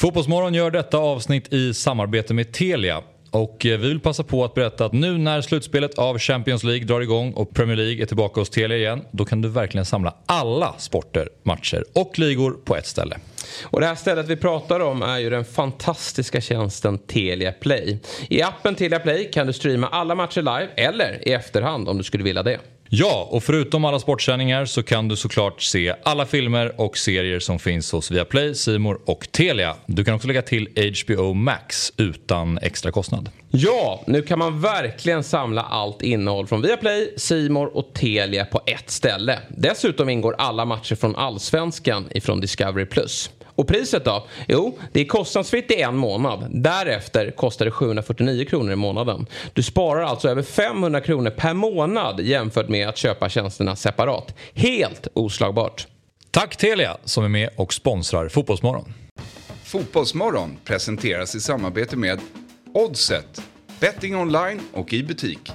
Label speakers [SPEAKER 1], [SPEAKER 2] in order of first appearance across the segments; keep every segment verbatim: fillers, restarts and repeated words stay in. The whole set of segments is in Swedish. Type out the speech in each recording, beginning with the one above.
[SPEAKER 1] Fotbollsmorgon gör detta avsnitt i samarbete med Telia. Och vi vill passa på att berätta att nu när slutspelet av Champions League drar igång och Premier League är tillbaka hos Telia igen, då kan du verkligen samla alla sporter, matcher och ligor på ett ställe.
[SPEAKER 2] Och det här stället vi pratar om är ju den fantastiska tjänsten Telia Play. I appen Telia Play kan du streama alla matcher live eller i efterhand om du skulle vilja det.
[SPEAKER 1] Ja, och förutom alla sportsändningar så kan du såklart se alla filmer och serier som finns hos Viaplay, C More och Telia. Du kan också lägga till H B O Max utan extra kostnad.
[SPEAKER 2] Ja, nu kan man verkligen samla allt innehåll från Viaplay, C More och Telia på ett ställe. Dessutom ingår alla matcher från Allsvenskan ifrån Discovery Plus. Och priset då? Jo, det är kostnadsfritt i en månad. Därefter kostar det sjuhundrafyrtionio kronor i månaden. Du sparar alltså över femhundra kronor per månad jämfört med att köpa tjänsterna separat. Helt oslagbart.
[SPEAKER 1] Tack Telia som är med och sponsrar Fotbollsmorgon.
[SPEAKER 3] Fotbollsmorgon presenteras i samarbete med Oddset. Betting online och i butik.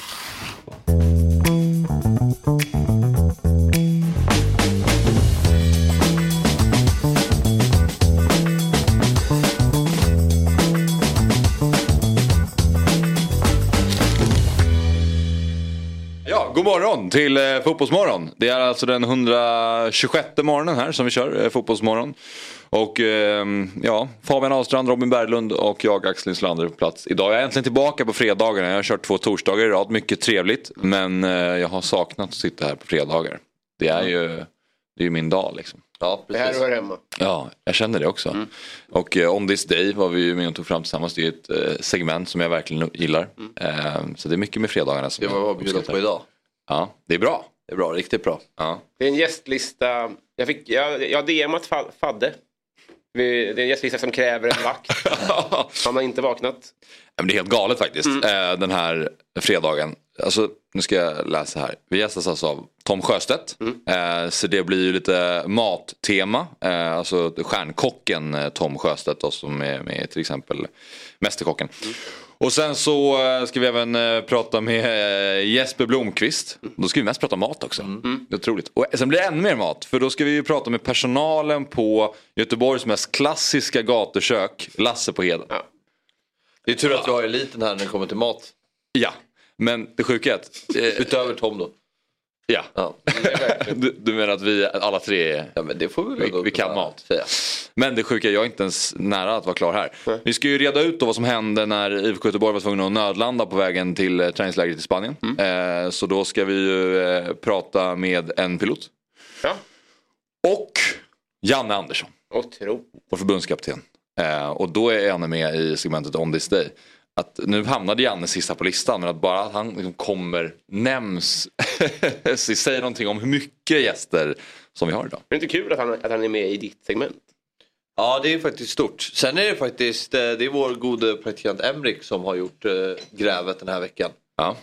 [SPEAKER 4] God morgon till eh, Fotbollsmorgon. Det är alltså den etthundratjugosjätte morgonen här som vi kör eh, Fotbollsmorgon. Och eh, ja, Fabian Ahlstrand, Robin Berglund och jag, Axel Inslander på plats. Idag är jag äntligen tillbaka på fredagarna. Jag har kört två torsdagar i rad, mycket trevligt. Men eh, jag har saknat att sitta här på fredagar. Det är ju, det är ju min dag liksom.
[SPEAKER 2] Ja, precis. Det här hör hemma.
[SPEAKER 4] Ja, jag känner det också. Mm. Och eh, On This Day var vi ju med och tog fram tillsammans. Det är ett eh, segment som jag verkligen gillar. Mm. Eh, så det är mycket med fredagarna som
[SPEAKER 5] det var jag bjudat på idag.
[SPEAKER 4] Ja, det är bra.
[SPEAKER 5] Det är bra, riktigt bra.
[SPEAKER 4] Ja.
[SPEAKER 6] Det är en gästlista. Jag fick jag, jag D M:at Fadde. Det är en gästlista som kräver en vakt. Han har inte vaknat.
[SPEAKER 4] Men det är helt galet faktiskt. Mm. Den här fredagen. Alltså, nu ska jag läsa här. Vi gästas alltså av Tom Sjöstedt. Mm. Så det blir ju lite mattema. Alltså stjärnkocken Tom Sjöstedt då, som är med till exempel Mästerkocken. Mm. Och sen så ska vi även prata med Jesper Blomqvist. Då ska vi mest prata mat också. Mm. Det är otroligt. Och sen blir det ännu mer mat. För då ska vi ju prata med personalen på Göteborgs mest klassiska gatukök. Lasse på Heden. Ja.
[SPEAKER 5] Det är tur att jag är liten här när det kommer till mat.
[SPEAKER 4] Ja, men det sjuka är att...
[SPEAKER 5] Eh, Utöver Tom då.
[SPEAKER 4] Ja, ja. Du, du menar att vi alla tre
[SPEAKER 5] ja, men det får vi,
[SPEAKER 4] vi, vi kan mat säga. Men det sjuka är jag är inte ens nära att vara klar här. Mm. Vi ska ju reda ut då vad som hände när I F K Göteborg var tvungna att nödlanda på vägen till eh, träningslägret i Spanien. Mm. eh, Så då ska vi ju eh, prata med en pilot.
[SPEAKER 6] Ja.
[SPEAKER 4] Och Janne Andersson,
[SPEAKER 6] Otroligt.
[SPEAKER 4] vår förbundskapten. eh, Och då är Janne med i segmentet On This Day. Att nu hamnade Janne sista på listan, men att bara att han liksom kommer, nämns, säger någonting om hur mycket gäster som vi har idag.
[SPEAKER 6] Det är inte kul att han, att han är med i ditt segment.
[SPEAKER 5] Ja, det är faktiskt stort. Sen är det faktiskt, det är vår gode praktikant Emrik som har gjort grävet den här veckan.
[SPEAKER 4] Ja.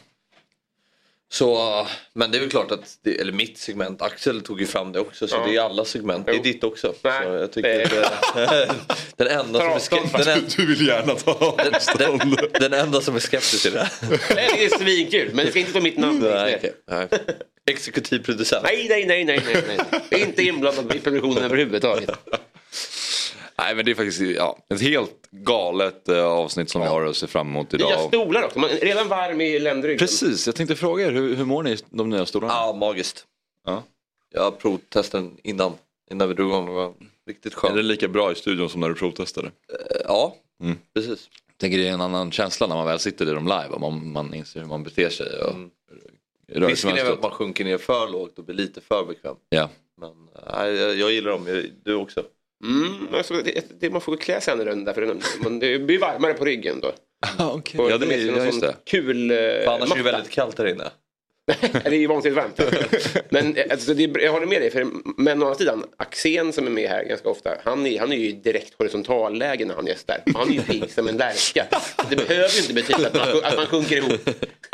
[SPEAKER 5] Så, men det är väl klart att, det, eller mitt segment, Axel tog ju fram det också, så ja. Det är alla segment, det är ditt också.
[SPEAKER 6] Nej,
[SPEAKER 5] så jag tycker det är... den enda som är skeptisk... En...
[SPEAKER 4] Du vill gärna ta
[SPEAKER 5] den, den, den enda som är skeptisk i det här.
[SPEAKER 6] Det är svinkul, men det ska inte vara mitt namn.
[SPEAKER 5] Nej, okay. Nej. Exekutiv producent.
[SPEAKER 6] Nej, nej, nej, nej, nej, nej. Jag är inte inblandad i produktionen överhuvudtaget.
[SPEAKER 4] Nej, men det är faktiskt ja, ett helt galet uh, avsnitt som ja. vi har att se fram emot idag.
[SPEAKER 6] Nya stolar också, man är redan varm i ländryggen.
[SPEAKER 4] Precis, jag tänkte fråga er, hur, hur mår ni de nya stolarna?
[SPEAKER 5] Ja, magiskt. Ja. Jag provtestade den innan, innan vi drog igång, det var riktigt skönt.
[SPEAKER 4] Är det lika bra i studion som när du provtestade? Uh,
[SPEAKER 5] ja, mm. precis.
[SPEAKER 4] Jag tänker det är en annan känsla när man väl sitter i dem live, om man, man inser hur man beter sig. Och
[SPEAKER 5] mm. Risken är att man sjunker ner för lågt och blir lite för bekväm.
[SPEAKER 4] Ja.
[SPEAKER 5] Men nej, jag, jag gillar dem, du också.
[SPEAKER 6] Mm, alltså, det, det, man får klä sig annorlunda för det, det blir varmare på ryggen då.
[SPEAKER 4] Ah, okay. Ja, det är ja, just det.
[SPEAKER 6] Kul uh,
[SPEAKER 5] annars matta. Är det väldigt kallt där inne.
[SPEAKER 6] Det är ju vansinnigt varmt. Men alltså, det, jag håller med dig, för, men å andra sidan, Axén som är med här ganska ofta, han är, han är ju direkt horisontalläge när han gästar. Han är ju pigg som en lärka. Det behöver ju inte betyda att man, att man sjunker ihop.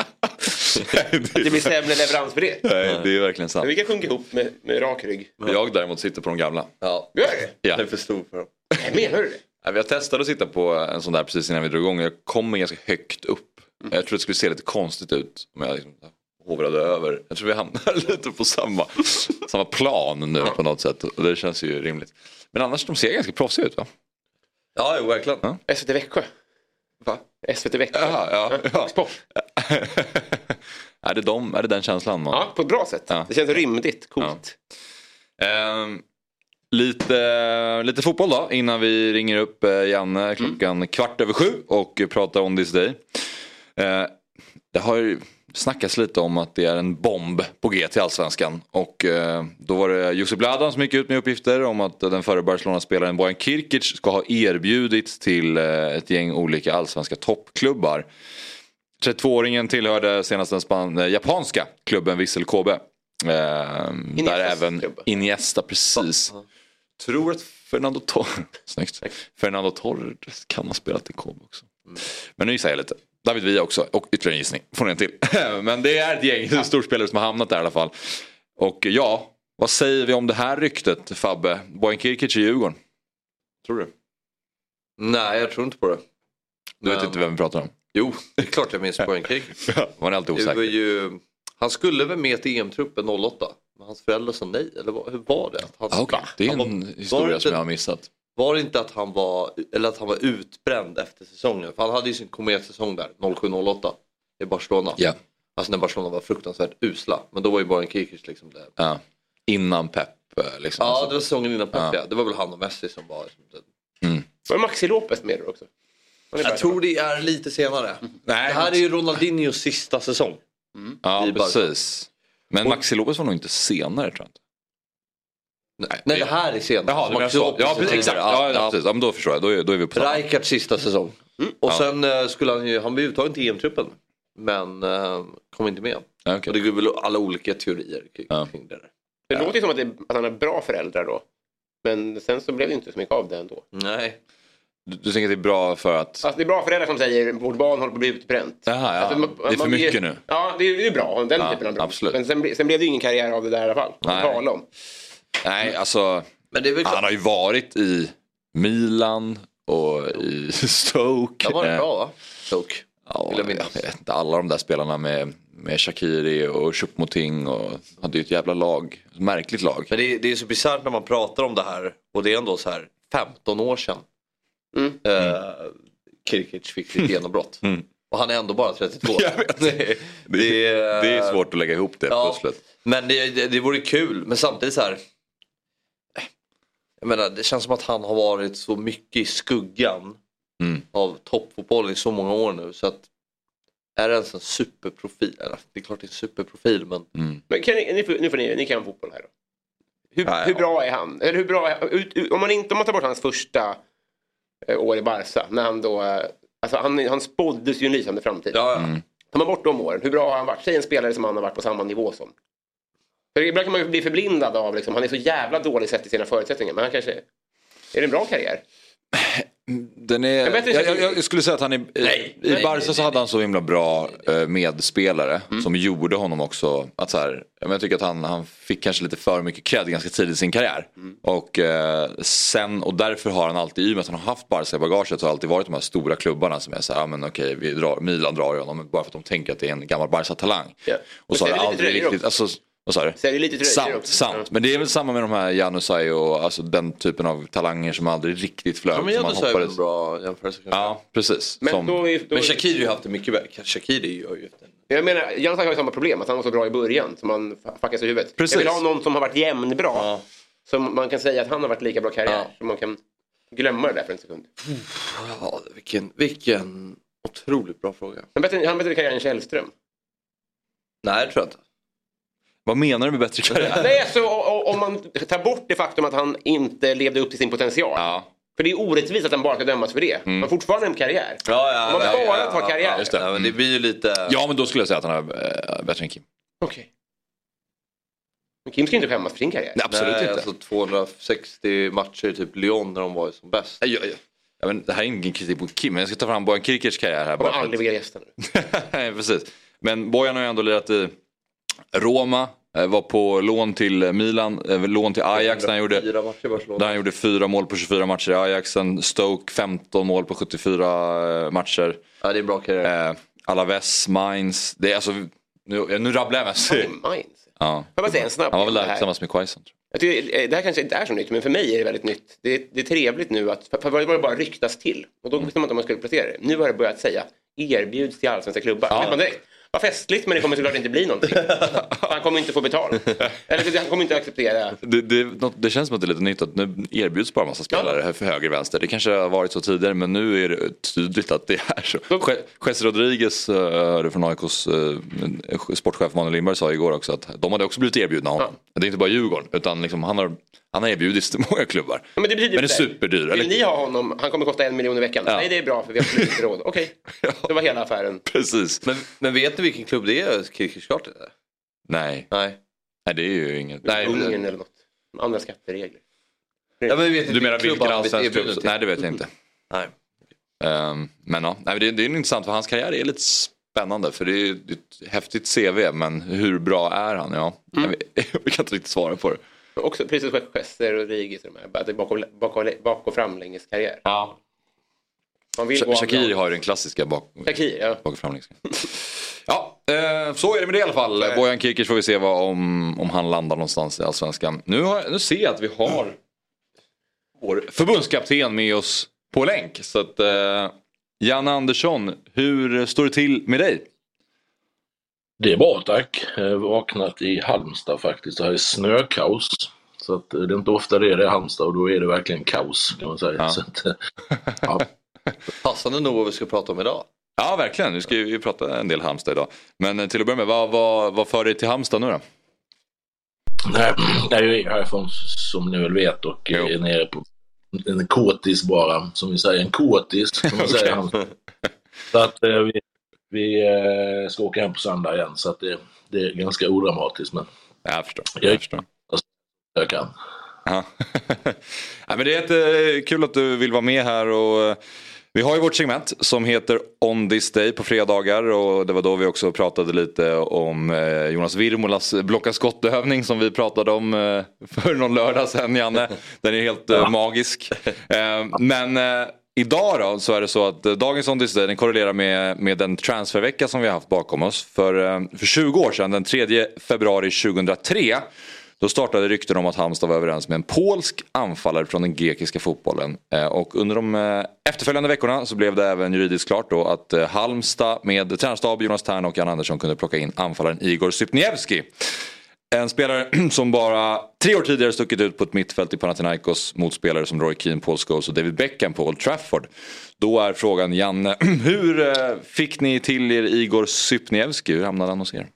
[SPEAKER 6] Att det blir sämre leverans för det.
[SPEAKER 4] Nej, det är verkligen sant.
[SPEAKER 6] Men vi kan sjunka ihop med, med rak rygg.
[SPEAKER 4] Jag däremot sitter på de gamla.
[SPEAKER 5] Ja,
[SPEAKER 6] gör det?
[SPEAKER 4] Ja.
[SPEAKER 5] Det är för stor för dem.
[SPEAKER 6] Nej, menar du det?
[SPEAKER 4] Ja, vi har testat att sitta på en sån där precis innan vi drog igång. Jag kommer ganska högt upp. Mm. Jag tror det skulle se lite konstigt ut om jag liksom hovrade över. Jag tror vi hamnar lite på samma, samma plan nu på något sätt. Och det känns ju rimligt. Men annars de ser ganska proffsiga ut, va?
[SPEAKER 5] Ja, jo, verkligen.
[SPEAKER 3] Ja.
[SPEAKER 6] S V T Växjö.
[SPEAKER 3] Va?
[SPEAKER 6] S V T Växjö.
[SPEAKER 3] Jaha, ja, ja.
[SPEAKER 6] Sport.
[SPEAKER 4] är, det de, är det den känslan man...
[SPEAKER 6] Ja, på ett bra sätt.
[SPEAKER 4] Ja.
[SPEAKER 6] Det känns rymdigt, coolt.
[SPEAKER 4] Ja. Ehm, lite, lite fotboll då innan vi ringer upp eh, Janne klockan mm. kvart över sju och pratar on this day. Eh, det har ju snackats lite om att det är en bomb på G till Allsvenskan. Och eh, då var det Josip Ladan som gick ut med uppgifter om att den förre Barcelona-spelaren Bojan Kirkic ska ha erbjudits till eh, ett gäng olika allsvenska toppklubbar. trettiotvååringen tillhörde senast den span- äh, japanska klubben Vissel Kobe. Eh, där även
[SPEAKER 6] klubb.
[SPEAKER 4] Iniesta, precis.
[SPEAKER 5] Ja.
[SPEAKER 4] Tror att Fernando Torres Snyggt. Fernando Torres kan ha spelat i Kobe också. Mm. Men nu säger jag lite. David Villa också. Och ytterligare en gissning. Får ni en till. Men det är ett gäng ja. storspelare som har hamnat där i alla fall. Och ja, vad säger vi om det här ryktet, Fabbe? Bojan Kirkic i Djurgården. Tror du?
[SPEAKER 5] Nej, jag tror inte på det.
[SPEAKER 4] Du vet inte vem vi pratar om?
[SPEAKER 5] Jo, det är klart jag minns Bojan Kirkic.
[SPEAKER 4] Ja, var ni alltid osäker?
[SPEAKER 5] Det var ju... Han skulle väl med till E M-truppen noll åtta. Men hans föräldrar sa nej. Eller vad, hur var det? Att han,
[SPEAKER 4] ah, okay. Det är en
[SPEAKER 5] var,
[SPEAKER 4] historia
[SPEAKER 5] var
[SPEAKER 4] som
[SPEAKER 5] inte,
[SPEAKER 4] jag har missat.
[SPEAKER 5] Var det inte att han var, eller att han var utbränd efter säsongen? För han hade ju sin kometsäsong där, noll sju noll åtta i Barcelona.
[SPEAKER 4] Yeah.
[SPEAKER 5] Alltså när Barcelona var fruktansvärt usla. Men då var ju bara en Kirkic liksom det.
[SPEAKER 4] Ja. Innan Pep liksom.
[SPEAKER 5] Ja,
[SPEAKER 4] alltså.
[SPEAKER 5] det var säsongen innan Pep.
[SPEAKER 4] Ja.
[SPEAKER 5] Ja. Det var väl han och Messi som var liksom,
[SPEAKER 4] mm.
[SPEAKER 6] Var Maxi Lopez med då också?
[SPEAKER 5] Jag tror det är lite senare.
[SPEAKER 6] Mm.
[SPEAKER 5] Nej, det här är ju Ronaldinhos sista säsong.
[SPEAKER 4] Mm. Ja, precis. Men Maxi Lopez var nog inte senare, tror jag inte.
[SPEAKER 5] Nej, Nej det här är senare.
[SPEAKER 4] Jaha, det så. Ja, precis, exakt. Ja, ja, precis. Ja, men då förstår jag. Då är, då är vi på
[SPEAKER 5] Rijkaards sista säsong. Mm. Och
[SPEAKER 4] ja.
[SPEAKER 5] sen uh, skulle han ju, han blev uttagen till E M-truppen. Men uh, kom inte med.
[SPEAKER 4] Ja, okay.
[SPEAKER 5] Och det går väl alla olika teorier kring
[SPEAKER 4] ja.
[SPEAKER 5] det där.
[SPEAKER 6] Det ja. låter ju som att, det, att han har bra föräldrar då. Men sen så blev det inte så mycket av det ändå.
[SPEAKER 5] Nej.
[SPEAKER 4] Du, du tänker att det är bra för att...
[SPEAKER 6] Alltså det är bra föräldrar som säger vårt barn håller på att bli utbränt.
[SPEAKER 4] Jaha, ja.
[SPEAKER 6] Alltså, man,
[SPEAKER 4] det är för mycket
[SPEAKER 6] blir,
[SPEAKER 4] nu.
[SPEAKER 6] Ja, det är, det är bra. Den
[SPEAKER 4] ja,
[SPEAKER 6] typen av
[SPEAKER 4] absolut.
[SPEAKER 6] Men sen, sen blev det ju ingen karriär av det där i alla fall.
[SPEAKER 4] Nej.
[SPEAKER 6] Tala om.
[SPEAKER 4] Nej, alltså...
[SPEAKER 5] Men det är väl
[SPEAKER 4] han har ju varit i Milan och i Stoke.
[SPEAKER 5] Det var det bra, va? Stoke.
[SPEAKER 4] Ja, jag vet inte. Alla de där spelarna med, med Shaqiri och Choupo-Moting och hade ju ett jävla lag. Ett märkligt lag.
[SPEAKER 5] Men det är, det är så bisarrt när man pratar om det här. Och det är ändå så här femton år sedan.
[SPEAKER 6] Mm.
[SPEAKER 5] Uh, Kirkic fick sitt genombrott. Mm. Och han är ändå bara trettiotvå.
[SPEAKER 4] Jag vet.
[SPEAKER 5] det,
[SPEAKER 4] det, är, det är svårt att lägga ihop det
[SPEAKER 5] ja,
[SPEAKER 4] pusslet.
[SPEAKER 5] Men det, det, det vore kul. Men samtidigt så här. Jag menar, det känns som att han har varit så mycket i skuggan mm. av toppfotbollen i så många år nu. Så att är det ens en superprofil? Det är klart det är en superprofil, men...
[SPEAKER 6] Mm. Men kan ni, ni, nu får ni, ni kan fotboll här då. Hur,
[SPEAKER 5] ja, ja.
[SPEAKER 6] hur bra är han? Eller hur bra är, ut, ut, om, man inte, om man tar bort hans första eh, år i Barca, när han då... Eh, alltså han, han spåddes ju en lysande framtid.
[SPEAKER 5] Ja, ja.
[SPEAKER 6] Mm. Tar man bort de åren, hur bra har han varit? Säg en spelare som han har varit på samma nivå som. För ibland kan man ju bli förblindad av, liksom, han är så jävla dålig sett i sina förutsättningar, men han kanske... Är det en bra karriär?
[SPEAKER 4] Den är, jag, jag, jag skulle säga att han är, nej, i Barca så hade han så himla bra eh, medspelare mm. som gjorde honom också att så här, jag tycker att han, han fick kanske lite för mycket cred ganska tidigt i sin karriär mm. och eh, sen och därför har han alltid, i och med att han har haft Barca i bagaget, så har alltid varit de här stora klubbarna som är så här, ja men okej, vi drar, Milan drar ju honom bara för att de tänker att det är en gammal Barca-talang
[SPEAKER 6] yeah.
[SPEAKER 4] och så har det aldrig riktigt, alltså, vad sa du?
[SPEAKER 6] Så är det lite
[SPEAKER 4] sant,
[SPEAKER 6] också.
[SPEAKER 4] sant. Men det är väl samma med de här Janusaj och alltså den typen av talanger som aldrig riktigt flög.
[SPEAKER 5] Ja, men Janusaj är väl bra jämförelse.
[SPEAKER 4] Ja, precis.
[SPEAKER 6] Men,
[SPEAKER 4] som...
[SPEAKER 6] då är, då...
[SPEAKER 5] men Shaqiri har ju haft det mycket bättre. Shaqiri gör ju den.
[SPEAKER 6] Jag menar, Janusaj har ju samma problem, att han var så bra i början som man fuckas i huvudet.
[SPEAKER 4] Precis.
[SPEAKER 6] Jag vill ha någon som har varit jämnbra.
[SPEAKER 5] Ja.
[SPEAKER 6] Som man kan säga att han har varit lika bra karriär. Ja. Så man kan glömma det där för en sekund.
[SPEAKER 5] Ja, vilken, vilken otroligt bra fråga.
[SPEAKER 6] Han bättre, han bättre karriär än Källström.
[SPEAKER 5] Nej, det tror jag inte.
[SPEAKER 4] Vad menar du med bättre karriär?
[SPEAKER 6] Nej, så om man tar bort det faktum att han inte levde upp till sin potential. Ja. För det är orättvist att han bara ska dömas för det. Mm. Man har fortfarande en karriär.
[SPEAKER 5] Ja, ja,
[SPEAKER 6] om man
[SPEAKER 5] ja,
[SPEAKER 6] bara
[SPEAKER 5] ja,
[SPEAKER 6] tar karriär.
[SPEAKER 5] Ja, just det. Ja, men det blir ju lite...
[SPEAKER 4] Ja, men då skulle jag säga att han är äh, bättre än Kim.
[SPEAKER 6] Okej. Okay. Men Kim ska inte skämmas för sin karriär.
[SPEAKER 4] Nej, absolut
[SPEAKER 5] Nej,
[SPEAKER 4] inte.
[SPEAKER 5] Alltså tvåhundrasextio matcher typ Lyon när de var som bäst.
[SPEAKER 4] Ja, ja. Ja, men det här är ingen kritik på Kim, men jag ska ta fram Bojan Kirkics karriär här.
[SPEAKER 6] Bara aldrig vilja gästa nu.
[SPEAKER 4] Nej, precis. Men Bojan har ju ändå lirat i Roma. Var på lån till Milan, lån till Ajax där han, gjorde, där han gjorde fyra mål på tjugofyra matcher i Ajax. Sen Stoke femton mål på sjuttiofyra matcher.
[SPEAKER 5] Ja, det är en bra karriär.
[SPEAKER 4] Eh, Alaves, Mainz. Det är alltså, nu, nu rabblar jag mest.
[SPEAKER 6] Mainz?
[SPEAKER 4] Ja.
[SPEAKER 6] Jag bara säga en snabb
[SPEAKER 4] han var väl där tillsammans med Quaison.
[SPEAKER 6] Jag tycker, det här kanske inte är så nytt, men för mig är det väldigt nytt. Det är, det är trevligt nu att, för var det bara ryktas till. Och då visste man inte om man skulle placera det. Nu har det börjat säga, erbjuds till allsvenska klubbar. Ja. Man direkt, vad festligt, men det kommer såklart inte bli någonting. Han kommer inte få betalt. Eller han kommer inte acceptera.
[SPEAKER 4] Det, det, det känns som att det är lite nytt att nu erbjuds bara en massa spelare ja. för höger och vänster. Det kanske har varit så tidigare, men nu är det tydligt att det är så. Jesse Rodriguez, uh, från A I K:s uh, sportchef Manuel Lindberg, sa igår också att de hade också blivit erbjudna honom. Ja. Det är inte bara Djurgården, utan liksom han har... Han har erbjudits till många klubbar. Ja, men det betyder men det är superdyr.
[SPEAKER 6] Vill eller? Ni ha honom? Han kommer kosta en miljon i veckan. Ja. Nej, det är bra för vi har inte råd. Okej, okay. ja. Det var hela affären.
[SPEAKER 4] Precis.
[SPEAKER 5] Men, men vet ni vilken klubb det är? Kirkersklart?
[SPEAKER 4] Nej.
[SPEAKER 5] Nej.
[SPEAKER 4] Nej, det är ju inget.
[SPEAKER 6] Nej, Ungern eller något. Andra skatteregler.
[SPEAKER 5] Ja, men vet
[SPEAKER 4] du menar vilken allsvensk klubb? Nej, det vet jag inte.
[SPEAKER 5] Nej.
[SPEAKER 4] Um, men ja, Nej, det, det är intressant för hans karriär är lite spännande. För det är ett häftigt C V, men hur bra är han? Ja, mm. jag, jag kan inte riktigt svara på det.
[SPEAKER 6] Också precis som Jesse Rodriguez och de här. Att det är bak och, bak och, bak och framlänges karriär.
[SPEAKER 4] Ja. Shaqiri har ju den klassiska bak,
[SPEAKER 6] Shaqiri, ja.
[SPEAKER 4] bak och framlänges. Ja, eh, så är det med det i alla fall. Nej. Bojan Kirkic får vi se vad, om, om han landar någonstans i Allsvenskan. Nu, har, nu ser jag att vi har vår förbundskapten med oss på länk. Så att, eh, Janne Andersson, hur står det till med dig?
[SPEAKER 7] Det är bra, tack. Jag har vaknat i Halmstad faktiskt. Det här är snökaos. Så att det är inte ofta det är det Halmstad och då är det verkligen kaos kan man säga.
[SPEAKER 4] Ja.
[SPEAKER 7] Så att, ja.
[SPEAKER 5] Passande nog vad vi ska prata om idag.
[SPEAKER 4] Ja, verkligen. Nu ska vi prata en del Halmstad idag. Men till att börja med, vad, vad, vad för dig till Halmstad nu då?
[SPEAKER 7] Nej, jag är härifrån som ni väl vet och jo. är nere på en kåtis bara, som vi säger. En kåtis, som man säger. Okay. Så att eh, vi Vi eh, ska åka hem på söndag igen så att det, det är ganska odramatiskt. Men
[SPEAKER 4] jag förstår. Jag, jag förstår.
[SPEAKER 7] Jag kan.
[SPEAKER 4] Ja. Ja, men det är jättekul att du vill vara med här. Och vi har ju vårt segment som heter On This Day på fredagar. Och det var då vi också pratade lite om Jonas Virmolas blocka skottövning som vi pratade om för någon lördag sedan, Janne. Den är helt ja. magisk. Men... Idag då så är det så att dagens On This Day den korrelerar med, med den transfervecka som vi har haft bakom oss. För, för tjugo år sedan, den tredje februari tjugohundratre, då startade rykten om att Halmstad var överens med en polsk anfallare från den grekiska fotbollen. Och under de efterföljande veckorna så blev det även juridiskt klart då att Halmstad med tränarstab Jonas Tern och Jan Andersson kunde plocka in anfallaren Igor Sypniewski. En spelare som bara tre år tidigare stuckit ut på ett mittfält i Panathinaikos mot spelare som Roy Keane, Paul Scholes och David Beckham på Old Trafford. Då är frågan, Janne, hur fick ni till er Igor Sypniewski? Hur hamnade han hos er?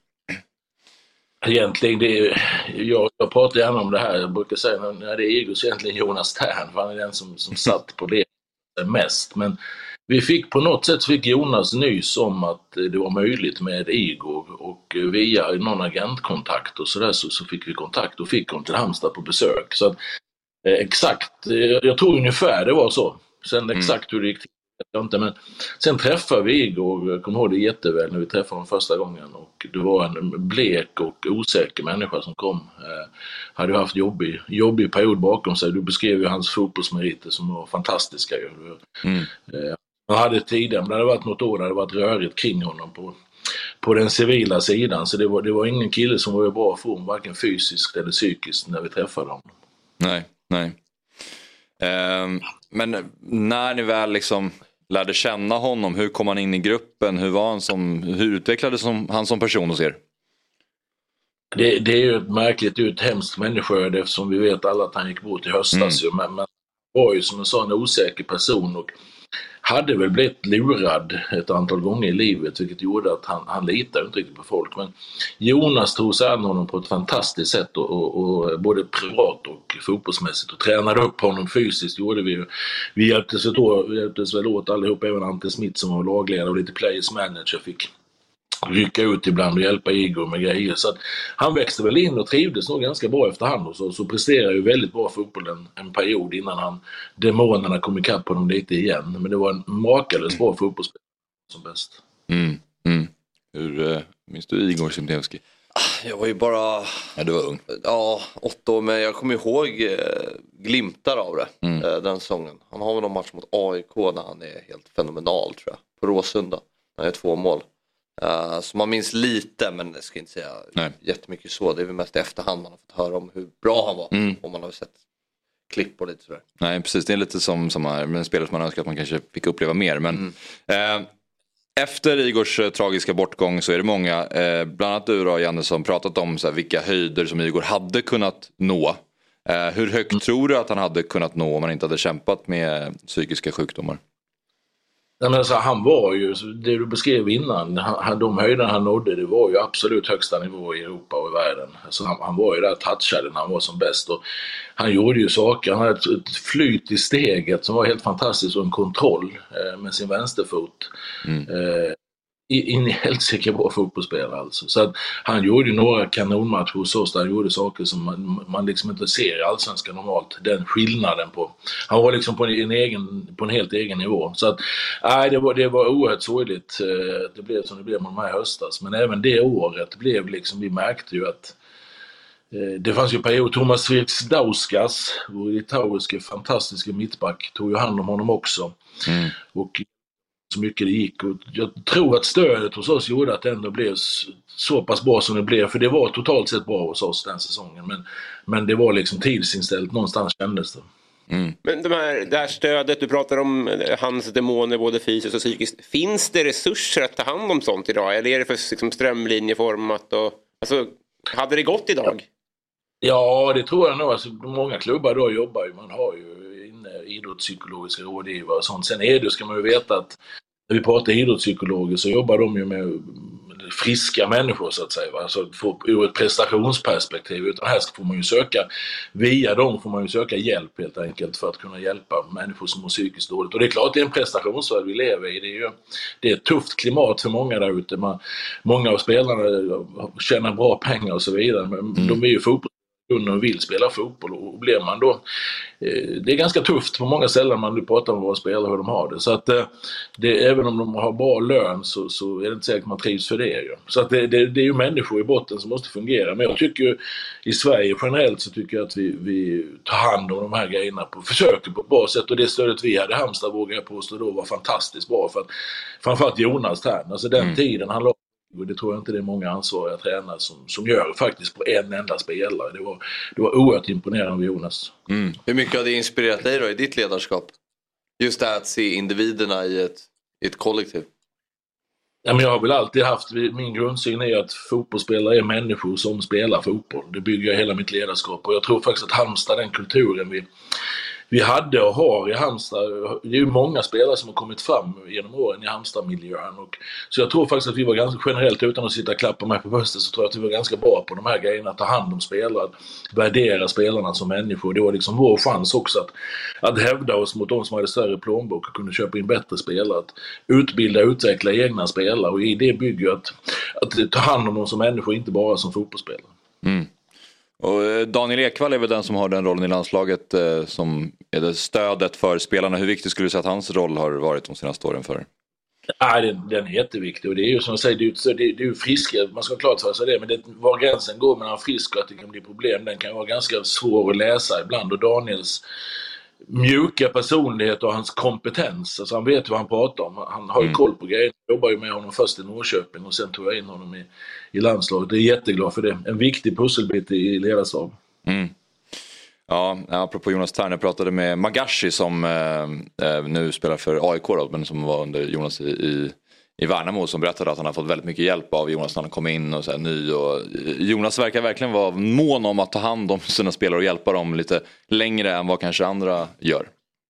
[SPEAKER 7] Egentligen, det är, jag, jag pratar gärna om det här. Jag brukar säga att det är Igor så egentligen Jonas Tern. Han är den som, som satt på det mest. Men vi fick på något sätt fick Jonas nys om att det var möjligt med Igor och via någon agentkontakt och sådär så, så fick vi kontakt och fick hon till Halmstad på besök. Så att, eh, exakt, eh, jag tror ungefär det var så. Sen exakt hur det gick till, jag inte, men sen träffade vi Igor, jag kommer ihåg det jätteväl när vi träffade honom första gången och det var en blek och osäker människa som kom. Eh, hade haft jobbig, jobbig period bakom sig. Du beskrev ju hans fotbollsmeriter som var fantastiska ju. Mm. Eh, Han hade tidigare, men det hade varit något år där det varit rörigt kring honom på, på den civila sidan. Så det var, det var ingen kille som var i bra form, varken fysiskt eller psykiskt när vi träffade honom.
[SPEAKER 4] Nej, nej. Um, men när ni väl liksom lärde känna honom, hur kom han in i gruppen? Hur var han som, hur utvecklades han som person hos er?
[SPEAKER 7] Det, det är ju ett märkligt, det är ett hemskt människoöde eftersom vi vet alla att han gick bort i höstas. Mm. Men, men var ju som en sån osäker person och hade väl blivit lurad ett antal gånger i livet vilket gjorde att han, han litade inte riktigt på folk. Men Jonas tog sig an honom på ett fantastiskt sätt och, och, och både privat och fotbollsmässigt och tränade upp honom fysiskt gjorde vi ju. Vi hjälptes, då, vi hjälptes väl åt allihop, även Ante Smith som var lagledare och lite players manager fick rycka ut ibland och hjälpa Igor med grejer. Så att han växte väl in och trivdes nog ganska bra efterhand och så, så presterade ju väldigt bra fotboll en, en period innan han demonerna kom ikapp på dem lite igen. Men det var en makalös bra fotbollsspelare som bäst.
[SPEAKER 4] Mm, mm. Hur uh, minns du Igor Sypniewski?
[SPEAKER 5] Jag var ju bara...
[SPEAKER 4] Ja, du var ung.
[SPEAKER 5] Ja, åtta år, men jag kommer ihåg eh, glimtar av det, mm. eh, den säsongen. Han har väl någon match mot A I K där han är helt fenomenal tror jag. På Råsunda. Han är två mål. Uh, så man minns lite, men jag ska inte säga Nej. jättemycket så. Det är väl mest i efterhand man har fått höra om hur bra han var. Mm. Om man har sett klipp på lite sådär. Nej, precis. Det är lite som, som här, med spelare som man önskar att man kanske fick uppleva mer. Men mm. eh, efter Igors eh, tragiska bortgång så är det många, eh, bland annat du då, Janne, som pratat om så här, vilka höjder som Igor hade kunnat nå. Eh, hur högt mm. tror du att han hade kunnat nå om han inte hade kämpat med psykiska sjukdomar?
[SPEAKER 7] Nej, men alltså, han var ju, det du beskrev innan, han, de höjderna han nådde, det var ju absolut högsta nivå i Europa och i världen. Alltså, han, han var ju där touchade när han var som bäst, och han gjorde ju saker, han hade ett, ett flyt i steget som var helt fantastiskt, och en kontroll eh, med sin vänsterfot. Mm. Eh, in i helt säkert bra fotbollsspelare alltså. Så att han gjorde ju några kanonmatcher hos oss där han gjorde saker som man, man liksom inte ser i allsvenskan normalt. Den skillnaden på. Han var liksom på en, egen, på en helt egen nivå. Så att nej, det var, det var oerhört sorgligt. Det blev som det blev med de här höstas. Men även det året blev liksom, vi märkte ju att det fanns ju en period, Thomas Sviksdauskas, vår litauiske fantastiska mittback, tog ju hand om honom också. Mm. Och så mycket det gick, och jag tror att stödet hos oss gjorde att det ändå blev så pass bra som det blev, för det var totalt sett bra hos oss den säsongen, men, men det var liksom tidsinställt någonstans, kändes det.
[SPEAKER 6] Mm. Men de här, det här stödet, du pratar om hans demoner både fysiskt och psykiskt, finns det resurser att ta hand om sånt idag, eller är det för liksom strömlinjeformat och, alltså, hade det gått idag?
[SPEAKER 7] Ja, det tror jag nog. Alltså, många klubbar då jobbar ju, man har ju idrottspsykologiska rådgivare och sånt. Sen är det, ska man ju veta att när vi pratar idrottspsykologer så jobbar de ju med friska människor så att säga. Alltså ur ett prestationsperspektiv. Utan här får man ju söka, via dem får man ju söka hjälp helt enkelt för att kunna hjälpa människor som mår psykiskt dåligt. Och det är klart det är en prestationsvärld vi lever i. Det är ju det är ett tufft klimat för många där ute. Man, många av spelarna tjänar bra pengar och så vidare. Men mm. de är ju fotboll och vill spela fotboll, och blir man då eh, det är ganska tufft på många ställen man nu pratar om våra spelare hur de har det, så att eh, det, även om de har bra lön så, så är det inte säkert att man trivs för det ju. Så att det, det, det är ju människor i botten som måste fungera, men jag tycker ju i Sverige generellt så tycker jag att vi, vi tar hand om de här grejerna på, försöker på ett bra sätt, och det stödet vi hade i Halmstad vågar jag påstå då var fantastiskt bra, för att framförallt Jonas Tern, alltså den mm. tiden han låg. Och det tror jag inte det är många ansvariga tränare som, som gör faktiskt på en enda spelare. Det var, det var oerhört imponerande av Jonas.
[SPEAKER 5] Mm. Hur mycket har det inspirerat dig då i ditt ledarskap? Just det här att se individerna i ett, i ett kollektiv.
[SPEAKER 7] Ja, men jag har väl alltid haft, min grundsyn är att fotbollsspelare är människor som spelar fotboll. Det bygger jag hela mitt ledarskap. Och jag tror faktiskt att Halmstad, den kulturen vi Vi hade och har i Halmstad, det är ju många spelare som har kommit fram genom åren i Halmstad-miljön. Och, så jag tror faktiskt att vi var ganska generellt, utan att sitta och klappa mig på bröstet, så tror jag att vi var ganska bra på de här grejerna. Att ta hand om spelare, att värdera spelarna som människor. Det var liksom vår chans också att, att hävda oss mot de som hade större plånbok och kunde köpa in bättre spelare. Att utbilda och utveckla egna spelare, och i det bygger att, att ta hand om dem som människor, inte bara som fotbollsspelare.
[SPEAKER 4] Mm. Och Daniel Ekvall är väl den som har den rollen i landslaget eh, som är det stödet för spelarna. Hur viktigt skulle du säga att hans roll har varit de senaste åren för?
[SPEAKER 7] Ja, den, den är jätteviktig, och det är ju som jag säger, det är, det är, det är ju friska, man ska klart för sig det, men det, var gränsen går mellan frisk och att det kan bli problem, den kan vara ganska svår att läsa ibland, och Daniels mjuka personlighet och hans kompetens, alltså han vet vad han pratar om, han har ju mm. koll på grejer. Jag jobbar ju med honom först i Norrköping och sen tog jag in honom i, i landslaget. Det är jätteglad för det, en viktig pusselbit i ledarskap. Mm.
[SPEAKER 4] Ja, apropå Jonas Tern, jag pratade med Magashi som eh, nu spelar för A I K då, men som var under Jonas i, i, i Värnamo, som berättade att han har fått väldigt mycket hjälp av Jonas när han kom in och så här, ny. Och Jonas verkar verkligen vara mån om att ta hand om sina spelare och hjälpa dem lite längre än vad kanske andra gör.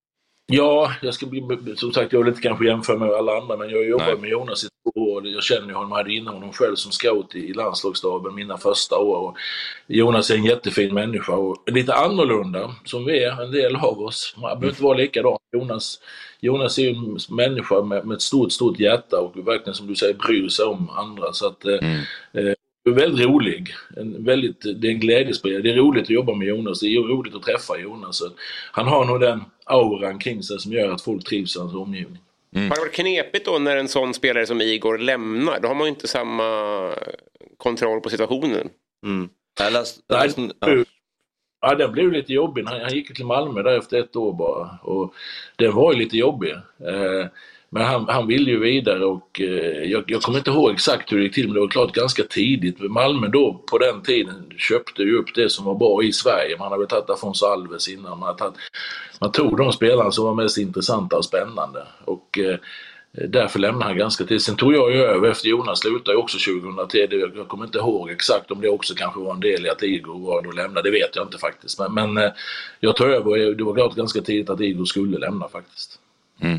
[SPEAKER 7] Ja, jag ska bli, som sagt, jag vill inte kanske jämföra med alla andra, men jag jobbar med Jonas i två år. Jag känner ju honom, jag hade innan honom själv som scout i landslagsstaben mina första år. Och Jonas är en jättefin människa och lite annorlunda som vi är, en del av oss. Man behöver inte vara likadan. Jonas, Jonas är en människa med, med ett stort, stort hjärta och verkligen, som du säger, bryr sig om andra. Så att mm. eh, det är väldigt rolig. En väldigt, det är en glädjespelare. Det är roligt att jobba med Jonas. Det är roligt att träffa Jonas. Så han har nog den auran kring sig som gör att folk trivs i hans omgivning.
[SPEAKER 6] Mm. Har det varit knepigt då när en sån spelare som Igor lämnar? Då har man ju inte samma kontroll på situationen.
[SPEAKER 5] Mm. Jag läst, jag läst,
[SPEAKER 7] Nej, ja. Ja, den blev lite jobbig. Han, han gick till Malmö där efter ett år bara. Och den var ju lite jobbig. Eh, Men han, han ville ju vidare och eh, jag, jag kommer inte ihåg exakt hur det gick till, men det var klart ganska tidigt. Malmö då på den tiden köpte ju upp det som var bra i Sverige. Man hade tagit Afonso Alves innan. Man, tagit, man tog de spelarna som var mest intressanta och spännande. Och eh, därför lämnade han ganska tidigt. Sen tog jag ju över efter Jonas slutade också tjugohundratio. Jag kommer inte ihåg exakt om det också kanske var en del i att Igor var och lämnade. Det vet jag inte faktiskt. Men, men eh, jag tog över och det var klart ganska tidigt att Igor skulle lämna faktiskt.
[SPEAKER 5] Mm.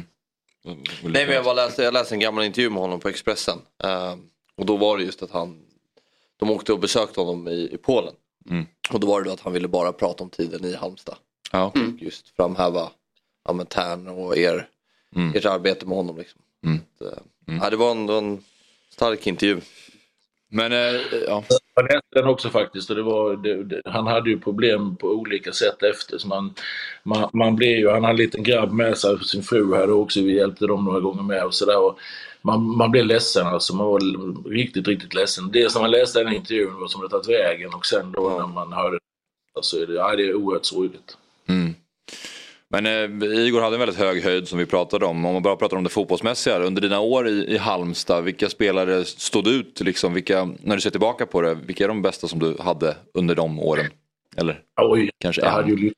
[SPEAKER 5] Nej, men jag, bara läste, jag läste en gammal intervju med honom på Expressen. Uh, och då var det just att han... De åkte och besökte honom i, i Polen. Mm. Och då var det då att han ville bara prata om tiden i Halmstad. Ja. Mm. Just framhäva ja, Tern och er, mm. ert arbete med honom. Liksom. Mm. Så, mm. Ja, det var en, en stark intervju.
[SPEAKER 4] Men äh, ja.
[SPEAKER 7] Jag läste den också faktiskt och det var, det, det, han hade ju problem på olika sätt efter. Så man, man, man blev ju, han hade en liten grabb med sig för sin fru här och också vi hjälpte dem några gånger med och sådär. Man, man blev ledsen alltså, man var riktigt, riktigt ledsen. Det som man läste i den intervjun var som det tagit vägen och sen då när man hörde det så är det, ja, det är oerhört sorgligt. Mm.
[SPEAKER 4] Men eh, Igor hade en väldigt hög höjd som vi pratade om. Om man bara pratar om det fotbollsmässiga. Under dina år i, i Halmstad, vilka spelare stod ut? Liksom, vilka, när du ser tillbaka på det, vilka är de bästa som du hade under de åren? Eller
[SPEAKER 7] Oj,
[SPEAKER 4] kanske
[SPEAKER 7] jag hade ju lyck-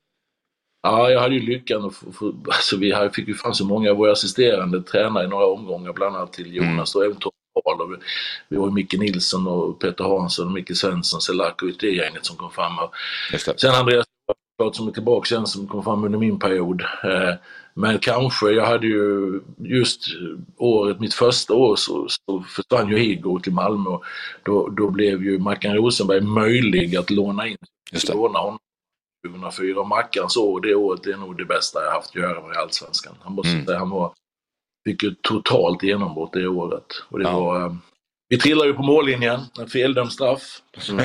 [SPEAKER 7] Ja, jag hade ju lyckan. Och f- f- alltså, vi hade, fick ju fan så många av våra assisterande tränare i några omgångar. Bland annat till Jonas mm. och även Tom Paul. Och vi, vi var Micke Nilsson och Peter Hansson och Micke Svensson, Selak och det gänget som kom fram. Och sen Andreas som är tillbaka sen som kom fram under min period. Eh, men kanske, jag hade ju just året, mitt första år så, så försvann ju Igor till Malmö och då, då blev ju Mackan Rosenberg möjlig att låna in. Just det. Låna honom tjugohundrafyra och Mackans år, det året det är nog det bästa jag haft att göra med i Allsvenskan. Han måste mm. säga, han var, fick ju totalt genombrott det året. Och det ja. var, eh, vi trillade ju på mållinjen, en feldömd straff. Mm.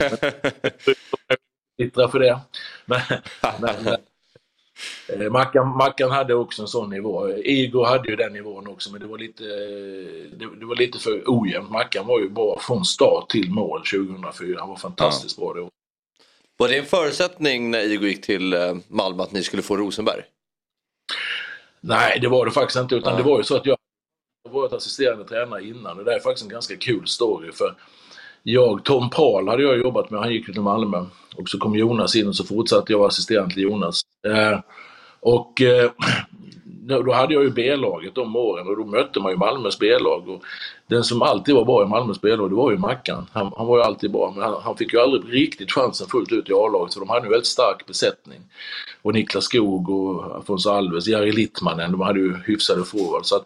[SPEAKER 7] Litra för det. Men, men eh, Mackan, Mackan hade också en sån nivå. Igor hade ju den nivån också, men det var lite, det, det var lite för ojämnt. Mackan var ju bra från start till mål tjugohundrafyra. Han var fantastiskt ja. bra då.
[SPEAKER 5] Var det en förutsättning när Igor gick till Malmö att ni skulle få Rosenberg?
[SPEAKER 7] Nej, det var det faktiskt inte. Utan ja. det var ju så att jag var ett assisterande tränare innan. Och det är faktiskt en ganska kul story för jag, Tom Paul hade jag jobbat med, han gick till Malmö och så kom Jonas in och så fortsatte jag vara assistent till Jonas. Eh, och eh, då hade jag ju B-laget de åren och då mötte man ju Malmös B-lag och den som alltid var bra i Malmös B-lag det var ju Mackan. Han, han var ju alltid bra men han, han fick ju aldrig riktigt chansen fullt ut i A-laget för de hade ju väldigt stark besättning. Och Niklas Skog och Afonso Alves, Jari Littmanen, de hade ju hyfsade forward så att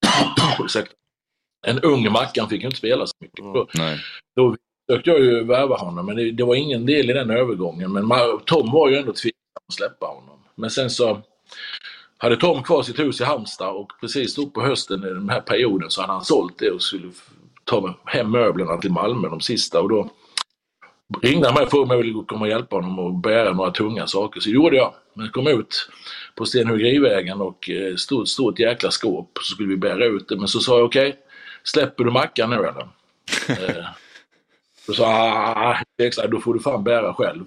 [SPEAKER 7] en ung Mackan fick ju inte spela så mycket. Mm,
[SPEAKER 4] nej.
[SPEAKER 7] Då försökte jag ju värva honom, men det, det var ingen del i den övergången. Men Tom var ju ändå tveksam att släppa honom. Men sen så hade Tom kvar sitt hus i Halmstad och precis då på hösten i den här perioden så hade han sålt det och skulle ta hem möblerna till Malmö de sista. Och då ringde han mig för om jag ville komma och hjälpa honom och bära några tunga saker. Så det gjorde jag. Men jag kom ut på Stenhugerivägen och stod ett stort jäkla skåp så skulle vi bära ut det. Men så sa jag okej. Okay, släpper du Mackan nu eller? eh, då sa jag, då får du fan bära själv.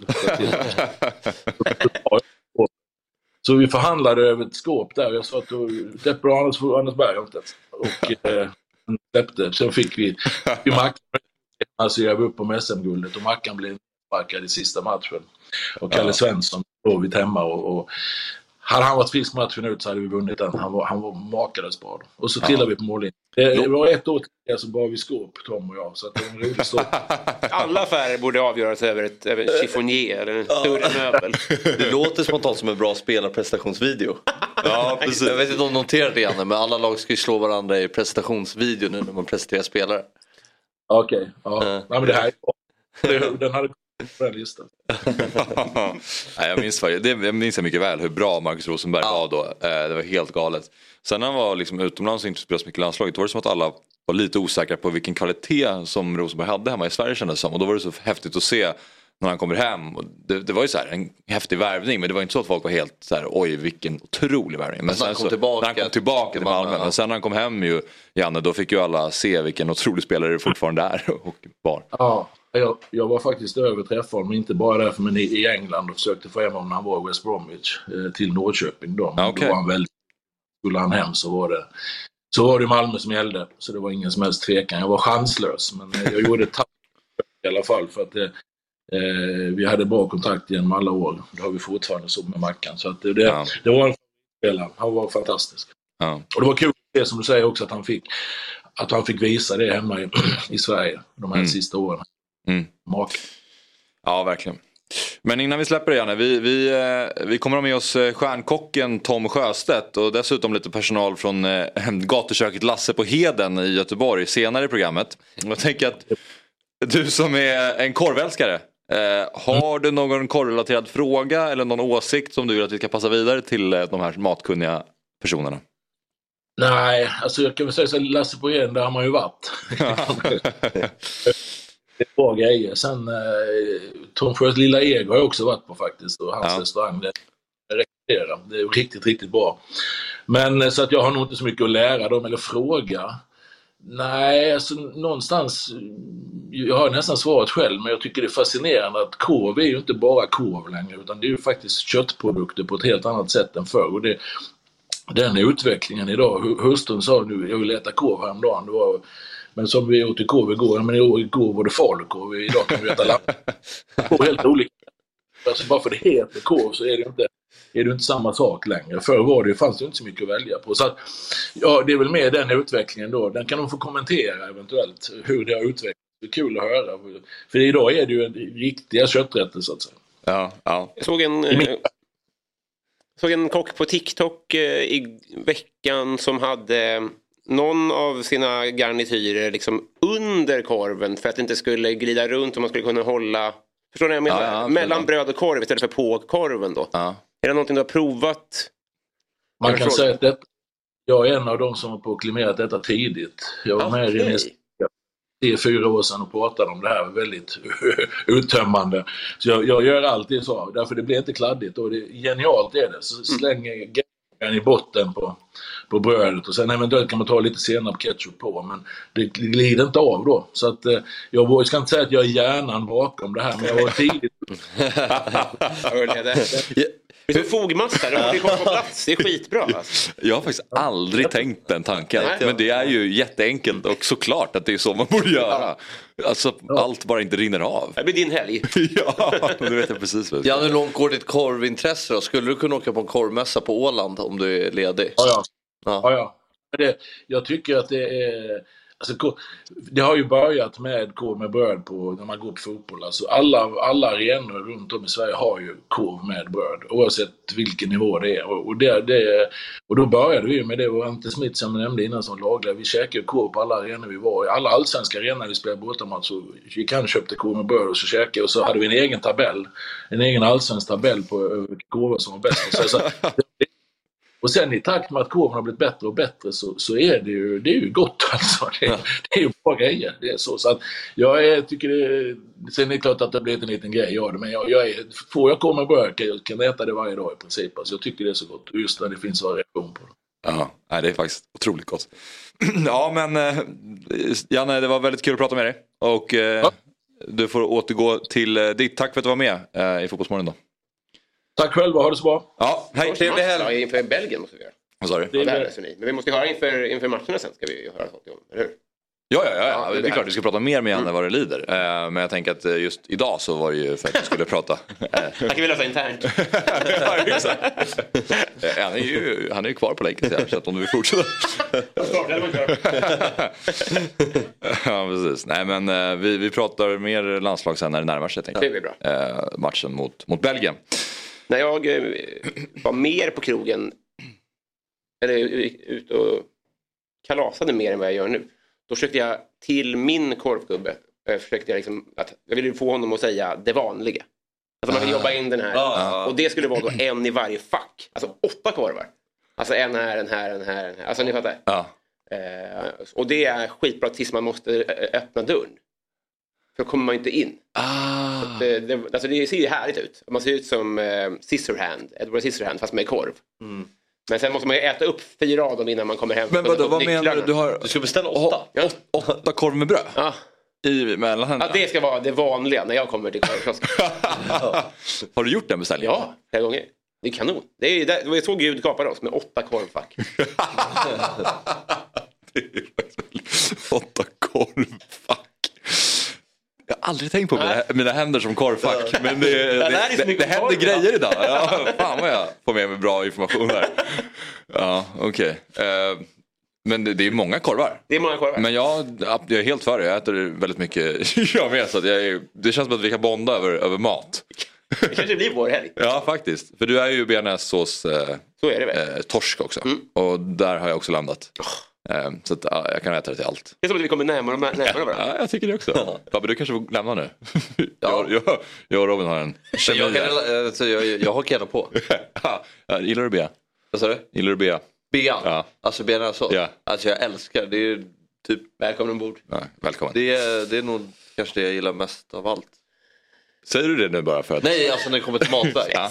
[SPEAKER 7] Så vi förhandlade över ett skåp där. Jag sa att du släpper du Anders, Anders Berg inte. Och eh, släppte. Sen fick vi, vi Mackan. Alltså jag var upp på S M-guldet och Mackan blev sparkad i sista matchen. Och Kalle ja. Svensson låg vid hemma och, och hade han varit frisk matchen ut så hade vi vunnit den. Han var, han var makalös bra. Och så trillade ja. vi på mållinjen. Det, det var ett år till så bara vi skåp, Tom och jag. Så att det var en rolig stopp.
[SPEAKER 6] Alla affärer borde avgöras över ett över chiffonier eller en större möbel.
[SPEAKER 5] Det låter spontant som en bra spelarprestationsvideo. Ja, precis. Jag vet inte om de noterar det än, men alla lag ska ju slå varandra i prestationsvideo nu när man presenterar spelare.
[SPEAKER 7] Okej, okay, ja. Uh. Nej, men det här är bra. Den hade på den listan.
[SPEAKER 4] Nej, jag minns det, jag minns mycket väl hur bra Marcus Rosenberg ja. var då. Det var helt galet. Sen när han var liksom utomlands och inte spelade så mycket landslaget, då var det som att alla var lite osäkra på vilken kvalitet som Rosenberg hade hemma i Sverige kändes som. Och då var det så häftigt att se när han kommer hem. Och det, det var ju så här en häftig värvning, men det var inte så att folk var helt så här, oj vilken otrolig värvning. Men, men sen han kom så, tillbaka, när han kom tillbaka till Malmö, Malmö. Men sen när han kom hem ju, Janne, då fick ju alla se vilken otrolig spelare det fortfarande är och var.
[SPEAKER 7] Ja. Jag, jag var faktiskt över och träffade honom, inte bara därför men i, i England och försökte få hem honom när han var i West Bromwich eh, till Norrköping då. Men okay. Då var han väldigt, skulle han hem så var det Så var det Malmö som gällde, så det var ingen som helst tvekan. Jag var chanslös, men jag gjorde ett tapp i alla fall för att det, eh, vi hade bra kontakt genom alla år. Det har vi fortfarande så med Mackan. Så att det, ja. det var en spelare. Han var fantastisk. Ja. Och det var kul det som du säger också, att han fick, att han fick visa det hemma i, i Sverige de här mm. sista åren. Mm.
[SPEAKER 4] Ja, verkligen. Men innan vi släpper det, Janne, vi, vi, vi kommer ha med oss stjärnkocken Tom Sjöstedt och dessutom lite personal från äh, gatuköket Lasse på Heden i Göteborg senare i programmet. Jag tänker att du som är en korvälskare, äh, har du någon korvrelaterad fråga eller någon åsikt som du vill att vi ska passa vidare till äh, de här matkunniga personerna?
[SPEAKER 7] Nej, alltså jag kan väl säga så, Lasse på Heden, där har man ju varit. Det är bra grejer. Sen eh, Tom Sjös lilla ego har jag också varit på faktiskt. Och hans ja. restaurang, det rekommenderar. Det är riktigt, riktigt bra. Men så att jag har nog inte så mycket att lära dem eller fråga. Nej, alltså någonstans, jag har nästan svarat själv, men jag tycker det är fascinerande att korv är ju inte bara korv längre, utan det är ju faktiskt köttprodukter på ett helt annat sätt än förr. Och det, den utvecklingen idag, hustrun sa nu, jag vill äta korv häromdagen, det var... Men som vi åt i korv igår, men igår var det falukorv, idag kan vi äta lamm. Korv helt olika. Alltså bara för det heter korv så är det inte, är det inte samma sak längre. Förr var det, fanns det inte så mycket att välja på. Så att, ja, det är väl med den utvecklingen då. Den kan de få kommentera eventuellt, hur det har utvecklats. Det är kul att höra. För idag är det ju en riktiga kötträtter så att säga.
[SPEAKER 4] Ja, ja.
[SPEAKER 6] Jag såg en... Eh, såg en kock på TikTok eh, i veckan som hade... någon av sina garnityrer liksom under korven för att det inte skulle glida runt och man skulle kunna hålla, förstår ni vad jag menar? Ja, ja, mellan bröd och korv istället för på korven då. Ja. Är det någonting du har provat?
[SPEAKER 7] Man jag kan förstår. säga att det, jag är en av dem som har proklamerat detta tidigt. Jag var okay. med i fyra år sedan och pratade om det här väldigt uttömmande. Så jag, jag gör alltid så, därför det blir inte kladdigt och det, genialt är det. Så slänger mm. i botten på, på brödet och sen eventuellt kan man ta lite senap ketchup på, men det glider inte av då. Så att eh, jag ska inte säga att jag är hjärnan bakom det här, men jag var tidigt.
[SPEAKER 6] Det är fogmassa, det har kommit på plats. Det är skitbra. Alltså.
[SPEAKER 4] Jag har faktiskt aldrig tänkt den tanken. Men det är ju jätteenkelt och såklart att det är så man borde göra. Alltså allt bara inte rinner av.
[SPEAKER 6] Det blir din helg.
[SPEAKER 4] Ja, det vet jag precis.
[SPEAKER 5] Ja, hur långt går ditt korvintresse då? Skulle du kunna åka på en korvmässa på Åland om du är ledig?
[SPEAKER 7] Ja, ja. ja. ja, ja. Det, jag tycker att det är... Alltså, det har ju börjat med korv med bröd på, när man går på fotboll. Alltså alla, alla arenor runt om i Sverige har ju korv med bröd, oavsett vilken nivå det är. Och, och, det, det, och då började vi med det, och Ante Smith som jag nämnde innan som laglade. Vi käkade korv på alla arenor vi var i. Alla allsvenska arenor vi spelade bortamatch, så vi kan köpte korv med bröd och så käkade. Och så hade vi en egen tabell, en egen allsvensk tabell på korvar som var bäst. Så, så, och sen i takt med att korven har blivit bättre och bättre så, så är det ju, det är ju gott alltså. Det, ja. det är ju bra grejer. Det är så, så att jag är, tycker det, sen är det klart att det blir en liten grej av det, men jag, jag är, får jag komma och börja kan jag kan äta det varje dag i princip. Alltså jag tycker det är så gott, just när det finns variation på det.
[SPEAKER 4] Ja, det är faktiskt otroligt gott. Ja, men Janne, det var väldigt kul att prata med dig. Och ja. Du får återgå till ditt. Tack för att du var med i Fotbollsmorgon då.
[SPEAKER 7] Tack själva, ha det så bra.
[SPEAKER 4] Ja, hej.
[SPEAKER 6] Trevlig helg. Inför Belgien måste vi göra.
[SPEAKER 4] Vad sa du?
[SPEAKER 6] Ja, det men vi måste höra inför, inför matcherna sen ska vi höra något om, eller hur?
[SPEAKER 4] Ja, ja, ja, ja. Det, det är klart vi ska prata mer med Janne mm. vad det lider. Uh, men jag tänker att just idag så var det ju för att vi skulle prata.
[SPEAKER 6] Han kan vi lösa internt.
[SPEAKER 4] Ja, exakt. han, är ju, han är ju kvar på länken så att om du vill fortsätta. Ja, precis. Nej, men uh, vi, vi pratar mer landslag sen när det närmar sig.
[SPEAKER 6] Det är bra.
[SPEAKER 4] Uh, matchen mot, mot Belgien.
[SPEAKER 6] När jag uh, var mer på krogen eller ut och kalasade mer än vad jag gör nu. Då försökte jag till min korvgubbe försökte jag liksom att jag ville få honom att säga det vanliga. Alltså man vill jobba in den här. Ah. Och det skulle vara då en i varje fack. Alltså åtta korvar. Alltså en här, en här, en här, en här. Alltså ni fattar.
[SPEAKER 4] Ah.
[SPEAKER 6] Eh, och det är skitbra tills man måste öppna dörren. För då kommer man inte in.
[SPEAKER 4] Ah.
[SPEAKER 6] Så det, det, alltså det ser ju härligt ut. Man ser ut som eh, Scissorhand. Edward Scissorhand fast med korv.
[SPEAKER 5] Mm.
[SPEAKER 6] Men sen måste man ju äta upp fyra av dem innan man kommer hem.
[SPEAKER 4] Men vadå, vad menar du? Du, har...
[SPEAKER 5] du ska beställa åtta?
[SPEAKER 4] Ja. Åtta korv med bröd?
[SPEAKER 6] Ja.
[SPEAKER 4] I mellan
[SPEAKER 6] ja, det ska vara det vanliga när jag kommer till korvkiosken.
[SPEAKER 4] Ja. Har du gjort den beställningen?
[SPEAKER 6] Ja, flera gånger. Det är kanon. Det är, det var så Gud skapade oss med åtta korvfack.
[SPEAKER 4] aldrig tänkt på mina, mina händer som korvfack. Men det, det,
[SPEAKER 5] det, det,
[SPEAKER 4] det, det händer grejer idag. Ja, fan vad jag får med mig bra information här. Ja, okej. Okay. Uh, men det, det är många korvar.
[SPEAKER 6] Det är många korvar.
[SPEAKER 4] Men jag, jag är helt för det. Jag äter väldigt mycket. Jag med, så att jag är, det känns som att vi kan bonda över, över mat.
[SPEAKER 6] Det kanske blir vår helg.
[SPEAKER 4] Ja, faktiskt. För du är ju bearnaisesås eh,
[SPEAKER 6] så är det väl.
[SPEAKER 4] Eh, torsk också.
[SPEAKER 6] Mm.
[SPEAKER 4] Och där har jag också landat. Oh. Eh, så att, ja, jag kan äta det till allt.
[SPEAKER 6] Det är som att vi kommer närmare och närmare varandra.
[SPEAKER 4] Ja, jag tycker det också. Fabbe, du kanske får lämna nu. Ja. jag, jag, jag och Robin har en
[SPEAKER 5] kemi. Jag, kan, alltså, jag, jag har gärna på.
[SPEAKER 4] Ja, gillar du bea?
[SPEAKER 5] Vad sa du?
[SPEAKER 4] Gillar du bea?
[SPEAKER 5] Bea?
[SPEAKER 4] Ja.
[SPEAKER 5] Alltså bearnaisesås?
[SPEAKER 4] Ja.
[SPEAKER 5] Alltså jag älskar det. Är typ...
[SPEAKER 6] Välkommen ombord.
[SPEAKER 4] Ja, välkommen.
[SPEAKER 5] Det är, det är nog kanske det jag gillar mest av allt.
[SPEAKER 4] Säger du det nu bara för att...
[SPEAKER 5] Nej, alltså när det kommer till matverk.
[SPEAKER 4] Ja.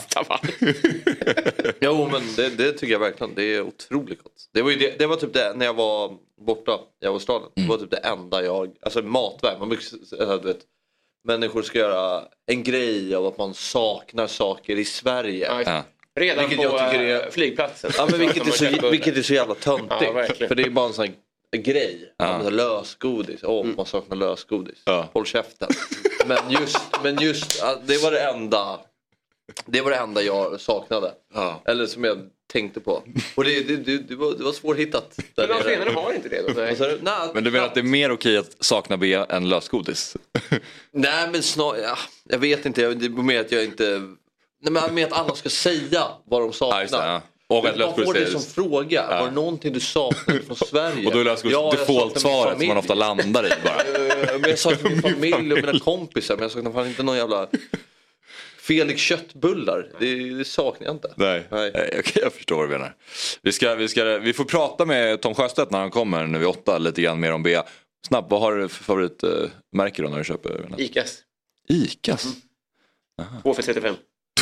[SPEAKER 5] Jo, men det, det tycker jag verkligen. Det är otroligt gott. Det var, ju det, det var typ det när jag var borta i Australien. Mm. Det var typ det enda jag... Alltså matverk. Man brukar, du vet, människor ska göra en grej av att man saknar saker i Sverige.
[SPEAKER 6] Ja. Redan
[SPEAKER 5] vilket
[SPEAKER 6] på
[SPEAKER 5] jag tycker är,
[SPEAKER 6] flygplatsen.
[SPEAKER 5] Ja, men vilket, är så, vilket är så jävla töntigt.
[SPEAKER 6] Ja,
[SPEAKER 5] för det är bara en sån här grej.
[SPEAKER 4] Ja.
[SPEAKER 5] Ja, lösgodis. Åh, oh,
[SPEAKER 6] mm.
[SPEAKER 5] man saknar lösgodis.
[SPEAKER 4] Ja.
[SPEAKER 5] Håll käften. men just, men just det var det enda det var det enda jag saknade.
[SPEAKER 4] Ja.
[SPEAKER 5] Eller som jag tänkte på. Och det, det, det, det, var, det var svårhittat.
[SPEAKER 6] Men de tränarna har inte det då? Nej.
[SPEAKER 5] Så, nej,
[SPEAKER 4] men du menar att det är mer okej att sakna bea än lösgodis?
[SPEAKER 5] Nej, men snart, ja, jag vet inte. Det är mer att jag inte... Nej, men med att alla ska säga vad de saknar.
[SPEAKER 4] Ja, ja. Och
[SPEAKER 5] att man får det som fråga. Ja. Var det någonting du saknar från Sverige?
[SPEAKER 4] Och då är lösgodis ja, default-svaret som man ofta landar i bara.
[SPEAKER 5] Men jag saknar min familj och mina kompisar. Men jag saknar fan inte någon jävla Felix köttbullar. Det, det saknar jag inte.
[SPEAKER 4] Nej, Nej. Nej okay, jag förstår vad du menar. Vi, ska, vi, ska, vi får prata med Tom Sjöstedt när han kommer nu vid åtta. Lite grann mer om bea. Snabbt, vad har du för favoritmärke då när du köper?
[SPEAKER 6] Icas.
[SPEAKER 4] Icas?
[SPEAKER 6] Mm. två för trettiofem.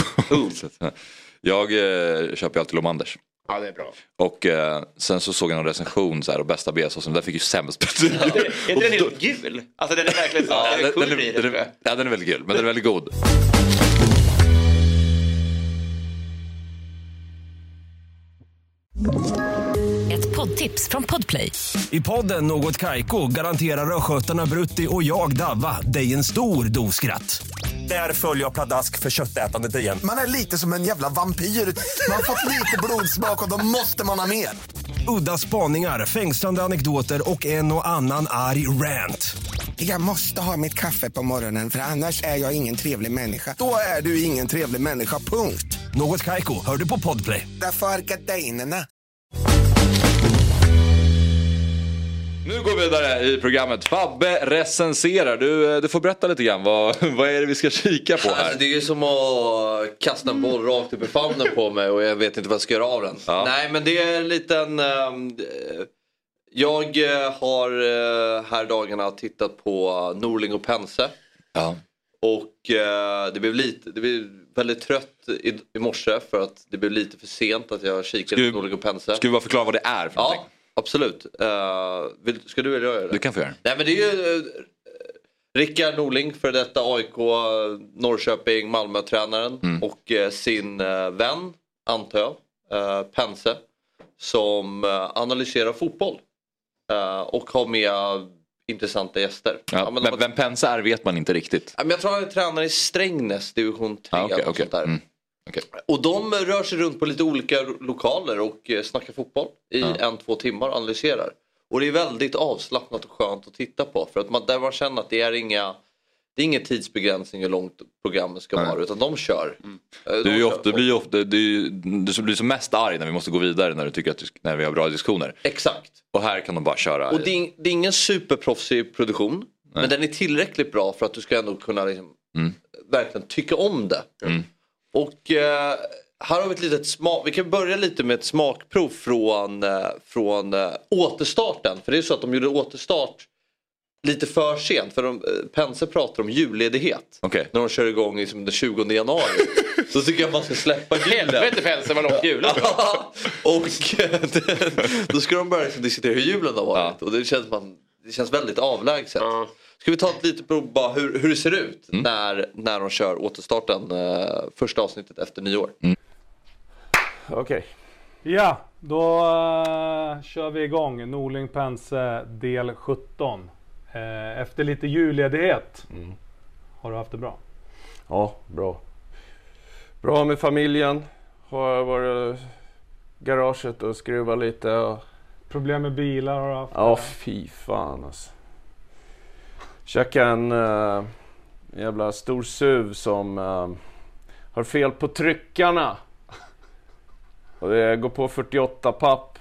[SPEAKER 4] Jag eh, köper alltid Lomanders.
[SPEAKER 6] Ja, det är bra.
[SPEAKER 4] Och eh, sen så såg jag någon recension så här, och bästa beasåsen, där fick ju sämst betyg.
[SPEAKER 6] Ja. Är inte den helt gul? Alltså den är verkligen så.
[SPEAKER 4] Ja,
[SPEAKER 6] den,
[SPEAKER 4] den,
[SPEAKER 6] cool
[SPEAKER 4] den, är, den, är, ja, den är väldigt gul, men den är väldigt god.
[SPEAKER 8] Ett poddtips från Podplay.
[SPEAKER 9] I podden Något Kaiko garanterar röskötarna Brutti och jag Davva dig en stor dos skratt. Där följer jag pladask för köttätandet igen.
[SPEAKER 10] Man är lite som en jävla vampyr. Man har fått lite blodsmak och då måste man ha mer.
[SPEAKER 9] Udda spaningar, fängslande anekdoter och en och annan arg rant.
[SPEAKER 10] Jag måste ha mitt kaffe på morgonen, för annars är jag ingen trevlig människa. Då är du ingen trevlig människa, punkt.
[SPEAKER 9] Något Kaiko, hör du på Podplay.
[SPEAKER 10] Därför är gardinerna.
[SPEAKER 4] Nu går vi vidare i programmet. Fabbe recenserar. Du, du får berätta lite grann. Vad, vad är det vi ska kika på här?
[SPEAKER 5] Alltså, det är ju som att kasta en boll rakt upp i famnen på mig och jag vet inte vad jag ska göra av den. Ja. Nej, men det är en liten... Äh, jag har äh, här dagarna tittat på Norling och Pense.
[SPEAKER 4] Ja.
[SPEAKER 5] Och äh, det blev lite... Det blev väldigt trött i, i morse för att det blev lite för sent att jag kikade
[SPEAKER 4] ska,
[SPEAKER 5] på Norling och Pense.
[SPEAKER 4] Ska vi bara förklara vad det är för
[SPEAKER 5] ja.
[SPEAKER 4] någonting?
[SPEAKER 5] Absolut. Uh, vill, ska du eller jag göra det?
[SPEAKER 4] Du kan få göra.
[SPEAKER 5] Nej, men det är ju uh, Rickard Norling, för detta A I K, Norrköping, Malmö-tränaren. Mm. Och uh, sin uh, vän, antar jag, uh, Pense. Som uh, analyserar fotboll. Uh, och har med intressanta gäster.
[SPEAKER 4] Ja, ja, men vem, vem Pense är vet man inte riktigt.
[SPEAKER 5] Ja, men jag tror han är tränare i Strängnäs, division tre.
[SPEAKER 4] Ah, okay,
[SPEAKER 5] och
[SPEAKER 4] okay.
[SPEAKER 5] sånt där.
[SPEAKER 4] Mm. Okay.
[SPEAKER 5] Och de rör sig runt på lite olika lokaler och snackar fotboll i ja. en, två timmar och analyserar. Och det är väldigt avslappnat och skönt att titta på. För att man, där man känner att det är inga, det är ingen tidsbegränsning hur långt programmet ska vara. Nej. Utan de kör. Mm. De
[SPEAKER 4] du, är
[SPEAKER 5] kör
[SPEAKER 4] ofta, du blir ju ofta, du, du blir som mest arg när vi måste gå vidare när du tycker att du, när vi har bra diskussioner.
[SPEAKER 5] Exakt.
[SPEAKER 4] Och här kan de bara köra.
[SPEAKER 5] Och det är, det är ingen superproffsig produktion. Nej. Men den är tillräckligt bra för att du ska ändå kunna liksom, mm. verkligen tycka om det. Mm. Och eh, här har vi ett litet smak. Vi kan börja lite med ett smakprov från, eh, från eh, återstarten. För det är så att de gjorde återstart lite för sent. För de, eh, Pense pratar om julledighet.
[SPEAKER 4] Okay.
[SPEAKER 5] När de kör igång liksom, den tjugonde januari. Så tycker jag man ska släppa julen.
[SPEAKER 6] Helvete Pense vad långt julen.
[SPEAKER 5] Och då ska de börja liksom, diskutera hur julen har varit. Ja. Och det känns, man, det känns väldigt avlägset. Ja. Ska vi ta ett litet prov bara hur, hur det ser ut mm. när, när de kör återstarten eh, första avsnittet efter nyår. Mm.
[SPEAKER 11] Okej. Okay. Ja, då uh, kör vi igång Norling Pense del sjutton. Uh, efter lite julledighet. Mm. Har du haft det bra?
[SPEAKER 12] Ja, bra. Bra med familjen. Har varit i garaget och skruvat lite. Och...
[SPEAKER 11] Problem med bilar har du haft?
[SPEAKER 12] Ja, fy fan alltså. Käka en uh, jävla stor S U V som uh, har fel på tryckarna. Och det går på fyrtioåtta papp.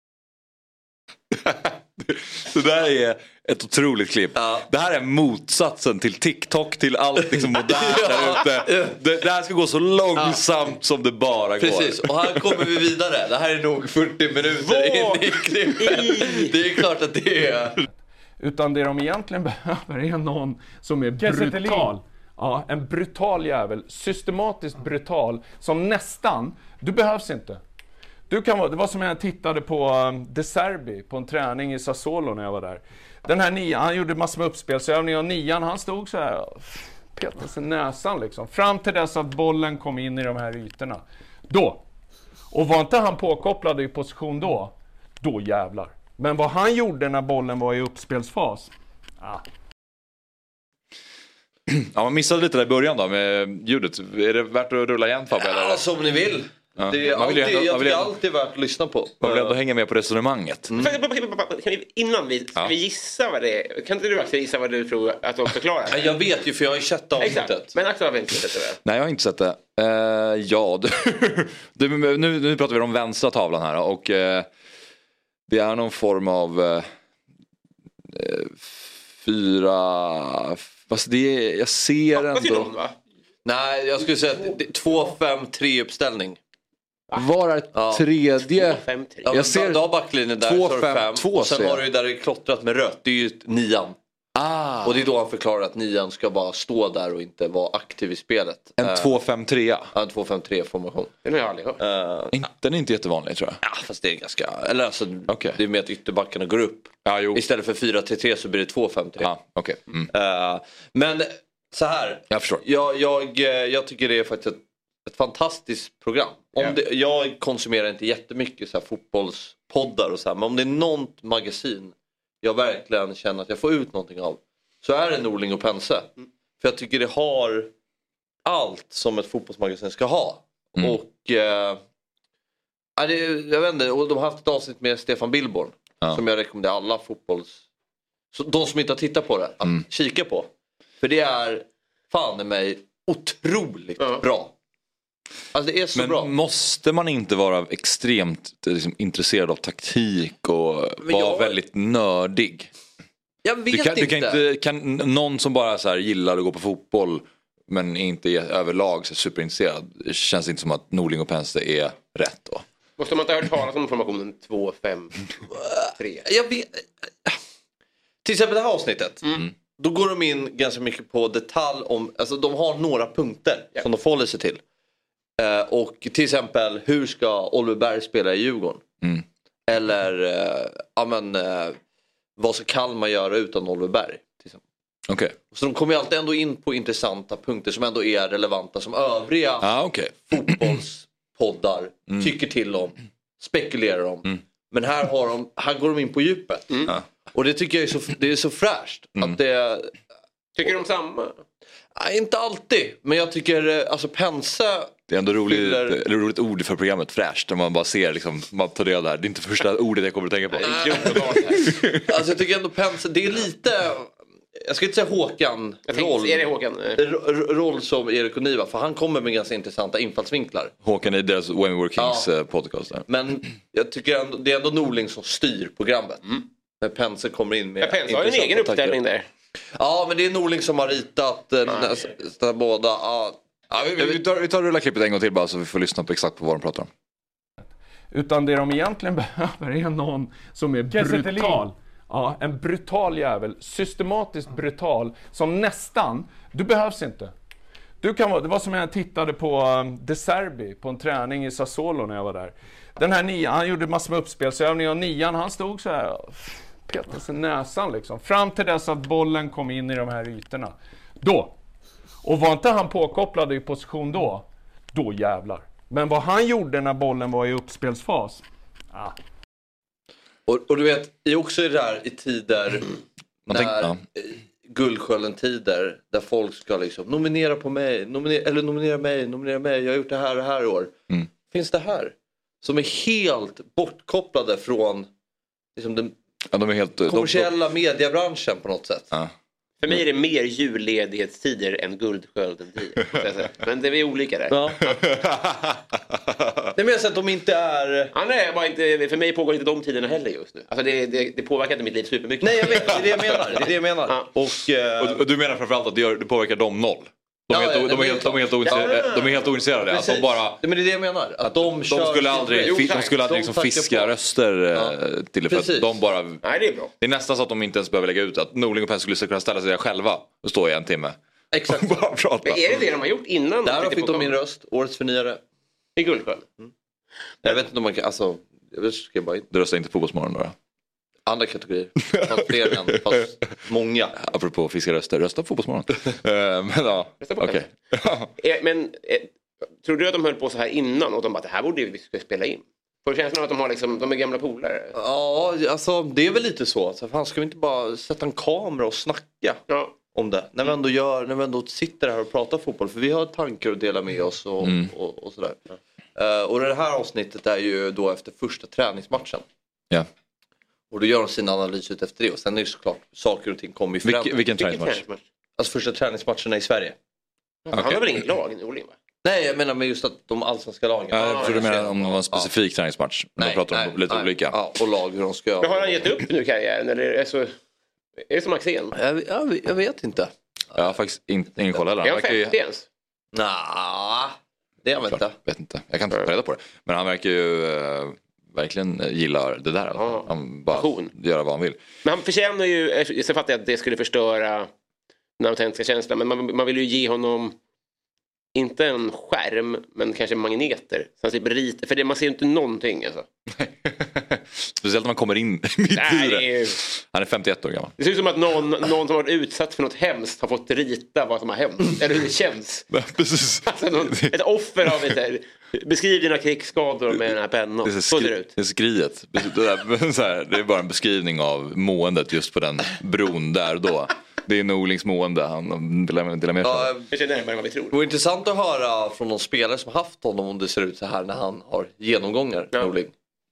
[SPEAKER 4] Det där är ett otroligt klipp. Ja. Det här är motsatsen till TikTok, till allt liksom modernt ja. där ute. Det, det här ska gå så långsamt ja. som det bara
[SPEAKER 5] Precis. går.
[SPEAKER 4] Precis,
[SPEAKER 5] och här kommer vi vidare. Det här är nog fyrtio minuter in i klippet. Det är klart att det är...
[SPEAKER 12] Utan det de egentligen behöver är någon som är brutal. Ja, en brutal jävel. Systematiskt brutal. Som nästan... Du behövs inte. Du kan vara, det var som jag tittade på um, De Serbi på en träning i Sassuolo när jag var där. Den här nian, han gjorde massor med uppspelsövningar och nian, han stod så här petade sig näsan liksom. Fram till dess att bollen kom in i de här ytorna. Då. Och var inte han påkopplad i position då, då jävlar. Men vad han gjorde när bollen var i uppspelsfas. Ah.
[SPEAKER 4] Ja, man missade lite där i början då med ljudet. Är det värt att rulla igen, Fabbe?
[SPEAKER 5] Ja, som ni vill. Ja. Det är alltid, ändå, jag tycker det är alltid värt att lyssna på.
[SPEAKER 4] Man vill ändå hänga med på resonemanget.
[SPEAKER 6] Mm. Kan vi, innan vi, ska ja. vi gissa vad det är? Kan inte du Axel gissa vad du tror att de förklarar?
[SPEAKER 5] Jag vet ju, för jag har ju sett avsnittet.
[SPEAKER 6] Men Axel har inte sett det.
[SPEAKER 4] Nej, jag har inte sett det. Uh, ja, du, nu, nu pratar vi om vänstra tavlan här. Och uh, det är någon form av uh, fyra... Fast det är, jag ser ändå...
[SPEAKER 6] Vad ser de, va?
[SPEAKER 5] Nej, jag skulle säga att det är två fem tre uppställning.
[SPEAKER 4] Var är ja. tredje?
[SPEAKER 5] två fem tre Ja, jag ser du har backlinjen där två, så fem, fem två, och sen har du ju där det är klottrat med rött. Det är ju nian. Ah. Och det är då han förklarar att nian ska bara stå där och inte vara aktiv i spelet.
[SPEAKER 4] En uh, två fem tre Ja,
[SPEAKER 5] en två fem tre formation.
[SPEAKER 6] Den har jag aldrig hört.
[SPEAKER 4] Uh, In, den är inte jättevanlig, tror jag.
[SPEAKER 5] Ja, fast det är ganska... Eller alltså,
[SPEAKER 4] okay.
[SPEAKER 5] det är med att ytterbackarna går upp.
[SPEAKER 4] Ja, jo.
[SPEAKER 5] Istället för fyra tre tre så blir det två fem tre
[SPEAKER 4] Ja, okej. Okay. Mm.
[SPEAKER 5] Uh, men så här.
[SPEAKER 4] Jag förstår.
[SPEAKER 5] Jag, jag, jag tycker det är faktiskt ett, ett fantastiskt program. Om yeah. det, jag konsumerar inte jättemycket så här fotbollspoddar och så här, men om det är något magasin jag verkligen känner att jag får ut någonting av, så är det Norling och Pense. Mm. För jag tycker det har allt som ett fotbollsmagasin ska ha. Mm. Och eh, det, jag vet inte, och de har haft ett avsnitt med Stefan Billborn ja. som jag rekommenderar alla fotbolls... Så de som inte har tittat på det, att mm. kika på. För det är fan i mig otroligt ja. bra. Alltså det är så
[SPEAKER 4] Men
[SPEAKER 5] bra.
[SPEAKER 4] Måste man inte vara extremt liksom, intresserad av taktik och vara jag... väldigt nördig?
[SPEAKER 5] Jag vet
[SPEAKER 4] du kan,
[SPEAKER 5] inte.
[SPEAKER 4] Du kan inte kan någon som bara så här gillar att gå på fotboll men inte är överlag så superintresserad, det känns inte som att Norling och Pense är rätt då.
[SPEAKER 6] Måste man inte ha hört talas om formationen två fem tre
[SPEAKER 5] Jag vet. Till exempel det här avsnittet. Mm. Då går de in ganska mycket på detalj om, alltså de har några punkter ja. som de får sig till. Uh, och till exempel, hur ska Oliver Berg spela i Djurgården? Mm. Eller, uh, ja men, uh, vad ska Kalmar göra utan Oliver Berg?
[SPEAKER 4] Okay.
[SPEAKER 5] Så de kommer ju alltid ändå in på intressanta punkter som ändå är relevanta som övriga
[SPEAKER 4] ah, okay.
[SPEAKER 5] fotbollspoddar mm. tycker till om, spekulerar om. Mm. Men här, har de, här går de in på djupet. Mm. Ah. Och det tycker jag är så, det är så fräscht. Mm. Att det,
[SPEAKER 6] tycker de samma?
[SPEAKER 5] Nej, inte alltid. Men jag tycker, alltså Pense...
[SPEAKER 4] Det är ändå roligt, fyller... eller roligt ord för programmet, fräscht. När man bara ser, liksom, man tar del där. Det är inte första ordet jag kommer att tänka på.
[SPEAKER 5] Alltså jag tycker ändå Pense, det är lite... Jag ska inte säga Håkan roll,
[SPEAKER 6] är det Håkan?
[SPEAKER 5] roll som Erik och Niva, för han kommer med ganska intressanta infallsvinklar.
[SPEAKER 4] Håkan i deras When We Were Kings ja. podcast där.
[SPEAKER 5] Men jag tycker ändå, det är ändå Norling som styr programmet. Mm. När Pense kommer in med...
[SPEAKER 6] Ja, Pense har en egen uppställning där.
[SPEAKER 5] Ja, men det är Norling som har ritat eh, nästan båda. Ja.
[SPEAKER 4] Ja, vi, vi, tar, vi tar och rullar klippet en gång till bara så vi får lyssna på exakt på vad de pratar om.
[SPEAKER 12] Utan det de egentligen behöver är någon som är brutal. Ja, en brutal jävel. Systematiskt brutal. Som nästan... Du behövs inte. Du kan vara, det var som jag tittade på um, De Serbi på en träning i Sassuolo när jag var där. Den här nian, han gjorde massor med uppspelsövningar och nian, han stod så här petade sig näsan liksom. Fram till dess att bollen kom in i de här ytorna. Då. Och var inte han påkopplad i position då, då jävlar. Men vad han gjorde när bollen var i uppspelsfas. Ah.
[SPEAKER 5] Och, och du vet, i också det där i tider
[SPEAKER 4] Man
[SPEAKER 5] när
[SPEAKER 4] tänk, ja.
[SPEAKER 5] Guldskölden-tider där folk ska liksom nominera på mig, nominera, eller nominera mig, nominera mig, jag har gjort det här och här i år.
[SPEAKER 4] Mm.
[SPEAKER 5] Finns det här? Som är helt bortkopplade från liksom den
[SPEAKER 4] ja, de är helt,
[SPEAKER 5] kommersiella
[SPEAKER 4] de, de...
[SPEAKER 5] mediebranschen på något sätt.
[SPEAKER 4] Ja.
[SPEAKER 6] För mig är det mer julledighetstider än Guldskölden-tider. Men det är olika där.
[SPEAKER 5] Ja. Det menar så att de inte är...
[SPEAKER 6] Ja, nej, bara inte, för mig pågår inte de tiderna heller just nu. Alltså det, det, det påverkar inte mitt liv supermycket.
[SPEAKER 5] Nej, jag vet. Det är det jag menar. Det är det jag menar.
[SPEAKER 6] Ja.
[SPEAKER 5] Och, eh...
[SPEAKER 4] och, och du menar framförallt att det, gör, det påverkar dem noll? De är,
[SPEAKER 5] ja,
[SPEAKER 4] helt, de, de, är helt, de, är helt ointresserade, ja, de är helt ointresserade. Att de bara...
[SPEAKER 5] Men det är det jag menar. Att de,
[SPEAKER 4] de skulle aldrig,
[SPEAKER 5] jo,
[SPEAKER 4] de skulle aldrig
[SPEAKER 5] de
[SPEAKER 4] liksom fiska på. röster
[SPEAKER 5] ja.
[SPEAKER 4] till det. För att de bara...
[SPEAKER 6] Nej, det är bra.
[SPEAKER 4] Det är nästan så att de inte ens behöver lägga ut att Norling och Penn skulle kunna ställa sig där själva och stå i en timme.
[SPEAKER 5] Exakt.
[SPEAKER 4] Och bara prata.
[SPEAKER 6] Men är det det de har gjort innan?
[SPEAKER 5] Där fick de min röst. Årets förnyare.
[SPEAKER 6] I Guldskölden.
[SPEAKER 5] Mm. Jag vet inte om man kan... Alltså, jag vet, ska jag bara...
[SPEAKER 4] Du röstar inte på Fotbollsmorgon då?
[SPEAKER 5] Andra kategorier. Fast fler än, fast många.
[SPEAKER 4] Apropå fiska röster, rösta på Fotbollsmorgon. Men ja, okej.
[SPEAKER 6] Okay. Men eh, tror du att de höll på så här innan och de bara, det här borde vi ska spela in? Får känslan av att de har liksom, de är gamla polare?
[SPEAKER 5] Ja, alltså det är väl lite så. Alltså, fan, ska vi inte bara sätta en kamera och snacka
[SPEAKER 6] ja.
[SPEAKER 5] om det? När vi ändå gör, när vi ändå sitter här och pratar fotboll. För vi har tankar att dela med oss och,
[SPEAKER 4] mm.
[SPEAKER 5] och, och sådär. Ja. Uh, och det här avsnittet är ju då efter första träningsmatchen.
[SPEAKER 4] Ja.
[SPEAKER 5] Och då gör de sin analys ut efter det. Och sen är det såklart saker och ting kommer ju fram.
[SPEAKER 4] Vilken, vilken träningsmatch?
[SPEAKER 5] Alltså första träningsmatcherna i Sverige.
[SPEAKER 6] Ja, okay. Han har väl inget lag i Norling, va?
[SPEAKER 5] Nej, jag menar med just att de allsvenska lagen.
[SPEAKER 4] Ja, jag tror du menar om det var en specifik ja. träningsmatch.
[SPEAKER 5] Nej,
[SPEAKER 4] de pratar om lite
[SPEAKER 5] nej.
[SPEAKER 4] olika.
[SPEAKER 5] Ja, och lag hur de ska...
[SPEAKER 6] Men har han gett upp nu karriären? Eller är det, så... är det som Axén?
[SPEAKER 5] Jag, jag, jag vet inte.
[SPEAKER 4] Jag har faktiskt in, ingen koll heller.
[SPEAKER 6] Är han femtio ens?
[SPEAKER 5] Nah, det är han inte.
[SPEAKER 4] Vet inte. Jag kan inte ta reda på det. Men han verkar ju uh, verkligen gilla det där. Ja. Han bara Passion. Göra vad han vill.
[SPEAKER 6] Men han förtjänar ju, så fattar jag att det skulle förstöra den autentiska känslan. Men man, man vill ju ge honom inte en skärm, men kanske magneter. Så han slipper rita, för det, man ser ju inte någonting alltså.
[SPEAKER 4] Speciellt när man kommer in mitt i det. Är... Han är femtioett år gammal.
[SPEAKER 6] Det ser ut som att någon, någon som har varit utsatt för något hemskt har fått rita vad som har hänt. Eller hur det känns.
[SPEAKER 4] Precis.
[SPEAKER 6] Alltså någon, ett offer av ett här. Beskriv dina krigsskador med den här pennan.
[SPEAKER 4] Det är, skri- det, det är skriet. Det, där, så här, det är bara en beskrivning av måendet just på den bron där då. Det är Norlings mående. Han delar, delar med sig.
[SPEAKER 6] Ja, jag känner närmare vad vi tror.
[SPEAKER 5] Det vore intressant att höra från någon spelare som haft honom om det ser ut så här när han har genomgångar. Ja. Norling.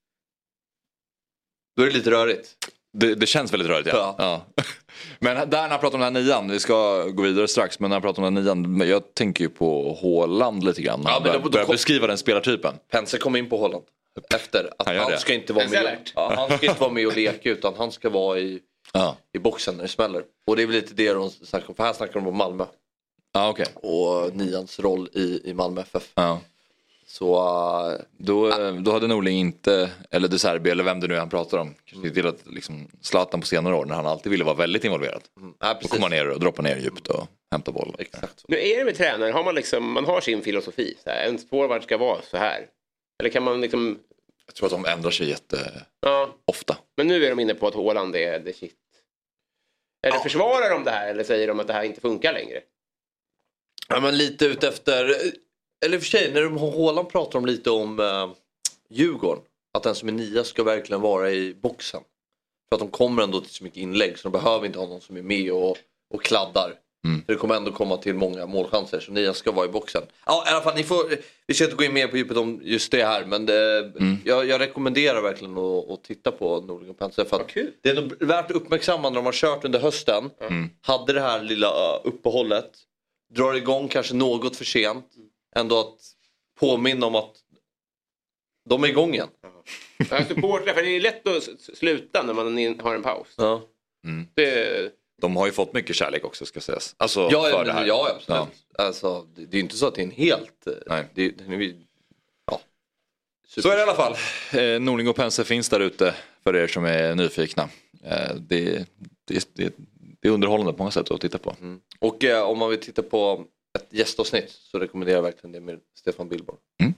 [SPEAKER 5] Då är det lite rörigt.
[SPEAKER 4] Det, det känns väldigt rörigt, ja. ja. ja. Men där när han pratar om den här nian, vi ska gå vidare strax, men när han pratar om den här nian, jag tänker ju på Haaland lite grann. Ja, men då, då börjar kom... beskriva den spelartypen.
[SPEAKER 5] Pense kom in på Haaland efter att han, han ska inte vara med. Ja, han ska inte vara med och leka, utan han ska vara i, ja. i boxen när det smäller. Och det är väl lite det de snackar om, för här snackar de om Malmö.
[SPEAKER 4] Ja, okej. Okay.
[SPEAKER 5] Och nians roll i, i Malmö F F.
[SPEAKER 4] Ja.
[SPEAKER 5] Så uh,
[SPEAKER 4] då, uh, då hade Norling inte, eller De Serbi eller vem det nu är han pratar om, mm. till att liksom Zlatan på senare år när han alltid ville vara väldigt involverad. Mm. Ja, och komma ner och droppa ner djupt och hämta boll.
[SPEAKER 5] Exakt.
[SPEAKER 6] Nu är det med tränare, har man liksom, man har sin filosofi. Så här, en forward ska vara så här. Eller kan man liksom...
[SPEAKER 4] Jag tror att de ändrar sig jätte
[SPEAKER 6] ja.
[SPEAKER 4] ofta.
[SPEAKER 6] Men nu är de inne på att Haaland är det shit. Eller ja. försvarar de det här eller säger de att det här inte funkar längre?
[SPEAKER 5] Ja, men lite ut efter... Eller för sig, när de Haaland pratar om lite om uh, Djurgården. Att den som är nia ska verkligen vara i boxen. För att de kommer ändå till så mycket inlägg. Så de behöver inte ha någon som är med och, och kladdar. Mm. För det kommer ändå komma till många målchanser. Så nia ska vara i boxen. Ja, i alla fall, ni får, vi ska inte gå in mer på djupet om just det här. Men det, mm. jag, jag rekommenderar verkligen att, att titta på Norling och Pense. För att
[SPEAKER 6] okay.
[SPEAKER 5] det är nog värt att uppmärksamma när de har kört under hösten.
[SPEAKER 4] Mm.
[SPEAKER 5] Hade det här lilla uppehållet. Drar igång kanske något för sent. Ändå att påminna om att de är igång igen.
[SPEAKER 6] Ja, supportrar, för det är lätt att sluta när man har en paus.
[SPEAKER 5] Ja.
[SPEAKER 4] Mm.
[SPEAKER 6] Det...
[SPEAKER 4] De har ju fått mycket kärlek också, ska sägas. Alltså,
[SPEAKER 5] ja,
[SPEAKER 4] för det här.
[SPEAKER 5] Ja, absolut. Ja. Alltså, det, det är ju inte så att det är en helt...
[SPEAKER 4] Nej.
[SPEAKER 5] Det, det, ja.
[SPEAKER 4] Så är det i alla fall. Eh, Norling och Pense finns där ute för er som är nyfikna. Eh, det, det, det, det är underhållande på många sätt att titta på.
[SPEAKER 5] Mm. Och eh, om man vill titta på ett gästavsnitt så rekommenderar jag verkligen det med Stefan Billborn.
[SPEAKER 4] Mm.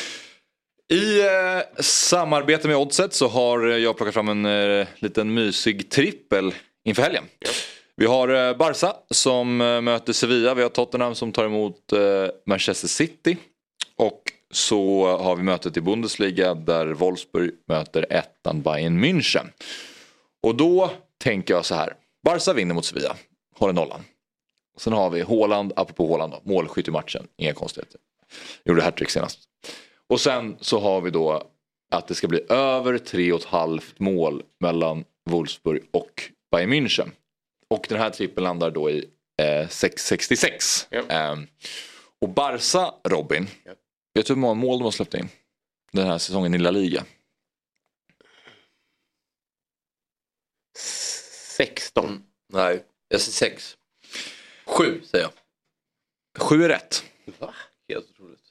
[SPEAKER 4] I eh, samarbete med Oddset så har jag plockat fram en eh, liten mysig trippel inför helgen. Ja. Vi har eh, Barca som eh, möter Sevilla. Vi har Tottenham som tar emot eh, Manchester City. Och så har vi mötet i Bundesliga där Wolfsburg möter ettan Bayern München. Och då tänker jag så här. Barca vinner mot Sevilla. håller nollan. Sen har vi Haaland, apropå Haaland då, målskytt i matchen, inga konstigheter. Gjorde hattrick senast. Och sen så har vi då att det ska bli över tre och ett halvt mål mellan Wolfsburg och Bayern München. Och den här trippen landar då i eh, sex sextiosex. Ja. Eh, och Barca, Robin, ja. Vet du hur många mål de har släppt in den här säsongen i La Liga?
[SPEAKER 5] sexton. Nej, jag säger sex. Sju säger jag.
[SPEAKER 4] Sju är rätt.
[SPEAKER 5] Va? Helt otroligt.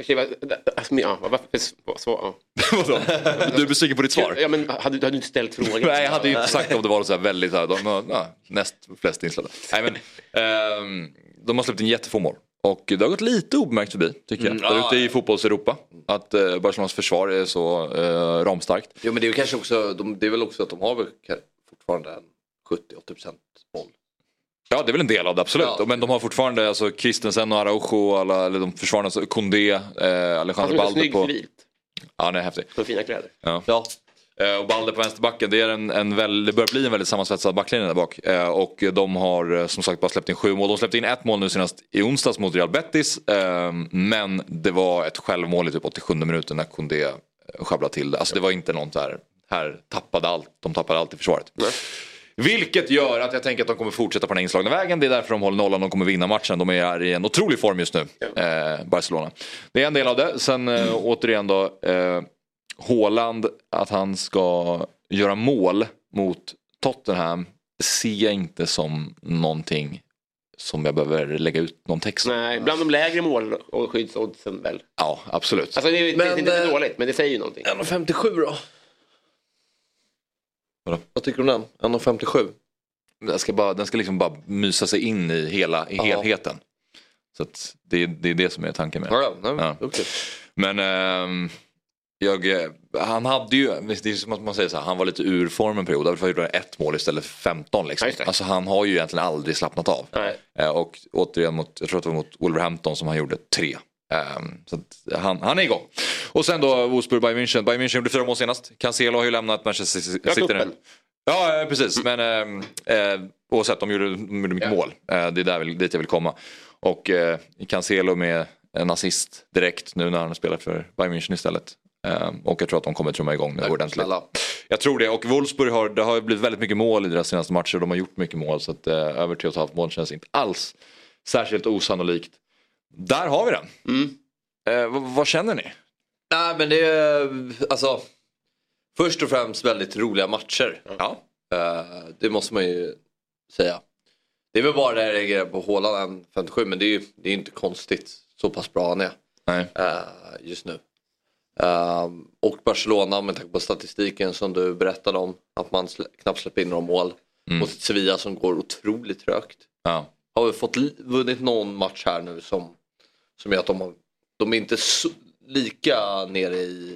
[SPEAKER 4] Du är besviken på ditt svar?
[SPEAKER 6] Ja, men hade, hade du inte ställt frågan?
[SPEAKER 4] Nej, jag hade ju inte sagt om det var så här väldigt här, de har ja, näst flest inställda. Nej, men um, de har släppt in jättefå mål. Och det har gått lite obemärkt förbi, tycker jag. Mm, där ute i fotbolls-Europa. Att uh, Barcelonas försvar är så uh, ramstarkt.
[SPEAKER 5] Jo, men det är kanske också, de, det är väl också att de har väl fortfarande en sjuttio till åttio procent boll.
[SPEAKER 4] Ja, det är väl en del av det, absolut.
[SPEAKER 5] Ja.
[SPEAKER 4] Men de har fortfarande alltså, Christensen och Araujo, alla, eller de försvararna, alltså, Koundé, eh, Alejandro Balde på...
[SPEAKER 6] Civilt.
[SPEAKER 4] Ja, han är häftig.
[SPEAKER 6] Så fina kläder.
[SPEAKER 4] Ja. Ja. Eh, och Balde på vänsterbacken, det, är en, en väl, det börjar bli en väldigt sammansvetsad backlinje där bak. Eh, och de har som sagt bara släppt in sju mål. De släppte in ett mål nu senast i onsdags mot Real Betis. Eh, men det var ett självmål i typ åttiosjunde minuten när Koundé sjabblade till det. Alltså det var inte något där, här tappade allt, de tappade allt i försvaret. Nej. Vilket gör att jag tänker att de kommer fortsätta på den inslagna vägen. Det är därför de håller nollan. De kommer vinna matchen. De är i en otrolig form just nu. Ja. Eh, Barcelona. Det är en del av det. Sen eh, återigen då. Eh, Haaland. Att han ska göra mål mot Tottenham. Ser jag inte som någonting som jag behöver lägga ut någon text.
[SPEAKER 6] Nej, bland de lägre mål och skyddsoddsen väl.
[SPEAKER 4] Ja, absolut.
[SPEAKER 6] Alltså det är, men, det är inte äh, dåligt. Men det säger ju någonting.
[SPEAKER 5] en femtiosju då. Vad tycker du om den? en femtiosju.
[SPEAKER 4] Den ska, bara, den ska liksom bara mysa sig in i hela i helheten. Så att det, det är det som är tanken med.
[SPEAKER 5] Ja, nej, ja. Okay.
[SPEAKER 4] Men ähm, jag, han hade ju, det är som att man säger så här, han var lite ur form en period. Därför gjorde han ett mål istället för femton. Liksom. Alltså han har ju egentligen aldrig slappnat av. Äh, och återigen mot, jag tror att det var mot Wolverhampton som han gjorde tre. Um, så att han, han är igång. Och sen då Wolfsburg, Bayern München. Bayern München gjorde fyra mål senast. Cancelo har ju lämnat Manchester City nu. Ja, precis. Men eh, eh, oavsett, de gjorde, de gjorde mycket ja. mål. Eh, det är där dit jag vill komma. Och eh, Cancelo med en assist direkt nu när han spelar för Bayern München istället. Eh, och jag tror att de kommer trumma igång det ordentligt. Jag tror det. Och Wolfsburg har, det har blivit väldigt mycket mål i deras senaste matcher. De har gjort mycket mål. Så att eh, över tre och ett halvt mål känns inte alls särskilt osannolikt. Där har vi den.
[SPEAKER 5] Mm.
[SPEAKER 4] Eh, vad, vad känner ni?
[SPEAKER 5] Nej, men det är alltså först och främst väldigt roliga matcher.
[SPEAKER 4] Ja.
[SPEAKER 5] Uh, det måste man ju säga. Det är väl bara det jag reagerar på Haaland en femtiosju, men det är ju det är inte konstigt så pass bra han är.
[SPEAKER 4] Nej.
[SPEAKER 5] Uh, just nu. Uh, och Barcelona, med tanke på statistiken som du berättade om, att man slä, knappt släpper in några mål. Mm. Och Sevilla som går otroligt trögt.
[SPEAKER 4] Ja.
[SPEAKER 5] Har vi fått vunnit någon match här nu som, som gör att de, har, de är inte så, lika nere i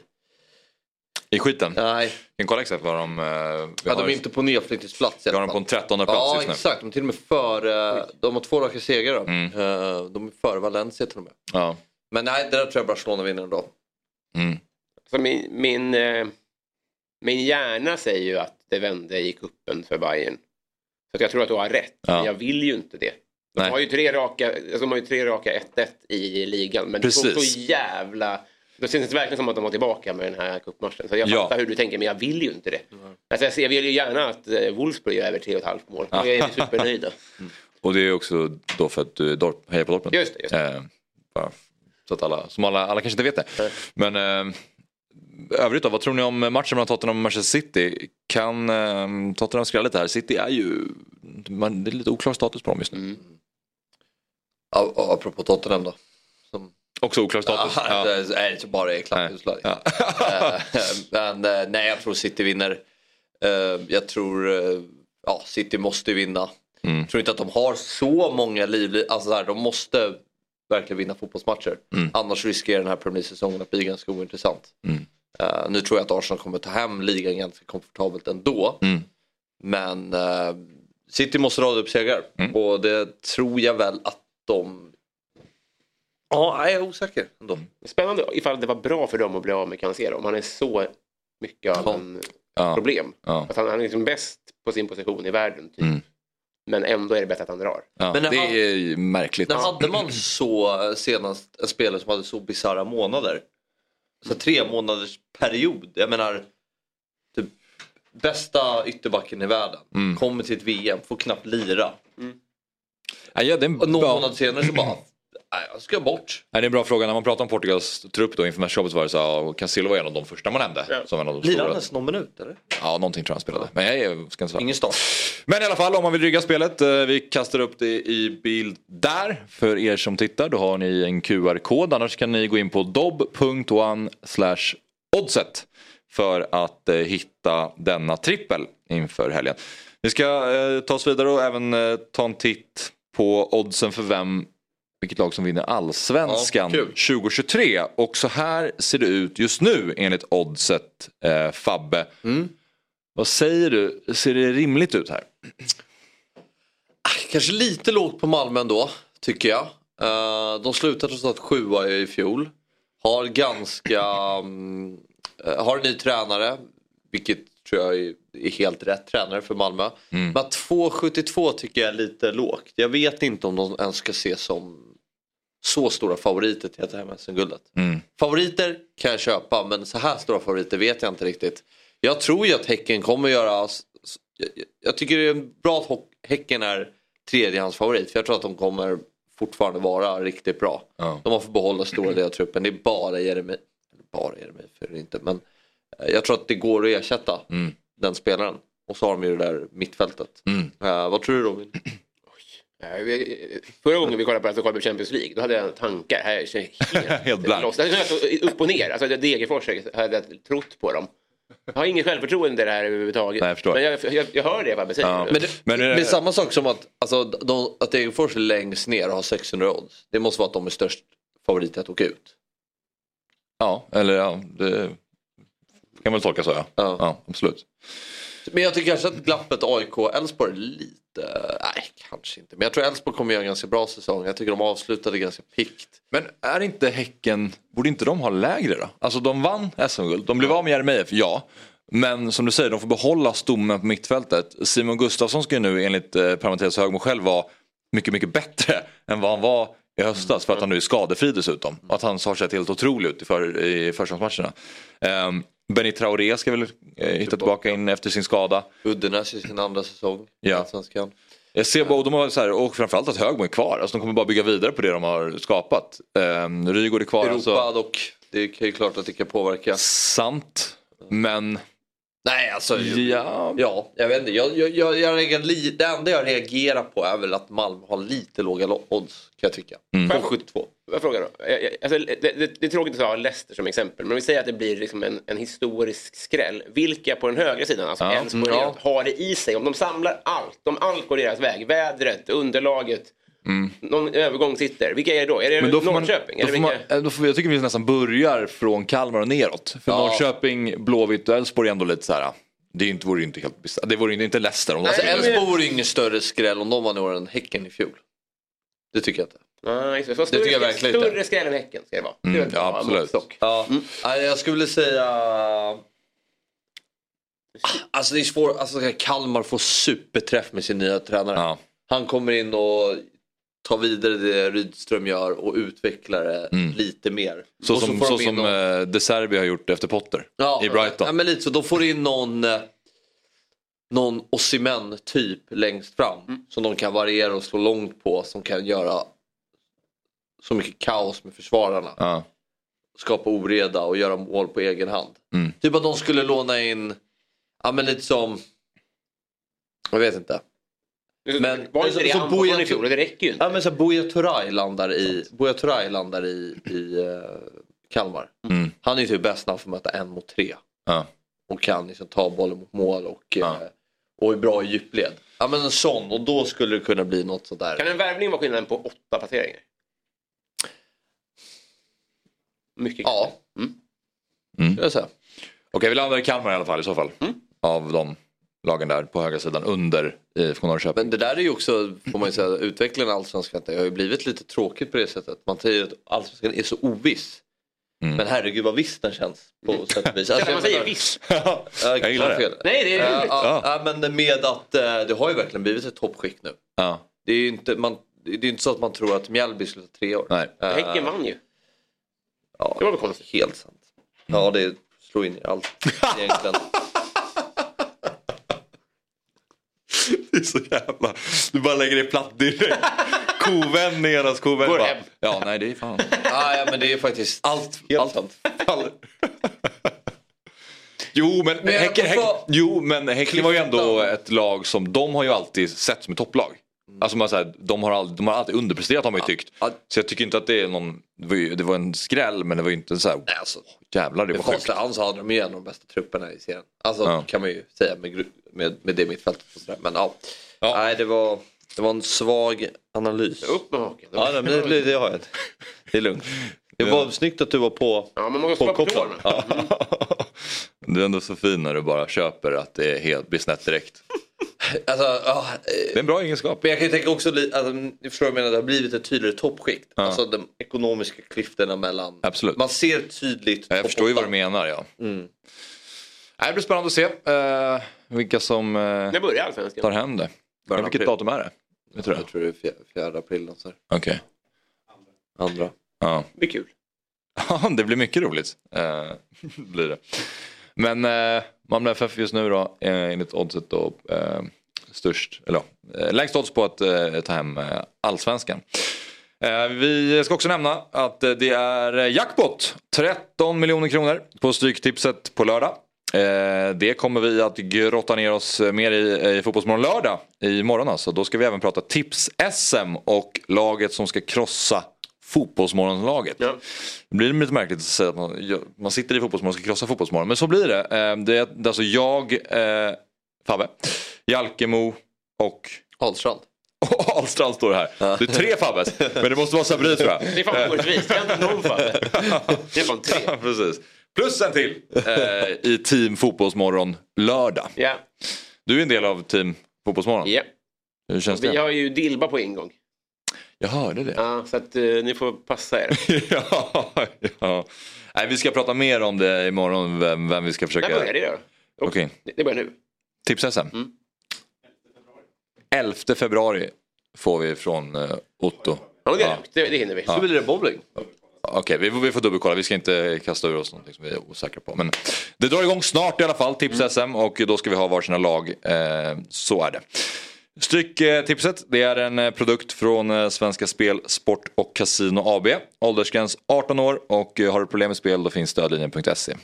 [SPEAKER 4] i skiten?
[SPEAKER 5] Nej.
[SPEAKER 4] En kolla exakt var de... Uh,
[SPEAKER 5] ja, de är inte på nedflyttningsplats.
[SPEAKER 4] Vi har dem på en trettonde plats
[SPEAKER 5] ja,
[SPEAKER 4] just nu.
[SPEAKER 5] Ja, exakt. De är till och med före... De har två raka segrar då.
[SPEAKER 4] Mm.
[SPEAKER 5] Uh, de är före Valencia till och med.
[SPEAKER 4] Ja.
[SPEAKER 5] Men nej, det där tror jag Barcelona vinner ändå.
[SPEAKER 4] Mm.
[SPEAKER 6] Så min, min, uh, min hjärna säger ju att det vände i kuppen för Bayern. Så att jag tror att du har rätt. Ja. Men jag vill ju inte det. De
[SPEAKER 4] nej.
[SPEAKER 6] har ju tre raka, alltså de har ju tre raka ett ett i ligan. Men
[SPEAKER 4] precis.
[SPEAKER 6] det är så jävla... Det känns verkligen som att de var tillbaka med den här cupmatchen. Så jag
[SPEAKER 4] ja.
[SPEAKER 6] fattar hur du tänker, men jag vill ju inte det. Mm. Alltså, jag vill ju gärna att uh, Wolfsburg är över tre och ett halvt mål. Jag är supernöjd.
[SPEAKER 4] Mm. Och det är också då för att du Dorp, hejar på Dortmund.
[SPEAKER 6] Just det. Just det.
[SPEAKER 4] Eh, bara, så att alla, som alla, alla kanske inte vet det. Mm. Men eh, övrigt då, vad tror ni om matchen mellan Tottenham och Manchester City? Kan eh, Tottenham skrälla lite här? City är ju, man, det är lite oklar status på dem just nu.
[SPEAKER 5] Mm. Ja, apropå Tottenham då. Som...
[SPEAKER 4] Också oklar status.
[SPEAKER 5] Ja, ja. Det är inte bara ett klapputslag. Ja. Men nej, jag tror City vinner. Jag tror ja, City måste vinna.
[SPEAKER 4] Mm.
[SPEAKER 5] Jag tror inte att de har så många liv. Alltså så här, de måste verkligen vinna fotbollsmatcher.
[SPEAKER 4] Mm.
[SPEAKER 5] Annars riskerar den här Premier League-säsongen att bli ganska ointressant.
[SPEAKER 4] Mm.
[SPEAKER 5] Uh, nu tror jag att Arsenal kommer ta hem ligan ganska komfortabelt ändå.
[SPEAKER 4] Mm.
[SPEAKER 5] Men uh, City måste rada upp segrar.
[SPEAKER 4] Mm.
[SPEAKER 5] Och det tror jag väl att de... Ja, jag är osäker ändå.
[SPEAKER 6] Spännande ifall det var bra för dem att bli av med Cancelo. Om han är så mycket av
[SPEAKER 5] ja.
[SPEAKER 6] en
[SPEAKER 4] ja.
[SPEAKER 6] problem.
[SPEAKER 4] Ja.
[SPEAKER 6] Att han, han är liksom bäst på sin position i världen. Typ.
[SPEAKER 4] Mm.
[SPEAKER 6] Men ändå är det bättre att han drar.
[SPEAKER 4] Ja,
[SPEAKER 5] Men
[SPEAKER 4] det
[SPEAKER 5] han,
[SPEAKER 4] är märkligt.
[SPEAKER 5] När hade man så senast en spelare som hade så bizarra månader? Så tre månaders period. Jag menar, typ, bästa ytterbacken i världen. Mm. Kommer till ett V M, får knappt lira. Mm.
[SPEAKER 4] Ja, ja, det är
[SPEAKER 5] och någon
[SPEAKER 4] bra.
[SPEAKER 5] månad senare så bara, nej, jag ska bort.
[SPEAKER 4] Ja, det är en bra fråga. När man pratar om Portugals trupp då inför mästerskapet var det så att Cancelo var en av de första man nämnde.
[SPEAKER 5] Ja.
[SPEAKER 4] Som en av de
[SPEAKER 5] Lirar
[SPEAKER 4] stora.
[SPEAKER 5] han nästan någon minut eller?
[SPEAKER 4] Ja, någonting tror jag han spelade. Men jag är, ska inte svara.
[SPEAKER 5] Ingen start.
[SPEAKER 4] Men i alla fall, om man vill rygga spelet. Vi kastar upp det i bild där. För er som tittar, då har ni en Q R-kod. Annars kan ni gå in på dob punkt one slash oddset. För att eh, hitta denna trippel inför helgen. Vi ska eh, ta oss vidare och även eh, ta en titt på oddsen för vem, vilket lag som vinner allsvenskan ja, tjugo tjugotre. Och så här ser det ut just nu enligt oddset, eh, Fabbe. Mm. Vad säger du? Ser det rimligt ut här?
[SPEAKER 5] Kanske lite lågt på Malmö ändå, tycker jag. Uh, de slutade trots att sjua i fjol. Har ganska... Um, har en ny tränare, vilket tror jag är, är helt rätt tränare för Malmö. Mm. Men två sjuttiotvå tycker jag är lite lågt. Jag vet inte om de ens ska ses som så stora favoriter till att här med guldet. Mm. Favoriter kan jag köpa, men så här stora favoriter vet jag inte riktigt. Jag tror ju att Häcken kommer göra... Jag, jag tycker det är bra att Häcken är tredjehands favorit. För jag tror att de kommer fortfarande vara riktigt bra. Ja. De har fått behålla stora delar av truppen. Det är bara Jeremy. Bara Jeremy för det inte. Men jag tror att det går att ersätta mm. den spelaren. Och så har de ju det där mittfältet. Mm. Uh, vad tror du Robin?
[SPEAKER 6] Förra gången vi kollade på, alltså, kollade på Champions League, då hade jag tankar här. Helt, helt blankt. Upp och ner. Alltså Degerfors hade jag trott på dem. Jag har ingen självförtroende i det här överhuvudtaget. Nej, jag men jag, jag, jag hör det vad säger. Ja.
[SPEAKER 5] Men det, men det, det är samma sak som att, alltså, de, att Degerfors är längst ner och har sexhundra odds. Det måste vara att de är störst favorit att åka ut.
[SPEAKER 4] Ja, eller ja, det kan man tolka så ja. Ja, ja absolut.
[SPEAKER 5] Men jag tycker kanske att glappet A I K-Elfsborg är lite... Nej, kanske inte. Men jag tror Elfsborg kommer göra en ganska bra säsong. Jag tycker de avslutade ganska pikt.
[SPEAKER 4] Men är inte Häcken... Borde inte de ha lägre då? Alltså de vann S M-guld. De blev av med Jeremejeff, ja. Men som du säger, de får behålla stommen på mittfältet. Simon Gustafsson ska nu enligt eh, Per-Mattias Högmo själv vara mycket, mycket bättre än vad han var i höstas. För att han nu är skadefri dessutom. Och att han har sett helt otroligt ut i, för, i försäsongsmatcherna. Um, Benny Traoré ska väl eh, hitta tillbaka in efter sin skada.
[SPEAKER 5] Uddenäs i sin andra säsong.
[SPEAKER 4] Ja. Jag ser bara, de har så här, och framförallt att Högmo är kvar. Alltså de kommer bara bygga vidare på det de har skapat. Um, Rygaard är kvar.
[SPEAKER 5] Europa
[SPEAKER 4] alltså.
[SPEAKER 5] dock. Det är ju klart att det kan påverka.
[SPEAKER 4] Sant. Men...
[SPEAKER 5] Nej, alltså...
[SPEAKER 4] Ja,
[SPEAKER 5] ja jag vet inte. Jag, jag, jag, jag reagerar, det enda jag reagerar på är väl att Malmö har lite låga odds, kan jag tycka. Mm. På sjuttiotvå.
[SPEAKER 6] Vad frågar då? Alltså, det, det, det är tråkigt att ha Leicester som exempel. Men vi säger att det blir liksom en, en historisk skräll. Vilka på den högra sidan, alltså ja. Elfsborg, ja. har det i sig? Om de samlar allt, de allt går deras väg. Vädret, underlaget... Mm. Någon övergång sitter. Vilka är det då? Är det
[SPEAKER 4] men då
[SPEAKER 6] Norrköping?
[SPEAKER 4] Man, då
[SPEAKER 6] vilka...
[SPEAKER 4] man, då får, jag tycker vi nästan börjar från Kalmar och neråt. För ja. Norrköping, Blåvitt och Elfsborg är ändå lite så här. Det inte vore inte helt bestämt. Det vore inte Leicester om de
[SPEAKER 5] Nej, Elfsborg vore ingen större skräll om de var några än Häcken i fjol. Det tycker jag inte.
[SPEAKER 6] Nej, så, så
[SPEAKER 5] det
[SPEAKER 6] större,
[SPEAKER 5] tycker jag verkligen
[SPEAKER 6] större
[SPEAKER 5] inte.
[SPEAKER 6] skräll än Häcken ska det vara.
[SPEAKER 4] Mm, det ja, absolut.
[SPEAKER 5] Ja. Mm. Jag skulle vilja säga... Alltså det är svårt. Alltså, Kalmar får superträff med sin nya tränare. Ja. Han kommer in och tar vidare det Rydström gör och utvecklar det mm. lite mer.
[SPEAKER 4] Så som, så så som någon... De Serbi har gjort efter Potter
[SPEAKER 5] ja,
[SPEAKER 4] i Brighton.
[SPEAKER 5] Ja, men lite så. De får in någon, någon Osimhen typ längst fram. Mm. Som de kan variera och slå långt på. Som kan göra så mycket kaos med försvararna. Ja. Skapa oreda och göra mål på egen hand. Mm. Typ att de skulle låna in... Ja, men lite som... Jag vet inte. Men
[SPEAKER 6] var det så, så Buya i fjol, det räcker ju inte.
[SPEAKER 5] Ja, men så Buya Turay landar i Buya Turay landar i i uh, Kalmar. Mm. Han är ju typ bäst när han får möta en mot tre. Ja. Och kan liksom ta bollen mot mål och ja. uh, och är bra i djupled. Ja, men en sån, och då skulle det kunna bli något sådär.
[SPEAKER 6] Kan en värvning vara skillnaden på åtta placeringar? Mycket.
[SPEAKER 5] Ja. Mm.
[SPEAKER 4] Mm. Jag säga. Okej, vi landar i Kalmar i alla fall i så fall. Mm. Av de lagen där på högra sidan under I F K Norrköping.
[SPEAKER 5] Men det där är ju också, får man ju säga, utvecklingen av allsvenskan. Det har ju blivit lite tråkigt på det sättet. Man säger att allsvenskan är så oviss. Mm. Men herregud vad visst den känns på sätt och vis.
[SPEAKER 6] Alltså, man säger visst.
[SPEAKER 5] Ja,
[SPEAKER 1] jag gillar det.
[SPEAKER 5] Fel.
[SPEAKER 6] Nej, det är
[SPEAKER 5] ja,
[SPEAKER 6] roligt.
[SPEAKER 5] ja, ja, men med att uh, det har ju verkligen blivit ett toppskick nu.
[SPEAKER 1] Ja.
[SPEAKER 5] Det är ju inte, man, det är inte så att man tror att Mjällby skulle ta tre år.
[SPEAKER 1] Nej.
[SPEAKER 5] Uh,
[SPEAKER 6] Häcken vann ju.
[SPEAKER 5] Ja,
[SPEAKER 6] det var väl konstigt.
[SPEAKER 5] Helt sant. Ja, det slår in i allt egentligen.
[SPEAKER 1] Det är så jävla... Du bara lägger det platt direkt. Kovändningarnas kovändning.
[SPEAKER 6] Går hem.
[SPEAKER 1] Ja, nej det är fan.
[SPEAKER 5] Ah, ja, men det är faktiskt
[SPEAKER 1] allt.
[SPEAKER 5] Helt
[SPEAKER 1] allt.
[SPEAKER 5] sant.
[SPEAKER 1] Jo, men,
[SPEAKER 5] men
[SPEAKER 1] häcken, häcken,
[SPEAKER 5] få...
[SPEAKER 1] jo, men Häcken var ju ändå ett lag som de har ju alltid sett som ett topplag. Mm. Alltså man säger, de har alltid, de har alltid underpresterat har man ju tyckt. Ja. Så jag tycker inte att det är någon... Det var, ju, det var en skräll, men det var ju inte så här...
[SPEAKER 5] Nej, alltså,
[SPEAKER 1] jävlar, det var sjukt.
[SPEAKER 5] Han så hade de ju en av de bästa trupperna i serien. Alltså
[SPEAKER 1] ja.
[SPEAKER 5] kan man ju säga med, med, med det mittfältet. Men ja. ja, nej det var, det var en svag analys.
[SPEAKER 6] Upp med haken.
[SPEAKER 5] Ja, det, det, det, det har jag. Det är lugnt. Det var ja. snyggt att du var på.
[SPEAKER 6] Ja, men man måste vara på tårna.
[SPEAKER 5] Ja.
[SPEAKER 6] Mm.
[SPEAKER 1] Det är ändå så fin när du bara köper att det är helt blir snett direkt.
[SPEAKER 5] Alltså, ja,
[SPEAKER 1] det är en bra egenskap.
[SPEAKER 5] Men jag kan ju tänka också, alltså, jag förstår jag menar, det har blivit ett tydligare toppskikt. Ja. Alltså de ekonomiska klyftorna mellan.
[SPEAKER 1] Absolut.
[SPEAKER 5] Man ser tydligt.
[SPEAKER 1] Ja, jag förstår ju vad du menar, ja.
[SPEAKER 5] Mm.
[SPEAKER 1] Det blir spännande att se uh, vilka som uh,
[SPEAKER 6] det börjar allsvenskan.
[SPEAKER 1] tar hem det. Ja, vilket april. Datum är det? Jag tror,
[SPEAKER 5] jag tror det är fjärde april.
[SPEAKER 1] Okej. Okay.
[SPEAKER 5] Andra.
[SPEAKER 1] Ja.
[SPEAKER 6] Det blir kul.
[SPEAKER 1] Ja, det blir mycket roligt. Uh, blir det. Men uh, Malmö F F just nu då, uh, enligt oddset då, uh, störst, eller uh, längst odds på att uh, ta hem uh, allsvenskan. Uh, vi ska också nämna att uh, det är jackpot, tretton miljoner kronor på Stryktipset på lördag. Uh, det kommer vi att grotta ner oss mer i, i Fotbollsmorgon lördag i morgon alltså. Då ska vi även prata tips-S M och laget som ska krossa Fotbollsmorgonlaget. Ja. Det blir lite märkligt att säga att man, man sitter i Fotbollsmorgon och ska krossa Fotbollsmorgon. Men så blir det. Det är, det är alltså jag, eh, Fabbe, Jalkemo och
[SPEAKER 5] Ahlstrand.
[SPEAKER 1] Och Ahlstrand står det här. Ja. Det är tre Fabbes. Men det måste vara Sabri tror jag.
[SPEAKER 6] Det är fan orättvist. Det är inte någon Fabbe. Det är fan tre.
[SPEAKER 1] Ja, precis. Plus en till eh, i Team Fotbollsmorgon lördag.
[SPEAKER 6] Ja.
[SPEAKER 1] Du är en del av Team Fotbollsmorgon.
[SPEAKER 6] Ja.
[SPEAKER 1] Hur känns
[SPEAKER 6] vi
[SPEAKER 1] det?
[SPEAKER 6] Vi har ju Dilba på ingång.
[SPEAKER 1] Jag hörde det.
[SPEAKER 6] Ja, så att uh, ni får passa er.
[SPEAKER 1] ja, ja. Nej, vi ska prata mer om det imorgon, vem, vem vi ska försöka...
[SPEAKER 6] När börjar det då?
[SPEAKER 1] Okej.
[SPEAKER 6] Okay. Det börjar nu.
[SPEAKER 1] Tips-S M? Mm. elfte februari får vi från uh, Otto.
[SPEAKER 6] Ja, det, är ja. det, det hinner vi.
[SPEAKER 5] Ja. Så blir det bowling.
[SPEAKER 1] Okej, okay, vi, vi får dubbelkolla. Vi ska inte kasta ur oss någonting som vi är osäkra på. Men det drar igång snart i alla fall, Tips-S M. Och då ska vi ha varsina lag. Eh, så är det. Stryktipset, det är en produkt från Svenska Spel, Sport och Casino A B. Åldersgräns arton år och har du problem med spel då finns stödlinjen punkt se.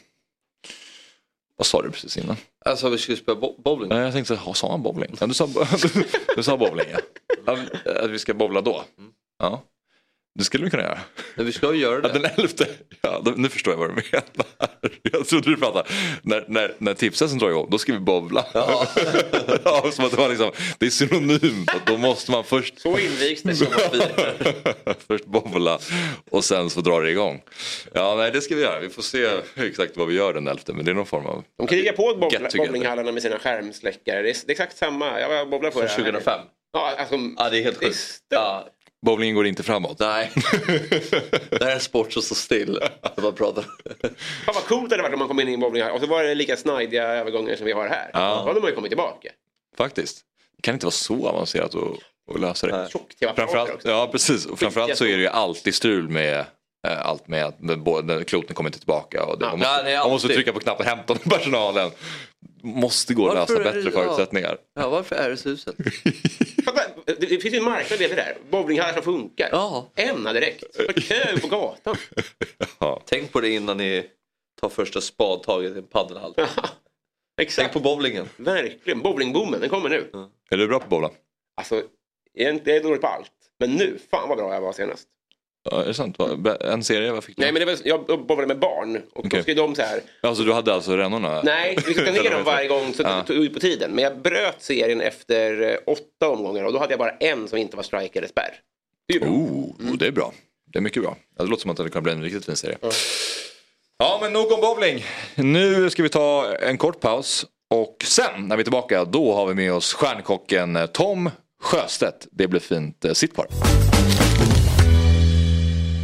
[SPEAKER 1] Vad sa du precis innan?
[SPEAKER 5] Alltså vi skulle spela bo- bowling.
[SPEAKER 1] Nej, jag tänkte, ha, sa han bowling? Ja, du, sa, du sa bowling, ja. Att vi ska bowla då. Mm. Ja. Det skulle vi kunna göra.
[SPEAKER 5] Men vi ska ju göra det.
[SPEAKER 1] Ja, den elfte. Ja, då, nu förstår jag vad du menar. Jag trodde du pratade. När, när, när tipsen drar igång, då ska vi bowla. Ja. Ja, som att det var liksom, det är synonymt. Då måste man först...
[SPEAKER 6] Så invigs det.
[SPEAKER 1] Först bowla och sen så drar det igång. Ja, nej, det ska vi göra. Vi får se exakt vad vi gör den elfte. Men det är någon form av...
[SPEAKER 6] De krigar på bowl- bowlinghallarna med sina skärmsläckare. Det är, det är exakt samma. Jag bowlar på det här.
[SPEAKER 5] tjugohundrafem.
[SPEAKER 6] Ja, alltså,
[SPEAKER 5] ja, det är helt sjukt. Ja.
[SPEAKER 1] Bowlingen går inte framåt.
[SPEAKER 5] Nej. Det här är en sport som står still. Man pratar.
[SPEAKER 6] Fan vad coolt det hade varit om man kom in i en bowling här. Och så var det lika snajdiga övergångar som vi har här.
[SPEAKER 1] Ja.
[SPEAKER 6] Då hade man ju kommit tillbaka.
[SPEAKER 1] Faktiskt. Det kan inte vara så avancerat att, att lösa det.
[SPEAKER 6] Framförallt,
[SPEAKER 1] ja, precis. Och framförallt så är det ju alltid strul med äh, allt med att med, kloten kommer inte tillbaka. Och det, ja. man, måste, ja, man måste trycka på knappen, hämta den personalen. Måste gå att lösa bättre det, förutsättningar.
[SPEAKER 5] Ja. ja, varför är det så uselt?
[SPEAKER 6] Det, det finns ju en marknad vid det där. Bowlinghallar som funkar.
[SPEAKER 5] Ja.
[SPEAKER 6] Ämna direkt. Kö på gatan.
[SPEAKER 5] Ja. Tänk på det innan ni tar första spadtaget i en paddelhall. Exakt. Tänk på bowlingen.
[SPEAKER 6] Verkligen. Bowlingboomen, den kommer nu.
[SPEAKER 1] Ja. Är du bra på bowla?
[SPEAKER 6] Alltså, jag är dålig på allt. Men nu, fan vad bra jag var senast.
[SPEAKER 1] Ja, är det sant? En serie, vad fick du?
[SPEAKER 6] Nej, men det var, jag bowlade med barn. Och okay. Då skulle de så här...
[SPEAKER 1] Alltså du hade alltså rännorna?
[SPEAKER 6] Nej, vi skulle ta ner dem varje gång så ja. Det tog ut på tiden. Men jag bröt serien efter åtta omgångar. Och då hade jag bara en som inte var strike eller spärr. Det är bra.
[SPEAKER 1] Oh, mm. Det är bra. Det är mycket bra. Det låter som att det kan bli en riktigt fin serie. Ja. Ja, men nog om bowling. Nu ska vi ta en kort paus. Och sen när vi är tillbaka, då har vi med oss stjärnkocken Tom Sjöstedt. Det blir fint. Sitt kvar.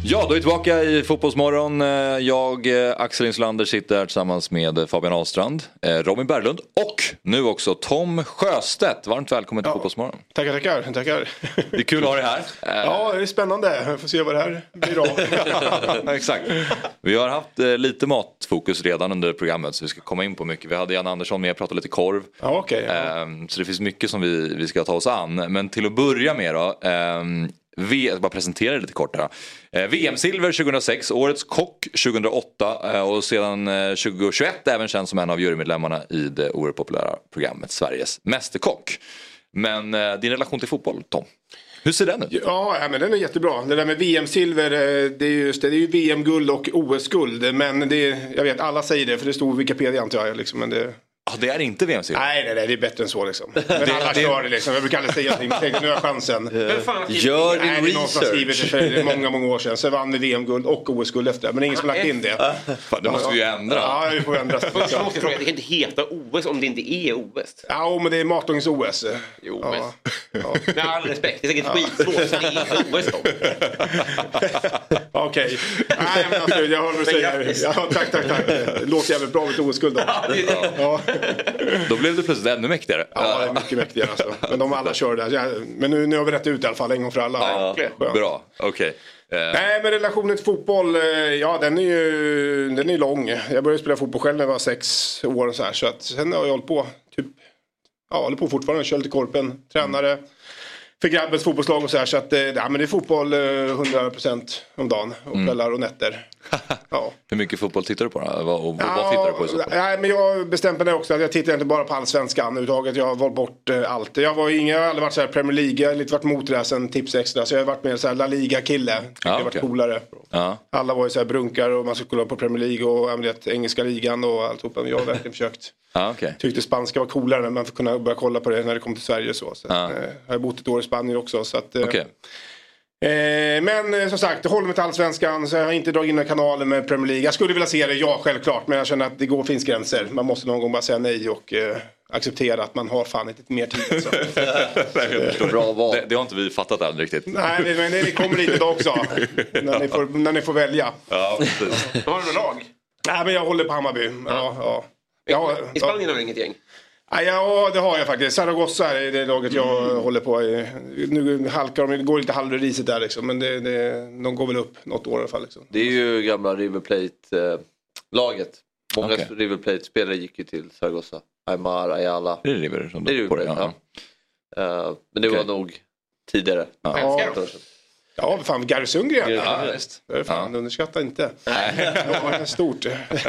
[SPEAKER 4] Ja, då är vi tillbaka i Fotbollsmorgon. Jag, Axel Insulander, sitter här tillsammans med Fabian Ahlstrand, Robin Berglund och nu också Tom Sjöstedt. Varmt välkommen till ja. Fotbollsmorgon.
[SPEAKER 13] Tackar, tackar, tackar.
[SPEAKER 4] Det är kul att ha dig här.
[SPEAKER 13] Ja, det är spännande. Jag får se vad det här blir av.
[SPEAKER 4] Exakt. Vi har haft lite matfokus redan under programmet, så vi ska komma in på mycket. Vi hade Jan Andersson med och pratade lite korv.
[SPEAKER 13] Ja, okay, ja.
[SPEAKER 4] Så det finns mycket som vi, vi ska ta oss an. Men till att börja med då... V, jag bara presentera det lite kort här. Eh, V M-silver tjugohundrasex, årets kock tjugohundraåtta eh, och sedan eh, tjugohundratjugoett även känd som en av jurymedlemmarna i det oerhört populära programmet Sveriges Mästerkock. Men eh, din relation till fotboll, Tom? Hur ser den ut?
[SPEAKER 13] Ja, men den är jättebra. Det där med V M-silver, det är ju, det är ju V M-guld och O S-guld. Men det, jag vet, alla säger det, för det stod Wikipedia antar jag. Liksom, men det...
[SPEAKER 4] Ja, det är inte V M-silver.
[SPEAKER 13] Nej, nej, nej, det är bättre än så liksom. Men alla
[SPEAKER 4] det,
[SPEAKER 13] kör det liksom. Jag brukar aldrig säga någonting. Tänk, nu har jag chansen.
[SPEAKER 4] Gör din
[SPEAKER 13] nej,
[SPEAKER 4] research.
[SPEAKER 13] Det är många, många år sedan. Så vann vi V M-guld och O S-guld efter. Men ingen som lagt in det.
[SPEAKER 4] Fan, det måste vi ju ändra.
[SPEAKER 13] Ja, vi får ändra.
[SPEAKER 6] Jag måste fråga, det kan inte heta O S om det inte är O S.
[SPEAKER 13] Ja, men det är matlagnings-O S.
[SPEAKER 6] Jo, men... Ja. Med all respekt, det är säkert skitsvårt. Så det är inte O S då.
[SPEAKER 13] Okej. Nej, men alltså, jag har väl säga. Ja, tack, tack, tack. Det låter jävligt bra med ett O S-guld då. Ja.
[SPEAKER 4] Då blev det plötsligt ännu mäktigare.
[SPEAKER 13] Ja, det är mycket mäktigare alltså. Men de alla kör där. Men nu, nu har vi rätt ut i alla fall en gång för alla.
[SPEAKER 4] Ja, bra, okej. Okay. Uh.
[SPEAKER 13] Nej, men relationen till fotboll, ja den är ju den är lång. Jag började spela fotboll själv när jag var sex år och så här. Så att sen har jag hållit på, typ, ja, håller på fortfarande. Kör lite korpen, tränare. Mm. För grabbens fotbollslag och så här. Så att, ja, men det är fotboll hundra procent om dagen. Och mm. kvällar och nätter. Ja.
[SPEAKER 4] Hur mycket fotboll tittar du på då? Och, och ja, vad tittar du på i så fall?
[SPEAKER 13] Nej, men jag bestämde mig också att jag tittar inte bara på allsvenskan överhuvudtaget. Jag har valt bort eh, allt. Jag var ingen, jag har aldrig varit så här Premier League. Jag har lite varit mot det här sen Tips Extra. Så jag har varit mer så här La Liga-kille. Ja, det har varit coolare. Ja. Alla var ju så här brunkar och man skulle kolla på Premier League och jag vet, engelska ligan och allt. Men jag har verkligen försökt.
[SPEAKER 4] Ah, okay.
[SPEAKER 13] Tyckte spanska var coolare när man får kunna börja kolla på det när det kom till Sverige. Så, så ah. eh, jag har bott ett år i Spanien också. Så att, eh,
[SPEAKER 4] okay.
[SPEAKER 13] eh, men eh, som sagt, jag håller mig till allsvenskan. Så jag har inte dragit in kanalen med Premier League. Jag skulle vilja se det, ja självklart. Men jag känner att det går, finns gränser. Man måste någon gång bara säga nej och eh, acceptera att man har fan inte mer tid. Alltså.
[SPEAKER 4] det, Bra val. Det, det har inte vi fattat än riktigt.
[SPEAKER 13] Nej, det, men det kommer lite idag också. när, ni får, när ni får välja.
[SPEAKER 4] Ja, precis.
[SPEAKER 6] Har du någon lag?
[SPEAKER 13] Nej, men jag håller på Hammarby. Ja, ja.
[SPEAKER 6] Ja, I Spanien har du inget gäng?
[SPEAKER 13] Ja, det har jag faktiskt. Zaragoza är det laget jag mm. håller på i. Nu halkar de, det går lite halvriset där liksom. Men det, det, de går väl upp något år i alla fall. Liksom.
[SPEAKER 5] Det är ju gamla River Plate-laget. Eh, Många okay. River Plate-spelare gick ju till Zaragoza. Aymar, Ayala.
[SPEAKER 4] Det är River som
[SPEAKER 5] det är River
[SPEAKER 4] på det,
[SPEAKER 5] ja. ja. Uh, men det okay. var nog tidigare.
[SPEAKER 13] Ja, ja. Ja, fan, Gary Sundgren. Ja, visst. Det är fan, ja. Underskatta inte. Nej. Det var stort.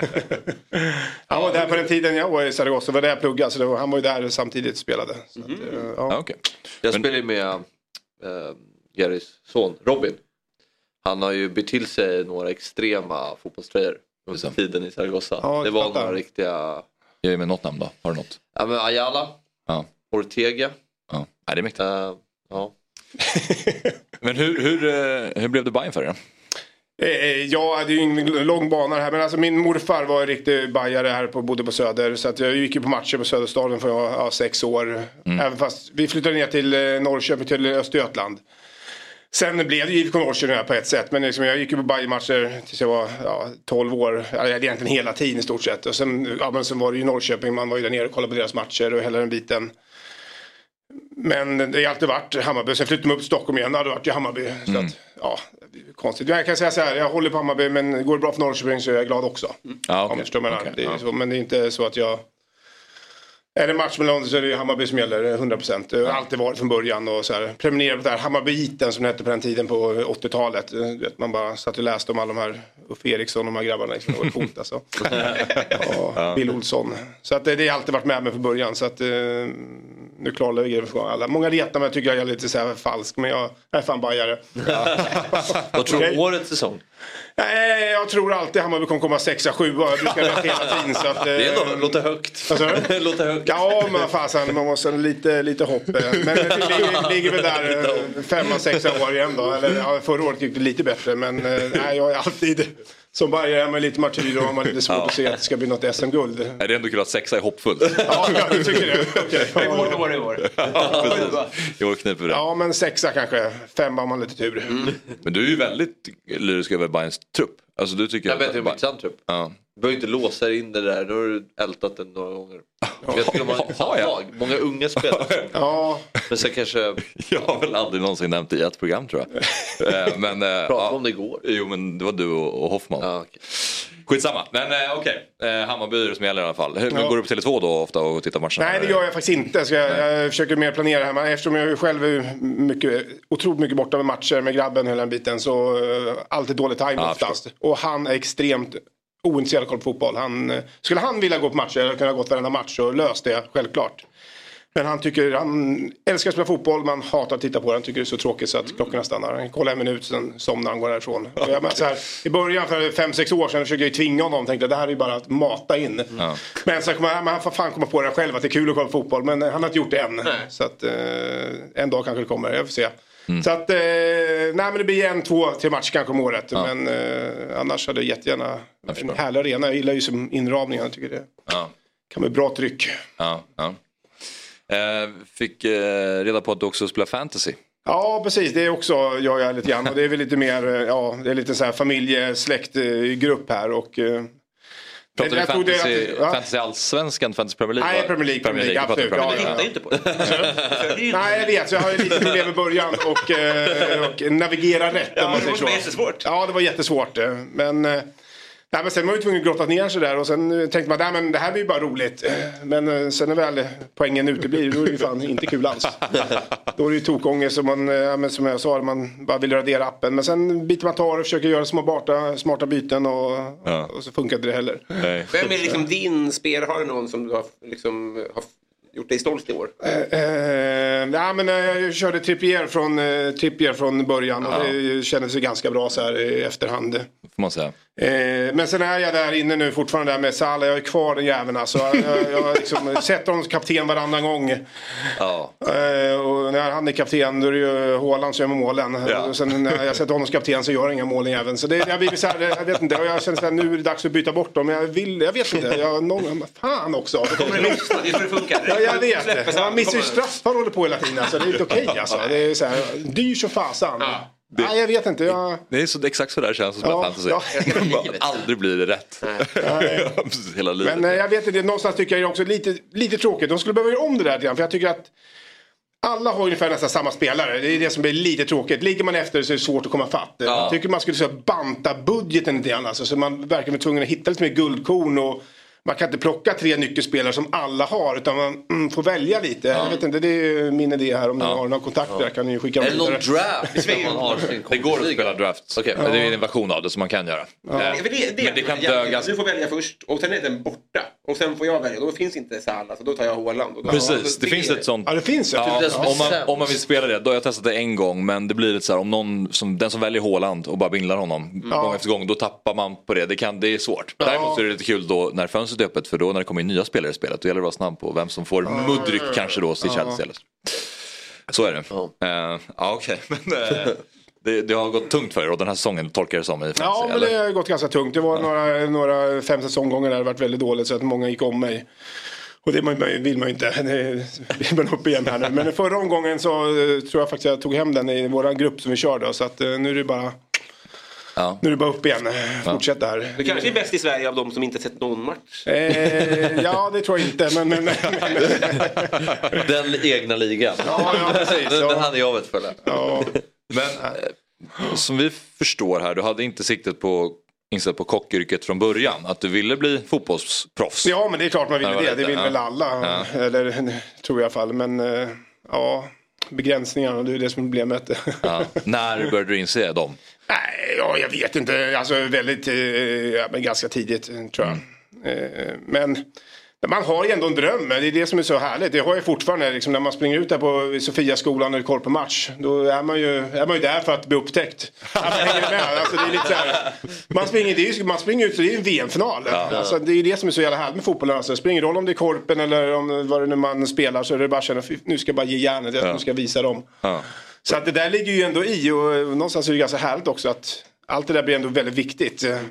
[SPEAKER 13] Han var där på den tiden jag var i Zaragoza. Var där jag pluggade. Så det var, han var ju där samtidigt spelade. Så
[SPEAKER 5] mm.
[SPEAKER 13] att, ja.
[SPEAKER 4] Ja, okay.
[SPEAKER 5] Jag Men... spelade med äh, Garys son, Robin. Han har ju bytt till sig några extrema fotbollströjor under tiden i Zaragoza. Ja, det var fattar. några riktiga...
[SPEAKER 4] Jag är med något namn då. Har du något?
[SPEAKER 5] Ja, men Ayala.
[SPEAKER 4] Ja.
[SPEAKER 5] Ortega.
[SPEAKER 4] Ja, ja det är mäktigt. Uh,
[SPEAKER 5] ja.
[SPEAKER 4] Men hur, hur, hur blev det Bayern för er?
[SPEAKER 13] Ja, det är ju en lång bana här. Men alltså min morfar var en riktig bajare här på, bodde på Söder. Så att jag gick ju på matcher på Söderstaden för jag var ja, sex år. Mm. Även fast vi flyttade ner till Norrköping, till Östergötland. Sen blev det ju I F K Norrköping här på ett sätt. Men liksom, jag gick ju på Bayern-matcher tills jag var ja, tolv år. Jag hade egentligen hela tiden i stort sett. Och sen, ja, men sen var det ju Norrköping. Man var ju där nere och kollade på deras matcher och hela den biten. Men det har alltid varit Hammarby. Sen flyttade man upp till Stockholm igen. Det hade varit i Hammarby. Så mm. att, ja, det är konstigt. Jag kan säga så här. Jag håller på Hammarby. Men går det bra för Norrköping så är jag glad också.
[SPEAKER 4] Mm. Ja, okay.
[SPEAKER 13] Om okay. det är ja. så, men det är inte så att jag... Är det match med London så är det Hammarby som gäller hundra procent. Det har alltid varit från början. Och så här, prenumerera på det här Hammarbyiten som det hette på den tiden på åttiotalet. Vet, man bara satt och läste om alla de här Uffe Eriksson och de här grabbarna. Liksom, det var coolt alltså. och ja. Bill Olsson. Så att det, det har alltid varit med mig från början. Så att nu klarlägger jag för alla. Många retar mig, tycker jag är lite så här falsk. Men jag är fan bajare.
[SPEAKER 5] Vad tror du okay. årets säsong?
[SPEAKER 13] Nej, jag tror alltid Hammarby kommer komma sexa, sjua. Jag brukar rätt hela tiden. Så att,
[SPEAKER 5] det är ändå, låter högt.
[SPEAKER 13] det
[SPEAKER 5] låter högt.
[SPEAKER 13] Ja, men fasen, man måste lite, lite hopp. Men det ligger, ligger väl där femma, sexa år igen då. Eller, ja, förra året gick det lite bättre. Men nej, jag är alltid Som bara är med lite martyr och har man lite svårt ja. att se att det ska bli något S M-guld.
[SPEAKER 4] Är det ändå kul att sexa är hoppfullt?
[SPEAKER 13] Ja, jag tycker det. Okay.
[SPEAKER 6] Det är vårt år i år.
[SPEAKER 4] Ja, precis. I år kniper det.
[SPEAKER 13] Ja, men sexa kanske. Femma har man lite tur.
[SPEAKER 4] Mm. Men du är ju väldigt lyrisk över Bayerns trupp. Alltså du tycker...
[SPEAKER 5] Jag vet inte om det är trupp.
[SPEAKER 4] Ja.
[SPEAKER 5] Du behöver inte låsa in det där. Då har du ältat den några gånger. Jag skulle ha ett lag. Många unga spelare.
[SPEAKER 13] Ja.
[SPEAKER 5] Men sen kanske...
[SPEAKER 4] Jag har väl aldrig någonsin nämnt i ett program tror jag. men,
[SPEAKER 5] Pratade ja. om det igår.
[SPEAKER 4] Jo men det var du och Hoffman.
[SPEAKER 5] Ja, okay.
[SPEAKER 4] Skitsamma. Men eh, okej. Okay. Eh, Hammarby är det som gäller i alla fall. Hur, ja. Går du på Tele två då ofta och tittar på matcherna?
[SPEAKER 13] Nej det gör jag faktiskt inte. Så jag, jag försöker mer planera hemma. Eftersom jag själv är mycket, otroligt mycket borta med matcher med grabben hela den biten. Så uh, alltid dålig time ja, oftast. Och han är extremt ointresserad av koll på fotboll. Han, skulle han vilja gå på matcher eller kunna gått varenda match och löst det självklart. Men han tycker, han älskar att spela fotboll, man hatar att titta på det. Han tycker det är så tråkigt så att klockorna stannar. Han kollar en minut, sen somnar han, går därifrån. Jag, men, så här, i början för fem sex år sedan försökte jag tvinga honom. Tänkte det här är ju bara att mata in. Mm. Men så kommer han, han får fan komma på det själv att det är kul att kolla på fotboll. Men han har inte gjort det än. Nej. Så att eh, en dag kanske det kommer, jag får se. Mm. Så att, eh, nej men det blir en, två, tre matcher kanske om året. Ja. Men eh, annars hade jag jättegärna en härlig arena. Jag gillar ju som inramning, jag tycker det ja. kan bli bra tryck.
[SPEAKER 4] Ja, ja. Eh, fick eh, reda på att du också spelar fantasy.
[SPEAKER 13] Ja precis, det är också jag gör lite grann. Och det är väl lite mer, ja det är lite så här familjesläktgrupp här. Och eh,
[SPEAKER 4] pratar du fantasy, att, ja. fantasy allsvenskan, fantasy Premier League?
[SPEAKER 13] Nej, Premier League, Premier League, absolut. Premier League.
[SPEAKER 5] Jag hittar inte på det.
[SPEAKER 13] Nej, jag vet. Så jag har ju lite problem i början och, och navigera rätt.
[SPEAKER 6] Ja, det var jättesvårt.
[SPEAKER 13] Ja, det var jättesvårt. Men... Nej, men sen var vi tvungen att grotta ner sig där och sen tänkte man, nej men det här blir ju bara roligt. Men sen när väl poängen uteblir, då är det ju fan inte kul alls. Då är det ju tokånger som man, ja, men som jag sa, man bara vill radera appen. Men sen biter man tar och försöker göra små barta, smarta byten och, ja. och så funkar inte det heller.
[SPEAKER 6] Nej. Vem är liksom din spelare? Har du någon som du har, liksom, har gjort dig stolt i år?
[SPEAKER 13] Eh, eh, ja, men jag körde Trippier från, eh, Trippier från början och ja. det kändes ju ganska bra så här i efterhand.
[SPEAKER 4] Får man säga.
[SPEAKER 13] Eh, men sen är jag där inne nu fortfarande där med Salah. Jag är kvar den jäveln alltså. Jag, jag, jag har liksom sett honom som kapten varannan gång.
[SPEAKER 4] Ja.
[SPEAKER 13] Eh, och när han är kapten då är det ju Haaland som gör målen. Ja. Och sen när jag sett honom som kapten så gör jag inga mål även. Så det, jag blir så här, jag vet inte. Och jag känner så här, nu är det dags att byta bort dem. Jag vill, jag vet inte. Jag någon, fan också. Det
[SPEAKER 6] kommer det lossna, det är så det funkar.
[SPEAKER 13] Ja, jag vet. Man missar ju straffar håller på hela tiden. Alltså. Det är inte okej okay, alltså. Det är så här, dyr som fasan. Ja. Det, Nej, jag vet inte. Jag...
[SPEAKER 4] Det är så, exakt så där känns som ja, fantasy. Ja. Aldrig blir det rätt. Hela livet.
[SPEAKER 13] Men jag vet inte, någonstans tycker jag det är också lite, lite tråkigt. De skulle behöva göra om det där igen. För jag tycker att alla har ungefär nästan samma spelare. Det är det som blir lite tråkigt. Ligger man efter så är det svårt att komma fatt. Ja. Jag tycker man skulle så banta budgeten lite grann. Alltså, så man verkligen är tvungen att hitta lite mer guldkorn och man kan inte plocka tre nyckelspelare som alla har utan man mm, får välja lite. Ja. Jag vet inte, det är min idé här. Om ja. ni har några kontakter ja. kan ni skicka dem
[SPEAKER 5] vidare. Eller någon draft man har sin
[SPEAKER 4] det går att spela draft. Okay. Ja. Det är en version av det som man kan göra.
[SPEAKER 6] Ja. Ja. Det, det, men det kan döga. Du får välja först och sen är den borta. Och sen får jag välja. Då finns inte Salah så då tar jag Haaland. Då
[SPEAKER 4] Precis, alltså, det, det finns ett sånt.
[SPEAKER 13] Ja, det finns ett.
[SPEAKER 4] Ja. Ja. Om, man, om man vill spela det, då har jag testat det en gång. Men det blir lite så här, om någon som, den som väljer Haaland och bara bindlar honom ja. gång efter gång, då tappar man på det. Det, kan, det är svårt. Ja. Däremot är det lite kul då när fönstret är öppet, för då när det kommer in nya spelare i spelet, då gäller det att vara snabb på vem som får ja. Mudryk kanske då till Chelsea. Ja. Så är det. Ja, uh, ja okej. Okay. Men uh, det, det har gått tungt för er och den här säsongen tolkar det som i fantasy,
[SPEAKER 13] Ja, men
[SPEAKER 4] eller?
[SPEAKER 13] Det har gått ganska tungt. Det var ja. några, några fem säsonggånger där det varit väldigt dåligt så att många gick om mig. Och det vill man ju inte. Det vill man upp igen här nu. Men förra omgången så tror jag faktiskt jag tog hem den i vår grupp som vi körde. Så att nu är det bara... Ja. Nu är det bara upp igen. Fortsätt där.
[SPEAKER 6] Du kanske är bäst i Sverige av de som inte sett någon match.
[SPEAKER 13] Eh, ja, det tror jag inte. Men, men, men,
[SPEAKER 5] men. Den egna ligan.
[SPEAKER 13] Ja, ja precis.
[SPEAKER 5] Den, den hade jag vet följa.
[SPEAKER 13] Ja.
[SPEAKER 4] Men eh, som vi förstår här, du hade inte siktet på inställt på kockyrket från början. Att du ville bli fotbollsproffs.
[SPEAKER 13] Ja, men det är klart man ville det. Det, det vill ja. väl alla. Ja. Eller tror jag i alla fall. Men eh, ja... begränsningarna, det är det som är problemet.
[SPEAKER 4] Ja. När började du inse dem?
[SPEAKER 13] Nej, ja, jag vet inte. Alltså väldigt, ja, men ganska tidigt tror jag. Mm. Men man har ju ändå en dröm. Det är det som är så härligt. Det har jag fortfarande liksom, när man springer ut där på Sofia-skolan eller koll på match. Då är man ju, är man ju där för att bli upptäckt. Alltså, alltså, det är lite så här, man, springer, det är, man springer ut så det är en V M-final. Ja. Alltså, det är det som är så jävla härligt med fotbollen. Alltså, det spelar ingen roll om det är korpen eller om vad det nu man spelar. Så är det bara att känna, nu ska jag bara ge järnet. Jag ja. ska visa dem. Ja. Så att det där ligger ju ändå i. Och någonstans är det ganska härligt också att allt det där blir ändå väldigt viktigt.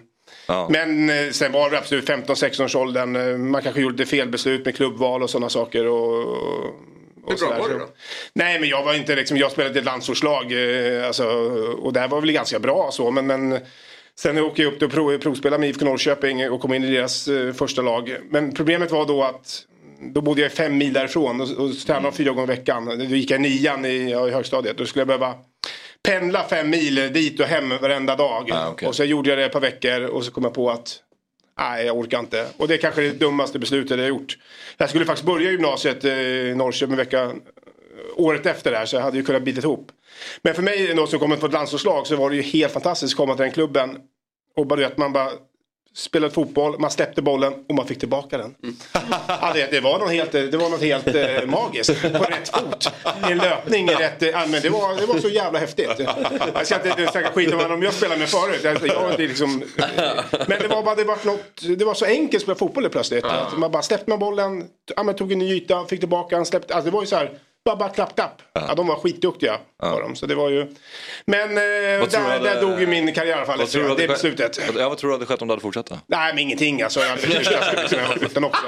[SPEAKER 4] Ja.
[SPEAKER 13] Men eh, sen var det absolut femton sexton års åldern. Eh, man kanske gjorde lite felbeslut med klubbval och sådana saker. Och, och
[SPEAKER 6] Hur bra var du då?
[SPEAKER 13] Nej, men jag var inte liksom, jag spelade ett landsorslag. Eh, alltså, och där var väl ganska bra så. Men, men sen åkte jag upp och prov, provspelade med I F K Norrköping och kom in i deras eh, första lag. Men problemet var då att då bodde jag fem mil därifrån och, och tränade fyra gånger i veckan. Då gick jag nian i, ja, i högstadiet. Då skulle jag behöva pendla fem mil dit och hem varenda dag.
[SPEAKER 4] Ah, okay.
[SPEAKER 13] Och så gjorde jag det ett par veckor och så kom jag på att nej, jag orkar inte. Och det är kanske det dummaste beslutet jag gjort. Jag skulle faktiskt börja gymnasiet i Norrköping vecka året efter det här, så jag hade ju kunnat bita ihop. Men för mig, någon som kommit på ett landslagslag, så var det ju helt fantastiskt att komma till den klubben. Och bara att man bara spelade fotboll, man släppte bollen och man fick tillbaka den. Mm. Ja, det, det var något helt, det var något helt eh, magiskt. På rätt fot. I en löpning i rätt... Eh, men det var, det var så jävla häftigt. Jag ska inte snacka skit om vad jag spelade med förut. Jag, jag inte liksom, men det var bara det var något, det var så enkelt att spela fotboll plötsligt. Ja. Att man bara släppte med bollen, ja, man tog en ny yta, fick tillbaka den, släppte. Alltså det var ju så här... Bara, bara klapp, klapp. Ja. Ja, de var skitduktiga. Ja. Var de, så det var ju... Men eh, där, hade... där dog ju min karriär i alla fall. Efter det, det beslutet.
[SPEAKER 4] Ja, vad tror du hade skett om du hade fortsatt då?
[SPEAKER 13] Nej, men ingenting. Alltså, jag hade liksom, jag var sjutton också.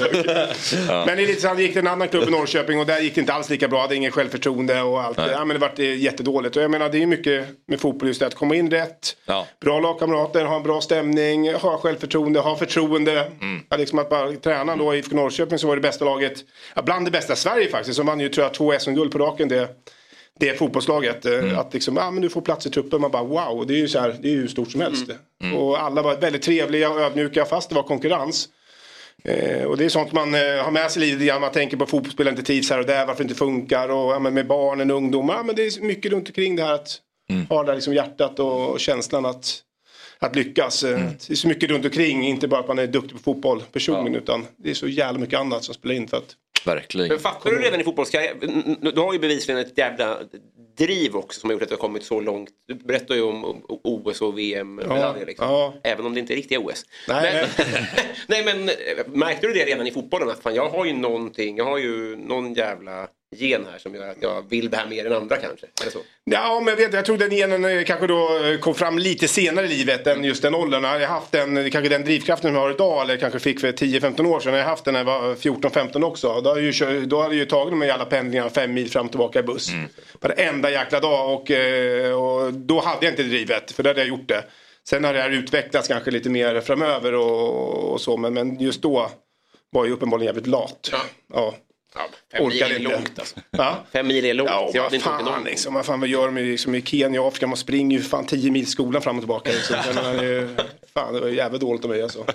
[SPEAKER 13] Ja. Men i lite så gick det en annan klubb i Norrköping och där gick det inte alls lika bra. Jag hade ingen självförtroende och allt. Ja, men det var jättedåligt. Och jag menar, det är mycket med fotboll just det. Att komma in rätt. Ja. Bra lagkamrater, ha en bra stämning, ha självförtroende, ha förtroende. Mm. Att, liksom, att bara träna då i I F K Norrköping så var det bästa laget. Ja, bland det bästa i Sverige faktiskt. Som man ju tror jag två S M-guld på raken det, det är fotbollslaget. Mm. Att liksom, ja men du får plats i truppen. Man bara wow, det är ju så här, det är ju stort som helst. Mm. Mm. Och alla var väldigt trevliga och ödmjuka fast det var konkurrens. Eh, och det är sånt man eh, har med sig i livet. Man tänker på fotbollsspelare inte trivs här och där, varför det inte funkar. Och ja, men med barnen, ungdomar. Ja, men det är mycket runt omkring det här att mm. ha det liksom hjärtat och, och känslan att, att lyckas. Mm. Det är så mycket runt omkring, inte bara att man är duktig på fotboll personligen, ja. Utan det är så jävla mycket annat som spelar in för att...
[SPEAKER 4] Verkligen.
[SPEAKER 6] Men fattar du redan i fotbollskarriär, du har ju bevisligen ett jävla driv också som har gjort att du har kommit så långt. Du berättar ju om O S och V M
[SPEAKER 13] ja,
[SPEAKER 6] liksom.
[SPEAKER 13] Ja.
[SPEAKER 6] Även om det inte är riktiga O S.
[SPEAKER 13] Nej,
[SPEAKER 6] men, nej men märkte du det redan i fotbollen att fan, jag har ju någonting, jag har ju någon jävla gen här som gör att jag vill det här mer än andra kanske. Är det så?
[SPEAKER 13] Ja, men jag vet, jag tror den genen kanske då kom fram lite senare i livet än just den åldern. Jag har haft den, kanske den drivkraften jag har idag, eller kanske fick för tio femton år sedan. Jag har haft den när jag var fjorton femton också. Då hade jag ju, då hade jag ju tagit mig alla pendlingar fem mil fram och tillbaka i buss. Mm. Varenda jäkla dag och, och då hade jag inte drivet, för då hade jag gjort det. Sen har det här utvecklats kanske lite mer framöver och, och så, men, men just då var jag uppenbarligen jävligt lat. Ja. Ja.
[SPEAKER 6] Ja, fem mil är långt alltså. Ja? Fem mil är långt.
[SPEAKER 13] Ja, jag vad fan, inte liksom, vad fan vad gör de liksom, i Kenya och Afrika? Man springer ju fan tio mil skolan fram och tillbaka. Liksom. Menar, fan, det var ju jävligt dåligt av mig alltså.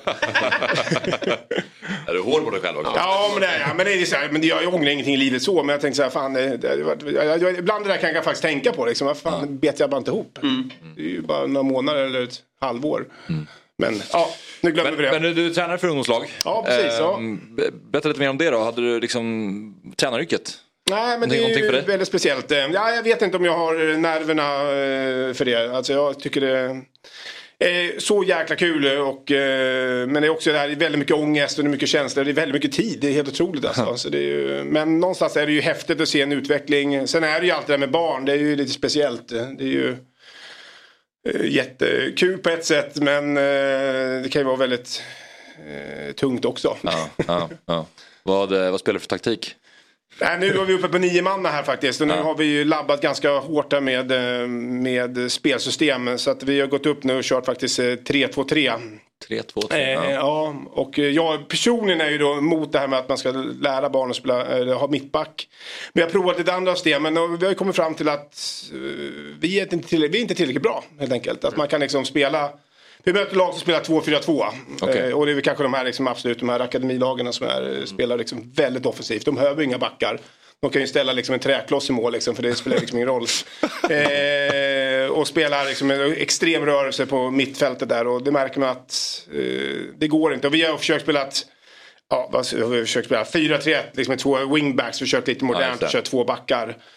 [SPEAKER 4] Är du hård på dig själv också?
[SPEAKER 13] Ja, men det är, ja, men det är så här, men jag, jag ångrar ingenting i livet så. Men jag tänkte så här, fan, det, det, jag, jag, ibland det där kan jag faktiskt tänka på. Liksom, vad fan, mm. bet jag bara inte ihop. Mm. Det är ju bara några månader eller ett halvår. Mm. Men ja, nu glömmer
[SPEAKER 4] men,
[SPEAKER 13] vi det.
[SPEAKER 4] Men du, du tränar för ungdomslag.
[SPEAKER 13] Ja, precis. Ja.
[SPEAKER 4] Berätta lite mer om det då. Hade du liksom tränaryrket?
[SPEAKER 13] Nej, men det är ju väldigt speciellt. Ja, jag vet inte om jag har nerverna för det. Alltså jag tycker det är så jäkla kul. Och, men det är också det här, väldigt mycket ångest och det är mycket känslor. Det är väldigt mycket tid. Det är helt otroligt alltså. Så det är ju, men någonstans är det ju häftigt att se en utveckling. Sen är det ju alltid det där med barn. Det är ju lite speciellt. Det är ju jättekul på ett sätt, men det kan ju vara väldigt eh, tungt också.
[SPEAKER 4] Ja, ja, ja. Vad, vad spelar du för taktik?
[SPEAKER 13] Nej, nu är vi uppe på nio manna här faktiskt. Och nu ja. har vi ju labbat ganska hårt här med, med spelsystem. Så att vi har gått upp nu och kört faktiskt tre två tre.
[SPEAKER 4] tre två tre,
[SPEAKER 13] ja. Eh, ja, och jag personligen är ju då mot det här med att man ska lära barn att spela, eller ha mittback. Men jag har provat lite andra system, men vi har kommit fram till att uh, vi, är inte till, vi är inte tillräckligt bra helt enkelt. Att man kan liksom spela, vi möter lag som spelar två fyra två. Okay. Eh, och det är väl kanske de här liksom, absolut de här akademilagarna som är, mm. spelar liksom väldigt offensivt. De behöver inga backar. De kan ju ställa liksom en träkloss i mål liksom, för det spelar liksom ingen roll. Eh, och spelar liksom en extrem rörelse på mittfältet där. Och det märker man att eh, det går inte. Och vi har försökt spela att, ja, vi har försökt spela fyra tre ett liksom med två wingbacks. Försökt lite modernt och kört två backar.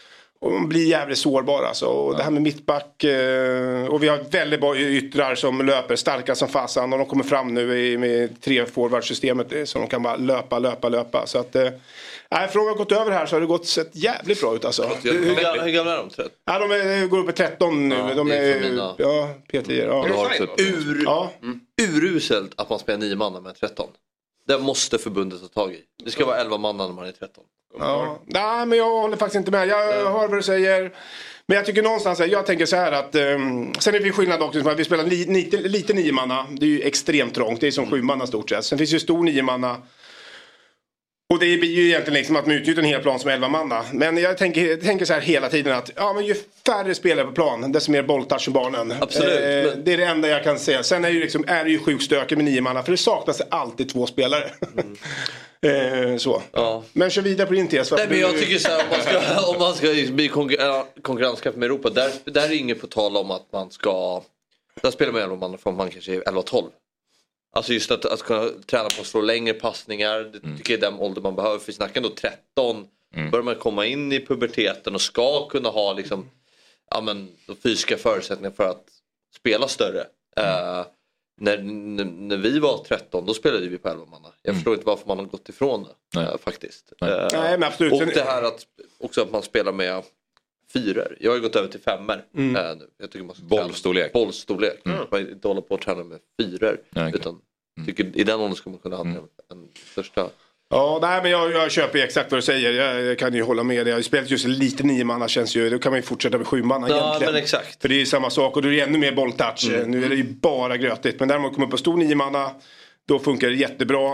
[SPEAKER 13] och de blir jävligt sårbara alltså. Och ja. Det här med mittback eh, och vi har väldigt bra yttrar som löper starka som fasan och de kommer fram nu i, med tre forwardsystemet så de kan bara löpa, löpa, löpa så att eh, nej, från vi har gått över här så har det gått sett jävligt bra ut alltså.
[SPEAKER 5] Hur, hur, hur gamla är de? tretton?
[SPEAKER 13] Ja, de är, går upp i tretton nu. Ja, de är, är ja, P tio. Ja.
[SPEAKER 5] Ur, ja. Mm. Uruselt att man spelar nio manna med tretton. Det måste förbundet ta tag i. Det ska vara elva manna när man är tretton.
[SPEAKER 13] Ja. Nej, men jag håller faktiskt inte med. Jag mm. hör vad du säger. Men jag tycker någonstans, jag tänker så här att um, sen är det skillnad också, att vi spelar li, lite, lite nio manna. Det är ju extremt trångt. Det är som mm. sju manna stort sett. Sen finns ju stor nio manna. Och det blir ju egentligen liksom att man utnyttjar en hel plan som elva manna. Men jag tänker, jag tänker så här hela tiden att ja, men ju färre spelare på plan, desto mer bolltouch för barnen.
[SPEAKER 5] Absolut. Eh,
[SPEAKER 13] det är det enda jag kan säga. Sen är det ju, liksom, är det ju sjukstökigt med nio manna. För det saknas alltid två spelare. Mm. eh, så. Ja. Men kör vidare på din tes.
[SPEAKER 5] Nej, men jag du... tycker så här, om man ska, om man ska bli konkurren- konkurrenskraft med Europa. Där, där är inget på tal om att man ska... Där spelar man elva manna från man kanske är elva tolv. Alltså just att, att kunna träna på att slå längre passningar. Det mm. tycker jag är den ålder man behöver. För snackar då tretton. Mm. Börjar man komma in i puberteten och ska kunna ha liksom, ja, men, de fysiska förutsättningar för att spela större. Mm. Uh, när, när, när vi var tretton då spelade vi på elva manna. Jag mm. förstår inte varför man har gått ifrån det. Uh, faktiskt. Uh,
[SPEAKER 13] Nej, men absolut.
[SPEAKER 5] Och det här att, också att man spelar med fyror. Jag har ju gått över till femmer mm. äh, nu. Jag tycker man ska
[SPEAKER 4] bollstorlek.
[SPEAKER 5] Bollstorlek. Mm. Man inte hålla på att träna med fyror. Ja, okay. Utan mm. tycker i den åldern ska man kunna ha mm. en största.
[SPEAKER 13] Ja, nej, men jag, jag köper exakt vad du säger. Jag, jag kan ju hålla med dig. Jag har spelat just lite nio manna känns ju. Då kan man ju fortsätta med sju manna
[SPEAKER 5] ja,
[SPEAKER 13] egentligen.
[SPEAKER 5] Men exakt.
[SPEAKER 13] För det är ju samma sak och då är det ännu mer bolltouch. Mm. Nu är det ju bara grötigt. Men däremot kommer på stor nio manna då funkar det jättebra.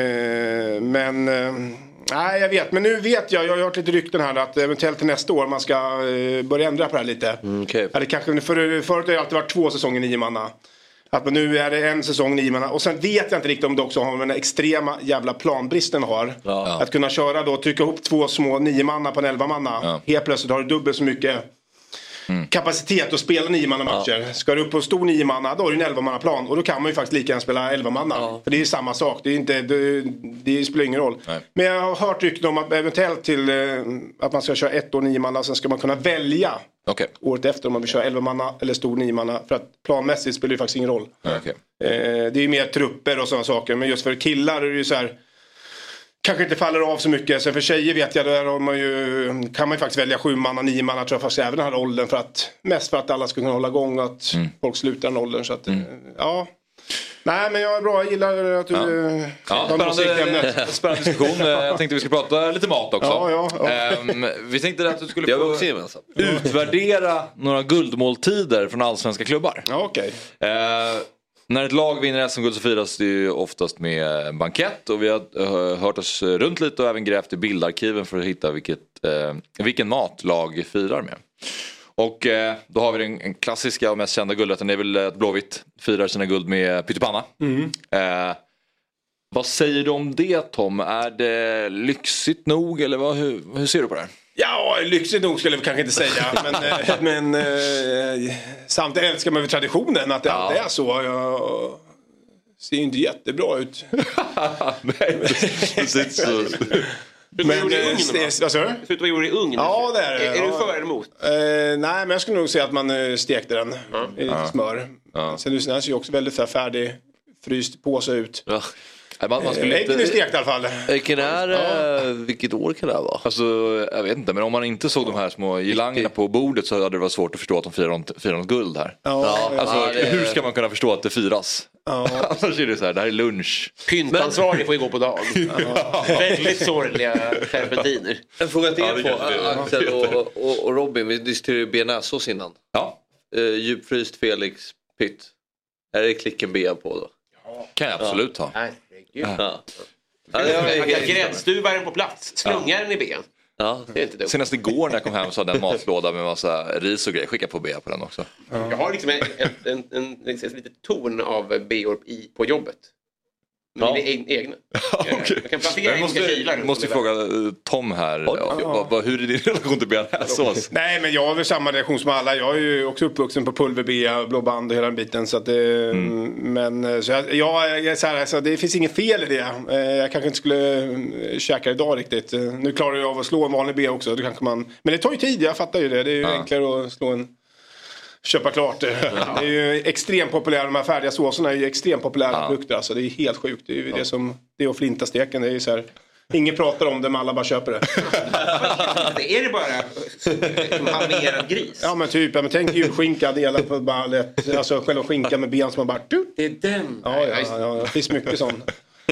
[SPEAKER 13] Eh, men... Eh, nej, jag vet. Men nu vet jag. Jag har hört lite rykten här att eventuellt till nästa år man ska eh, börja ändra på det här lite.
[SPEAKER 5] Mm, okay.
[SPEAKER 13] Eller kanske, för, förut har det alltid varit två säsonger nio manna. Att man nu är det en säsong nio manna. Och sen vet jag inte riktigt om det också har med den extrema jävla planbristen har. Ja. Att kunna köra då, trycka ihop två små nio manna på en elva manna. Ja. Helt plötsligt har du dubbelt så mycket mm. kapacitet att spela nio manna matcher. Ja. Ska du upp på stor nio manna då är det en elva manna plan. Och då kan man ju faktiskt lika gärna spela elva manna. Ja. För det är ju samma sak. Det, är inte, det, det spelar ingen roll. Nej. Men jag har hört rykten om att eventuellt till eh, att man ska köra ett år nio manna. Och sen ska man kunna välja
[SPEAKER 4] okay.
[SPEAKER 13] året efter om man vill köra elva manna eller stor nio manna. För att planmässigt spelar det faktiskt ingen roll.
[SPEAKER 4] Okay.
[SPEAKER 13] Eh, det är ju mer trupper och sådana saker. Men just för killar är det ju så här... Kanske inte faller av så mycket. Så för tjejer vet jag, där har man ju, kan man ju faktiskt välja sju manna, nio manna tror jag faktiskt även den här åldern. För att, mest för att alla ska kunna hålla igång och att mm. folk slutar den åldern. Så att, mm. ja... Nej, men jag är bra. Jag gillar att du...
[SPEAKER 4] Ja. Ja, spännande, spännande diskussion. Jag tänkte vi skulle prata lite mat också.
[SPEAKER 13] Ja, ja, ja.
[SPEAKER 4] Um, vi tänkte att du skulle få utvärdera några guldmåltider från allsvenska klubbar.
[SPEAKER 13] Ja, okej. Okay.
[SPEAKER 4] Uh, när ett lag vinner S M-guld så firas det ju oftast med en bankett. Och vi har uh, hört oss runt lite och även grävt i bildarkiven för att hitta vilket, uh, vilken mat lag firar med. Och eh, då har vi den, den klassiska och mest kända guldrätten. Det är väl att Blåvitt firar sina guld med pyttipanna. Mm. Eh, vad säger du om det, Tom? Är det lyxigt nog eller vad, hur, hur ser du på det här?
[SPEAKER 13] Ja, lyxigt nog skulle jag kanske inte säga. men eh, men eh, samtidigt älskar man väl traditionen att det ja. alltid är så. Jag ser ju inte jättebra ut.
[SPEAKER 4] Nej, precis så.
[SPEAKER 13] Men vad gjorde i ugnen då? Vad sa du?
[SPEAKER 6] Vad gjorde i ugnen?
[SPEAKER 13] Ja, det är det.
[SPEAKER 6] Är, är du för eller emot?
[SPEAKER 13] Uh, nej, men jag skulle nog säga att man stekte den mm. i lite smör. Mm. Sen den ser ju också väldigt så färdig fryst på sig ut. Ja.
[SPEAKER 4] Man, man skulle
[SPEAKER 13] inte... Äggen är stekt i alla fall.
[SPEAKER 5] Vilken är, ja. Vilket år kan det vara?
[SPEAKER 4] Alltså, jag vet inte. Men om man inte såg de här små gilangerna på bordet så hade det varit svårt att förstå att de firar något, firar något guld här.
[SPEAKER 13] Ja.
[SPEAKER 4] Alltså,
[SPEAKER 5] ja, det...
[SPEAKER 4] hur ska man kunna förstå att det firas?
[SPEAKER 13] Ja.
[SPEAKER 4] Annars är det så här, det här är lunch.
[SPEAKER 6] Pyntansvarig men... får ju gå på dag. Ja. Väldigt sorgliga serpentiner.
[SPEAKER 5] En fråga till er ja, på Axel och, och, och Robin. Vi diskuterade bearnaisesås innan.
[SPEAKER 4] Ja.
[SPEAKER 5] Uh, djupfryst Felix Pytt. Är det klicken B på då?
[SPEAKER 4] Ja. Kan jag absolut ha.
[SPEAKER 6] Ja. Ja. Ja, gräddstuva den på plats. Slunga den i ben.
[SPEAKER 5] Ja.
[SPEAKER 6] Det är inte dumt.
[SPEAKER 4] Senast igår när jag kom hem så hade en matlåda med massa ris och grejer. Skicka på B på den också.
[SPEAKER 6] Ja. Jag har liksom en, en, en, en, en, en liten ton av B-or i på jobbet. Ja. Min egna. Okay. Jag kan plantera
[SPEAKER 4] måste,
[SPEAKER 6] kilar.
[SPEAKER 4] Måste fråga Tom här. Oh, ja. Ja. Vad, hur är din relation till bearnaisesås?
[SPEAKER 13] Nej, men jag har väl samma reaktion som alla. Jag är ju också uppvuxen på pulverbea, blå band och hela den biten. Så att det, mm. Men så jag, jag är så här, alltså, det finns inget fel i det. Jag kanske inte skulle käka idag riktigt. Nu klarar jag av att slå en vanlig bea också. Det kanske man, men det tar ju tid, jag fattar ju det. Det är ju ja. enklare att slå en... Köpa klart det. Ja. Det är ju extremt populära, de här färdiga såserna är ju extremt populära ja. produkter. Alltså det är helt sjukt. Det är ju ja. det som, det och flintasteken, det är ju så här. Ingen pratar om det, men alla bara köper det.
[SPEAKER 6] Är det bara som halverad gris?
[SPEAKER 13] Ja, men typ, men tänk julskinka delat på bara lätt, alltså själva skinkan med ben som man bara...
[SPEAKER 6] Det är den.
[SPEAKER 13] Ja, ja, ja, ja. Det finns mycket sånt.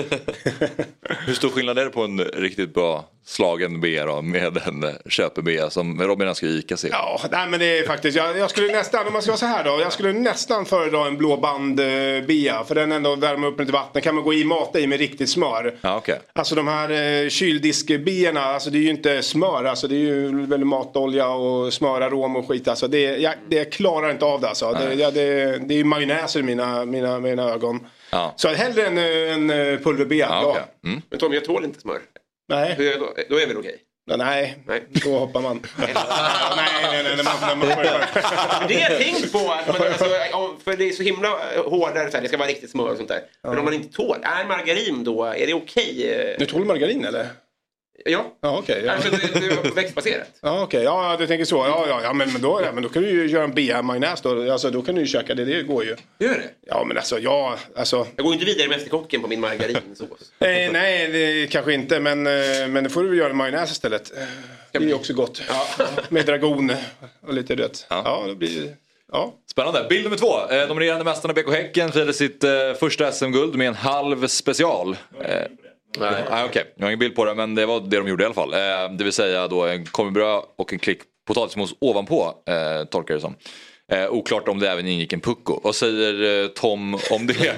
[SPEAKER 4] Hur stor skillnad är det på en riktigt bra slagen bea då, med en köpebea som Robin ska Ica sig?
[SPEAKER 13] Ja, nej, men det är faktiskt jag, jag skulle nästan, om man ska vara så här då, jag skulle nästan föredra en blåband eh, bea, för den ändå värmer upp lite vatten, kan man gå i mata i med riktigt smör.
[SPEAKER 4] Ja, okay.
[SPEAKER 13] Alltså de här eh, kyldiskbeerna, alltså det är ju inte smör, alltså det är ju väl matolja och smör, arom och skit, alltså det, jag, det klarar inte av det alltså. Det, det, det, det är ju majonnäser i mina, mina, mina ögon. Ja. Så hellre en, en pulverbea. Ja, okay.
[SPEAKER 6] ja. Mm. Men Tom, jag tål inte smör.
[SPEAKER 13] Nej.
[SPEAKER 6] Hur är då? Då är väl okej?
[SPEAKER 13] Okay. Nej, nej, då hoppar man. nej, nej, nej, nej, man, man
[SPEAKER 6] men det har jag tänkt på. Att man, alltså, för det är så himla hårdare, så här, det ska vara riktigt smör och sånt där. Ja. Men om man inte tål, är margarin då, är det okej? Okay?
[SPEAKER 13] Du tål margarin eller?
[SPEAKER 6] Ja,
[SPEAKER 13] ja okej. Okay, ja.
[SPEAKER 6] Alltså det, det är växtbaserat.
[SPEAKER 13] Ja okej, okay. ja du tänker så. Ja, ja, ja, men, men, då, ja men då kan du ju göra en bea-majonnäs då. Alltså då kan du ju köka det, det går ju.
[SPEAKER 6] Gör det?
[SPEAKER 13] Ja men alltså, ja, alltså.
[SPEAKER 6] Jag går inte vidare med efterkocken på min margarinsås.
[SPEAKER 13] nej, nej, det kanske inte, men, men då får du göra en majonnäs istället. Det är ju också gott. Ja. Med dragon och lite rött. Ja, ja då blir det... Ja.
[SPEAKER 4] Spännande. Bild nummer två. De regerande mästarna B K Häcken firade sitt första S M-guld med en halv special. Nej, ah, okej. Okay. Jag har ingen bild på det, men det var det de gjorde i alla fall. Eh, det vill säga då en kombibröd och en klick potatismos ovanpå, eh, tolkar det som. Eh, oklart om det även ingick en pucko. Vad säger eh, Tom om det?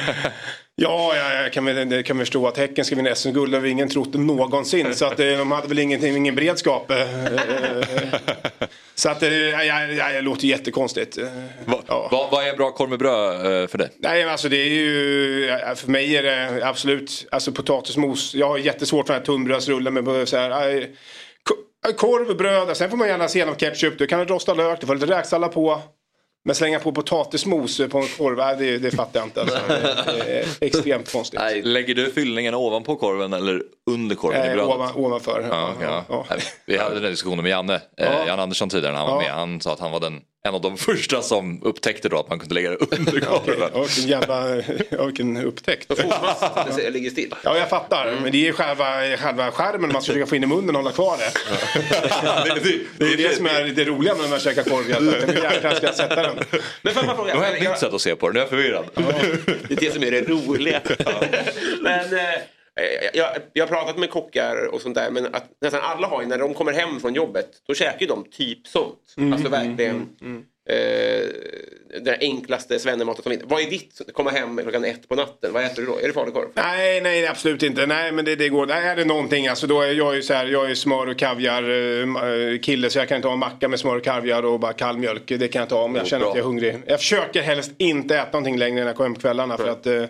[SPEAKER 13] Ja, jag kan väl kan förstå att Häcken ska vinna S M-guld. Det har ingen trott någonsin. Så att de hade väl ingenting, ingen beredskap. Så att det ja, ja, ja, låter jättekonstigt.
[SPEAKER 4] Va, ja. Vad va är bra korv med bröd för dig?
[SPEAKER 13] Nej, alltså det är ju, för mig är det absolut, alltså potatismos. Jag har jättesvårt för den här tunnbrödsrullen med så här, korv, bröd. Sen får man gärna senap, ketchup. Du kan rosta lök, du får lite räksallad på. Men slänga på potatismos på en korv, det, det fattar jag inte. Alltså. Det är extremt konstigt.
[SPEAKER 4] Nej, lägger du fyllningen ovanpå korven eller under korven
[SPEAKER 13] Nej,
[SPEAKER 4] i brödet?
[SPEAKER 13] Ovan, ovanför.
[SPEAKER 4] Ja, ja. Ja. Vi hade den diskussionen med Janne, ja. eh, Jan Andersson tidigare när han var ja. med. Han sa att han var den, en av de första som upptäckte då att man kunde lägga det under korven.
[SPEAKER 13] Okay. Vilken jävla vilken upptäckt.
[SPEAKER 6] Det ligger still.
[SPEAKER 13] Ja, jag fattar. Mm. Men det är själva, själva skärmen man ska försöka få in i munnen och hålla kvar det. det, det, det är det som är det roliga när man käkar korv. Jag ska sätta den.
[SPEAKER 6] Men får man fråga?
[SPEAKER 4] Nu har jag ett nytt sätt att se på det. Nu är jag förvirrad.
[SPEAKER 6] Ja. Det är det som är det roliga. Ja. Men... Eh, Jag, jag har pratat med kockar och sånt där, men att nästan alla har ju, när de kommer hem från jobbet, då käkar ju de typ sånt. Mm, alltså verkligen mm, mm. Eh, den enklaste svennematen som finns. Vad är ditt, komma hem klockan ett på natten? Vad äter du då? Är det falukorv?
[SPEAKER 13] Nej, nej, absolut inte. Nej, men det, det går. Nej, är det någonting, alltså då är jag ju så här, jag är smör och kaviar eh, kille, så jag kan inte ha en macka med smör och kaviar och bara kall mjölk. Det kan jag inte ha om jag känner bra. Att jag är hungrig. Jag försöker helst inte äta någonting längre när jag kommer hem på kvällarna mm. för att eh,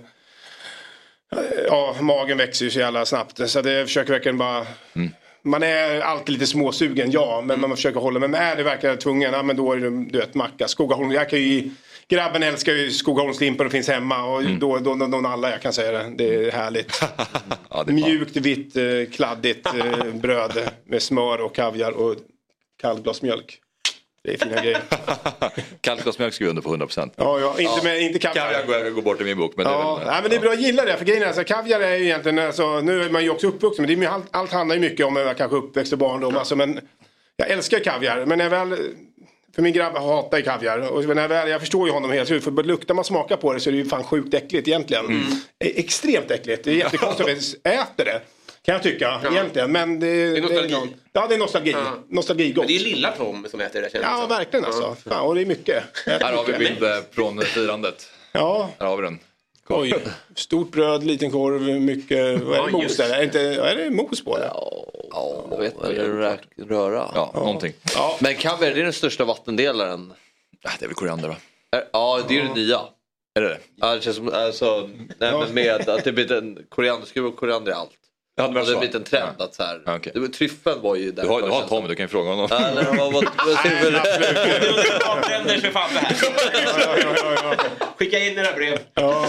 [SPEAKER 13] ja, magen växer ju så jävla snabbt. Så det försöker verkligen bara... Mm. Man är alltid lite småsugen, ja. Men man försöker hålla. Men är det verkligen tvungen, ja, men då är det, du vet, macka. Skogaholm, jag kan ju... Grabben älskar ju Skogaholmslimpor och finns hemma. Och mm. då, då, då, då alla, jag kan säga det. Det är härligt. Ja, det är mjukt, vitt, eh, kladdigt eh, bröd med smör och kaviar och kallt glas mjölk. Det är fina grejer.
[SPEAKER 4] Kallt glas mjölk skriver under på hundra procent.
[SPEAKER 13] Ja, ja, inte, ja. Med, inte kaviar.
[SPEAKER 4] Kaviar går, går bort i min bok. Men,
[SPEAKER 13] ja.
[SPEAKER 4] det, är
[SPEAKER 13] väl, ja, men det är bra, jag gillar det. För grejen är, alltså, kaviar är ju egentligen, alltså, nu är man ju också uppvuxen. Men det är, allt, allt handlar ju mycket om kanske uppväxt och barndom. Ja. Alltså, men jag älskar kaviar. Men när jag väl... För min grabb hatar ju kaviar. Och när jag, väl, jag förstår ju honom helt ut. För luktar man smakar på det så är det ju fan sjukt äckligt egentligen. Mm. Extremt äckligt. Det är jättekonstigt att vi äter det. Kan jag tycka, ja. Egentligen. Men det,
[SPEAKER 6] det är nostalgi.
[SPEAKER 13] Det är någon, ja, det är nostalgi. Ja. Nostalgi gott.
[SPEAKER 6] Men det är lilla Tom som äter det, känns
[SPEAKER 13] ja,
[SPEAKER 6] som.
[SPEAKER 13] Verkligen alltså. Fan, och det är mycket.
[SPEAKER 4] Här har vi bild från firandet.
[SPEAKER 13] Ja.
[SPEAKER 4] Här har vi den.
[SPEAKER 13] Oj, stort bröd, liten korv, mycket... Vad är det, mos där? Är, inte, är det mos på det?
[SPEAKER 5] Ja, ja jag vet inte. Är det röra?
[SPEAKER 4] Ja, ja. Någonting.
[SPEAKER 5] Ja. Men kaviar, det är den största vattendelaren.
[SPEAKER 4] Ja, det är väl koriander då?
[SPEAKER 5] Ja, det är det nya.
[SPEAKER 4] Är det det?
[SPEAKER 5] Ja, det känns som, alltså, nej, men med att det blir en korianderskruv och koriander i allt.
[SPEAKER 4] Ja, det,
[SPEAKER 5] alltså, det blir en trend ja. Att så här.
[SPEAKER 4] Okay.
[SPEAKER 5] Det var, tryffeln var ju där.
[SPEAKER 4] Du har, du har Tommy, du kan ju fråga honom.
[SPEAKER 5] Ja, nej, vad, vad, vad, vad,
[SPEAKER 6] Avtänders för fan det här. Ja, ja, ja, ja. Skicka in era brev.
[SPEAKER 13] Ja.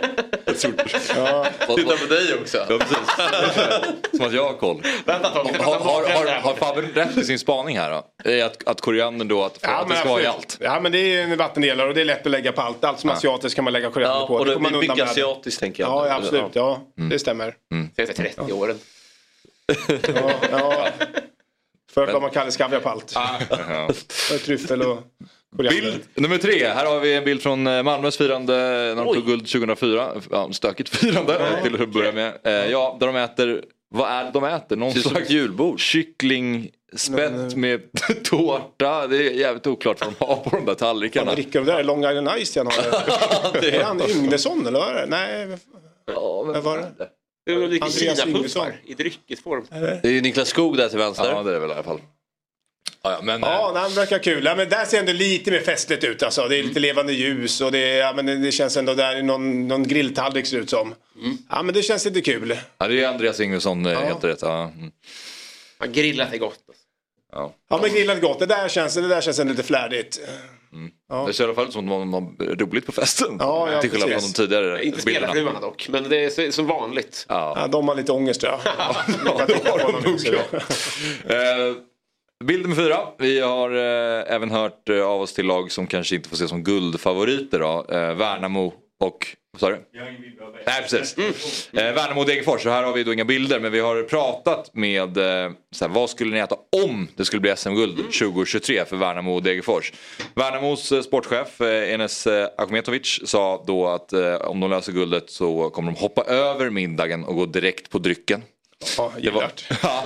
[SPEAKER 5] Ja. Titta på dig också.
[SPEAKER 4] Ja, precis. Som att jag har koll.
[SPEAKER 6] Vänta, Tom,
[SPEAKER 4] har, har, har, har Fabben rätt i sin spaning här då? Att, att koriander då, att,
[SPEAKER 13] ja,
[SPEAKER 4] att det ska vara i allt?
[SPEAKER 13] Ja, men det är en vattendelare och det är lätt att lägga på allt. Allt som är ja. asiatiskt kan man lägga koriander
[SPEAKER 5] ja,
[SPEAKER 13] på.
[SPEAKER 5] Och det,
[SPEAKER 13] det
[SPEAKER 5] blir mycket asiatiskt tänker jag.
[SPEAKER 13] Ja, absolut. Ja, mm. det stämmer.
[SPEAKER 6] Mm. Det är trettio åren.
[SPEAKER 13] Ja, ja. Förut var man kallar skavja på allt.
[SPEAKER 4] Ja.
[SPEAKER 13] Tryffel och
[SPEAKER 4] bild nummer tre. Här har vi en bild från Malmös firande när de tog guld tjugohundrafyra. Ja, stökigt firande ja. Till att börja med. Ja, där de äter, vad är det de äter? Någon slags julbord. Kyckling, spett med tårta. Det är jävligt oklart vad de har på de där tallrikarna.
[SPEAKER 13] Vad dricker de där? Long Island Ice igen har det. Är han Yngvesson eller vad är det? Nej,
[SPEAKER 5] ja,
[SPEAKER 13] vad var det?
[SPEAKER 6] Det är lite Kina-puffar i dryckesform.
[SPEAKER 5] Det är ju Niklas Skog där till vänster.
[SPEAKER 4] Ja, det är det väl i alla fall.
[SPEAKER 13] Ja, ja, men, ja det verkar kul. Ja, men där ser ändå lite mer festligt ut. Alltså. Det är lite levande ljus och det, ja, men det känns ändå där någon, någon grilltallrik ser ut som. Mm. Ja, men det känns lite kul.
[SPEAKER 4] Ja, det är Andreas Yngvesson ja. Helt rätt. Ja. Mm.
[SPEAKER 6] Ja, grillat är gott.
[SPEAKER 4] Ja.
[SPEAKER 13] Ja, men grillat är gott. Det där känns, det där känns lite flärdigt.
[SPEAKER 4] Mm. Ja. Det ser i alla fall ut som att man har roligt på festen.
[SPEAKER 13] Ja, ja,
[SPEAKER 4] till skillnad från de tidigare
[SPEAKER 6] inte spelarfruarna dock, men det är så, så vanligt.
[SPEAKER 13] Ja. Ja, de har lite ångest tror jag.
[SPEAKER 4] Ja, då har de nog uh, bild nummer fyra. Vi har uh, även hört uh, av oss till lag som kanske inte får se som guldfavoriter då. Uh, Värnamo och... Vad sa du? Nej, precis. Mm. Eh, Värnamo och Degerfors. Så här har vi då inga bilder. Men vi har pratat med eh, såhär, vad skulle ni äta om det skulle bli S M-guld mm. tjugohundratjugotre för Värnamo och Degerfors. Värnamos eh, sportchef eh, Enes eh, Akhmetovic sa då att eh, om de löser guldet så kommer de hoppa över middagen och gå direkt på drycken.
[SPEAKER 13] Ja, gillart.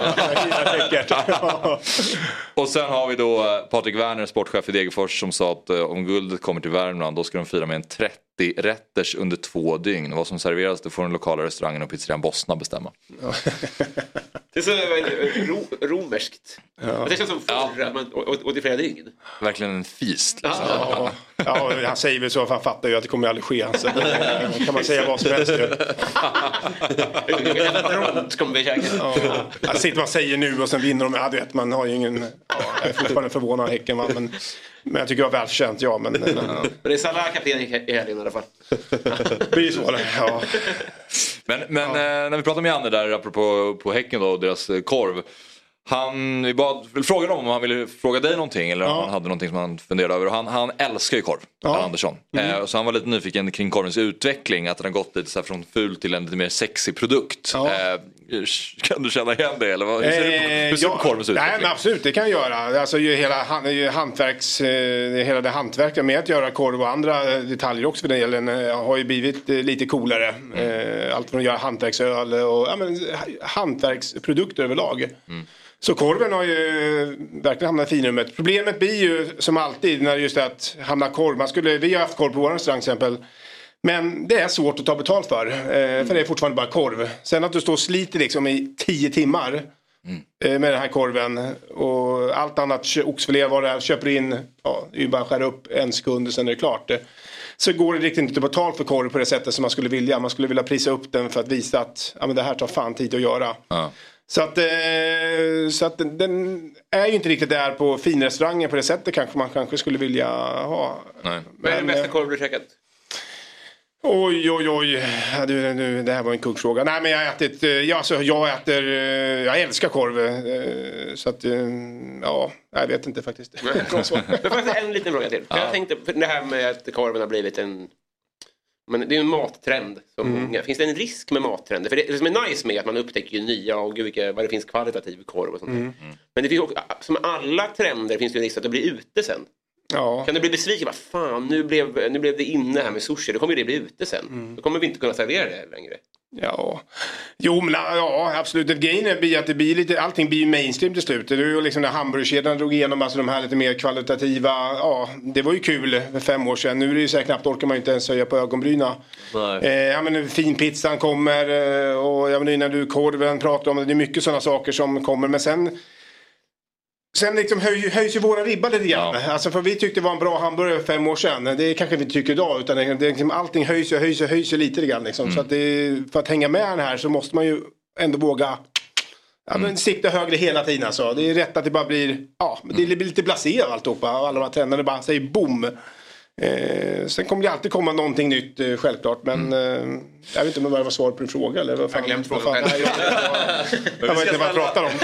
[SPEAKER 4] Och sen har vi då Patrik Werner, sportchef i Degerfors, som sa att om guldet kommer till Värmland då ska de fira med en trettio rätters under två dygn. Vad som serveras det får den lokala restaurangen och pizzerian Bosna bestämma.
[SPEAKER 6] Det är så ro, romerskt. Ja. Det känns som förr ja. Att man åt i flera dygn.
[SPEAKER 4] Verkligen en feast.
[SPEAKER 13] Liksom. Ja. Ja, han säger väl så, för han fattar ju att det kommer aldrig ske. Så det kan man säga vad som helst. Ja, sitter man säger nu och sen vinner de. Ja, du vet, man har ju ingen... Ja, jag är fortfarande förvånad av Häcken, va? Men, men jag tycker det var välkänt, ja. Men, men,
[SPEAKER 6] ja. Men det är Salah kapten i helgen i alla fall.
[SPEAKER 13] Det blir så, ja.
[SPEAKER 4] Men, men ja. När vi pratar med Janne där, apropå på Häcken då, och deras korv. Han, vi bad, frågade om han ville fråga dig någonting eller om ja. Han hade någonting som han funderade över. Och han, han älskar ju korv, ja. Andersson. Mm. Eh, så han var lite nyfiken kring korvens utveckling. Att den har gått lite så här från ful till en lite mer sexig produkt. Ja. Eh, kan du känna igen det? Eller vad, hur ser du på, hur ser ja, på korvens utveckling?
[SPEAKER 13] Nej, men absolut, det kan jag göra. Alltså hela, hantverks, hela det hantverket med att göra korv och andra detaljer också för den delen har ju blivit lite coolare. Mm. Allt från att göra hantverksöl och ja, men, hantverksprodukter överlag. Mm. Så korven har ju verkligen hamnat i finrummet. Problemet blir ju som alltid när just det att hamna korv. Man skulle, vi har haft korv på vår restaurang till exempel. Men det är svårt att ta betalt för. Eh, för det är fortfarande bara korv. Sen att du står och sliter liksom i tio timmar mm. eh, med den här korven. Och allt annat, oxfilé, vad det är, köper in. Ja, det är ju bara att skära upp en sekund och sen är det klart. Så går det riktigt inte att betalt för korv på det sättet som man skulle vilja. Man skulle vilja prisa upp den för att visa att ja, men det här tar fan tid att göra. Ja. Så att, eh, så att den, den är ju inte riktigt där på finrestauranger på det sättet kanske man kanske skulle vilja ha.
[SPEAKER 6] Nej. Vad är den bästa korv du käkat?
[SPEAKER 13] Oj, oj, oj. Ja, du, du, det här var en kuggfråga. Nej, men jag har ätit, ja, alltså, jag äter, jag älskar korv. Så att, ja, jag vet inte faktiskt.
[SPEAKER 6] Men faktiskt en liten fråga till. För ja. Jag tänkte, för det här med att korven har blivit en... Men det är ju en mattrend. Som mm. många. Finns det en risk med mattrender? För det, det som är nice med att man upptäcker ju nya och gud, vilka, vad det finns kvalitativ korv och sånt mm. där. Men det finns också, som alla trender finns det ju en risk att det blir ute sen. Ja. Kan du bli besviken? Vad fan, nu blev, nu blev det inne här med sushi. Då kommer det bli ute sen. Mm. Då kommer vi inte kunna servera det längre.
[SPEAKER 13] Ja, jo men ja, absolut. Grejen blir att det blir lite, allting blir mainstream till slut. Det är ju liksom när hamburgerkedjan drog igenom alltså de här lite mer kvalitativa, ja, det var ju kul för fem år sedan. Nu är det ju så här knappt orkar man ju inte ens höja på ögonbryna. Eh, ja men finpizzan kommer och ja men när du korven pratar om det, det är mycket sådana saker som kommer. Men sen sen liksom höj, höjs ju våra ribbar lite grann. Ja. Alltså för vi tyckte det var en bra hamburgare för fem år sedan. Det kanske vi tycker idag. Utan det, det, liksom, allting höjs och höjs och höjs lite grann. Liksom. Mm. Så att det, för att hänga med den här så måste man ju ändå våga ja, men sikta högre hela tiden. Alltså. Det är rätt att det bara blir, ja, det blir lite blasé av alltihopa. Alla de här trenderna bara säger boom. Eh, sen kommer det alltid komma någonting nytt eh, självklart. Men mm. eh, jag vet inte om det var svar på din fråga. Eller vad fan,
[SPEAKER 6] jag glömt frågan
[SPEAKER 13] vad fan, nej, jag, jag vet inte vad jag pratar om.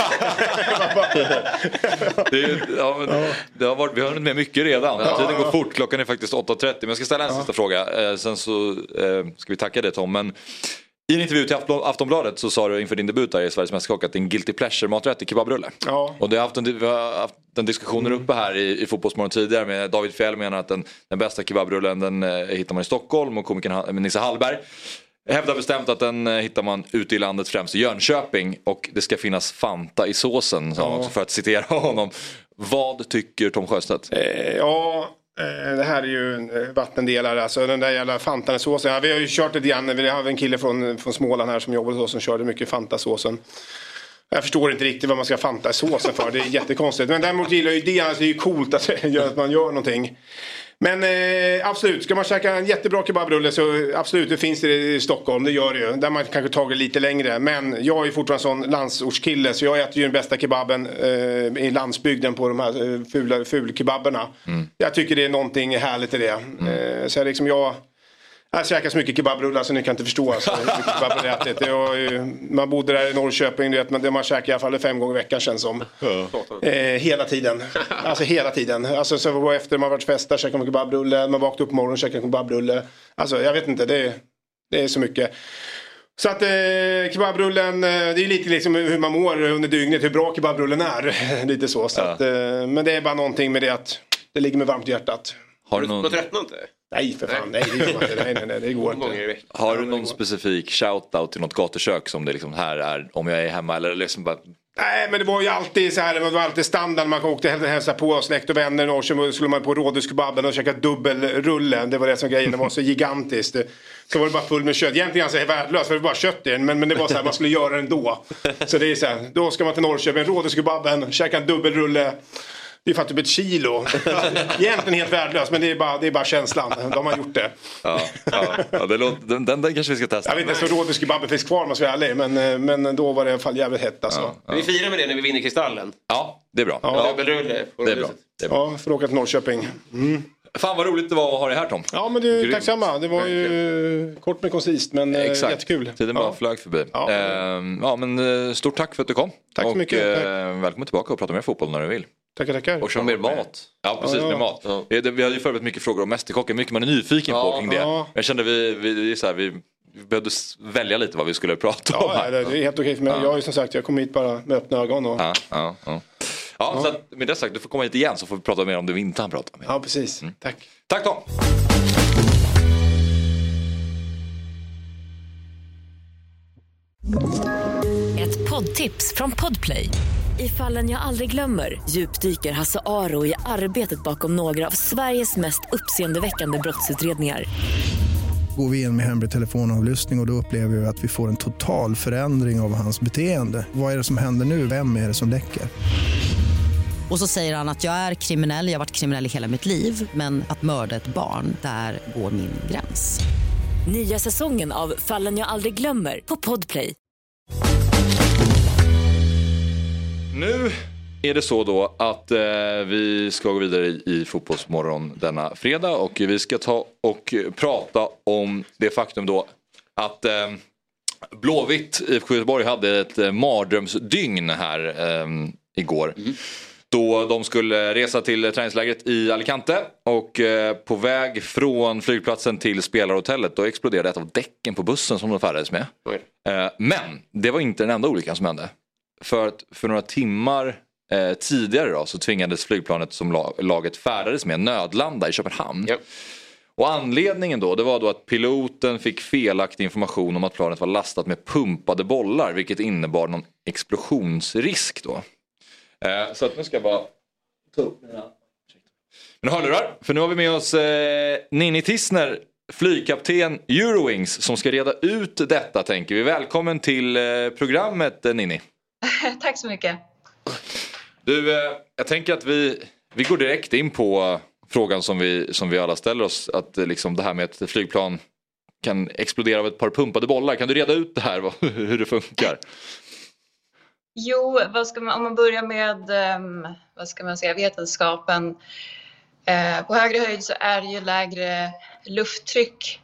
[SPEAKER 4] det är, ja, men, det har varit, vi har hunnit med mycket redan. Ja, Tiden går fort, klockan är faktiskt åtta trettio. Men jag ska ställa en ja. sista fråga. Eh, sen så eh, ska vi tacka dig Tom. Men i en intervju till Aftonbladet så sa du inför din debut där i Sveriges Mästerskap att din guilty pleasure maträtt är kebabrulle. Ja. Och det har haft en, vi har haft den diskussionen uppe här i, i Fotbollsmorgon tidigare med David Fjell menar att den, den bästa kebabrullen den eh, hittar man i Stockholm och komikern Nisse Hallberg hävdar bestämt att den eh, hittar man ute i landet främst i Jönköping och det ska finnas Fanta i såsen ja. också, för att citera honom. Vad tycker Tom Sjöstedt?
[SPEAKER 13] Eh, ja... Det här är ju en vattendelare, alltså den där jävla Fantasåsen. Ja, vi har ju kört lite grann, vi har en kille från, från Småland här som jobbade hos oss som körde mycket Fantasåsen. Jag förstår inte riktigt vad man ska Fantasåsen för, det är jättekonstigt. Men däremot gillar jag ju det, alltså det är ju coolt att, att man gör någonting. Men eh, absolut, ska man käka en jättebra kebabrulle så absolut, det finns det i Stockholm, det gör det ju. Där man kanske tagit lite längre. Men jag är ju fortfarande sån landsortskille så jag äter ju den bästa kebaben eh, i landsbygden på de här eh, fula, fulkebaberna. Mm. Jag tycker det är någonting härligt i det. Mm. Eh, så jag liksom jag... Jag käkar så mycket kebabrullar så ni kan inte förstå alltså, hur mycket kebab jag ätit. Det var ju, man bodde där i Norrköping, det, man, det man käkar i alla fall fem gånger i veckan känns som. Eh, hela tiden. Alltså hela tiden. Alltså så var efter man varit festa käkar man kebabrulle, man vaknade upp på morgonen och käkar kebabrulle. Alltså jag vet inte, det, det är så mycket. Så att eh, kebabrullen, det är lite liksom hur man mår under dygnet, hur bra kebabrullen är. Lite så. så ja. att, eh, men det är bara någonting med det att det ligger med varmt i hjärtat.
[SPEAKER 4] Har du någon...
[SPEAKER 6] Du tröttnar inte?
[SPEAKER 13] Nej för fan, nej det går inte, nej, nej, nej, det går inte.
[SPEAKER 4] Har du någon specifik shoutout till något gatukök som det liksom här är om jag är hemma eller liksom bara...
[SPEAKER 13] Nej men det var ju alltid så här, det var alltid standard, man åkte hem och hälsade på släkt och vänner och så skulle man på rådhuskebaben och käka dubbelrulle, det var det som grejen, det var så gigantiskt. Så var det bara full med kött, egentligen så är det värdelöst för det var bara kött i den, men, men det var så här, man skulle göra det ändå. Så det är så här, då ska man till Norrköping, rådhuskebaben, käka en dubbelrulle. Det är för att typ ett kilo. Egentligen helt värdelöst, men det är bara, det är bara känslan. De har gjort det.
[SPEAKER 4] Ja, ja, ja det låter, den, den, den kanske vi ska testa.
[SPEAKER 13] Jag vet inte, så rådhuskebaben finns kvar, man ska vara ärlig. Men, men då var det i alla fall jävligt hett. Alltså. Ja,
[SPEAKER 6] ja. Vi firar med det när vi vinner Kristallen.
[SPEAKER 4] Ja, det är bra.
[SPEAKER 13] Ja,
[SPEAKER 4] ja.
[SPEAKER 13] Det,
[SPEAKER 4] det, är bra. Det är bra.
[SPEAKER 13] Ja, för att åka till Norrköping. Mm.
[SPEAKER 4] Fan vad roligt det var att ha dig här Tom.
[SPEAKER 13] Ja men du, tack samma. Det var ju kort men koncist men Exakt. jättekul.
[SPEAKER 4] Tiden bara ja. flög förbi. Ja. Ehm, ja men stort tack för att du kom.
[SPEAKER 13] Tack så
[SPEAKER 4] och,
[SPEAKER 13] mycket.
[SPEAKER 4] Eh, välkommen tillbaka och prata mer fotboll när du vill.
[SPEAKER 13] Tackar, tackar.
[SPEAKER 4] Och mer mat. Ja, precis, ja, mer mat. Ja. Vi hade ju förberett mycket frågor om Mästerkocken. Mycket man är nyfiken ja, på kring det. Ja. Jag kände vi, vi, vi, så här, vi behövde välja lite vad vi skulle prata
[SPEAKER 13] ja,
[SPEAKER 4] om.
[SPEAKER 13] Ja, det är helt okej för mig. Ja. Jag har ju som sagt, jag kom hit bara med öppna ögon. Och...
[SPEAKER 4] Ja, ja, ja. ja, ja. Så att, med det sagt, du får komma hit igen så får vi prata mer om det vi inte han pratar med.
[SPEAKER 13] Ja, precis. Mm. Tack.
[SPEAKER 4] Tack Tom.
[SPEAKER 8] Ett poddtips från Podplay. I Fallen jag aldrig glömmer djupdyker Hasse Aro i arbetet bakom några av Sveriges mest uppseendeväckande brottsutredningar.
[SPEAKER 14] Går vi in med hemlig telefonavlyssning och, och då upplever vi att vi får en total förändring av hans beteende. Vad är det som händer nu? Vem är det som läcker?
[SPEAKER 15] Och så säger han att jag är kriminell, jag har varit kriminell i hela mitt liv. Men att mörda ett barn, där går min gräns.
[SPEAKER 8] Nya säsongen av Fallen jag aldrig glömmer på Podplay.
[SPEAKER 4] Nu är det så då att eh, vi ska gå vidare i, i Fotbollsmorgon denna fredag. Och vi ska ta och prata om det faktum då att eh, Blåvitt i Göteborg hade ett eh, mardrömsdygn här eh, igår. Mm. Då de skulle resa till träningslägret i Alicante och eh, på väg från flygplatsen till spelarhotellet då exploderade ett av däcken på bussen som de färdades med. Eh, men det var inte den enda olyckan som hände. För att för några timmar eh, tidigare då, så tvingades flygplanet som lag, laget färdades med nödlanda i Köpenhamn. Yep. Och anledningen då, det var då att piloten fick felaktig information om att planet var lastat med pumpade bollar, vilket innebar någon explosionsrisk då. Eh, så att nu ska jag bara ta upp mina Men hörlurar, för nu har vi med oss eh, Ninni Tissner, flygkapten Eurowings, som ska reda ut detta, tänker vi. Välkommen till eh, programmet, Ninni.
[SPEAKER 16] Tack så mycket.
[SPEAKER 4] Du, eh, jag tänker att vi, vi går direkt in på frågan som vi, som vi alla ställer oss. Att eh, liksom det här med ett flygplan kan explodera av ett par pumpade bollar. Kan du reda ut det här, vad, hur det funkar?
[SPEAKER 16] Jo, vad ska man, om man börjar med um, vad ska man säga, vetenskapen. Uh, på högre höjd så är det ju lägre lufttryck.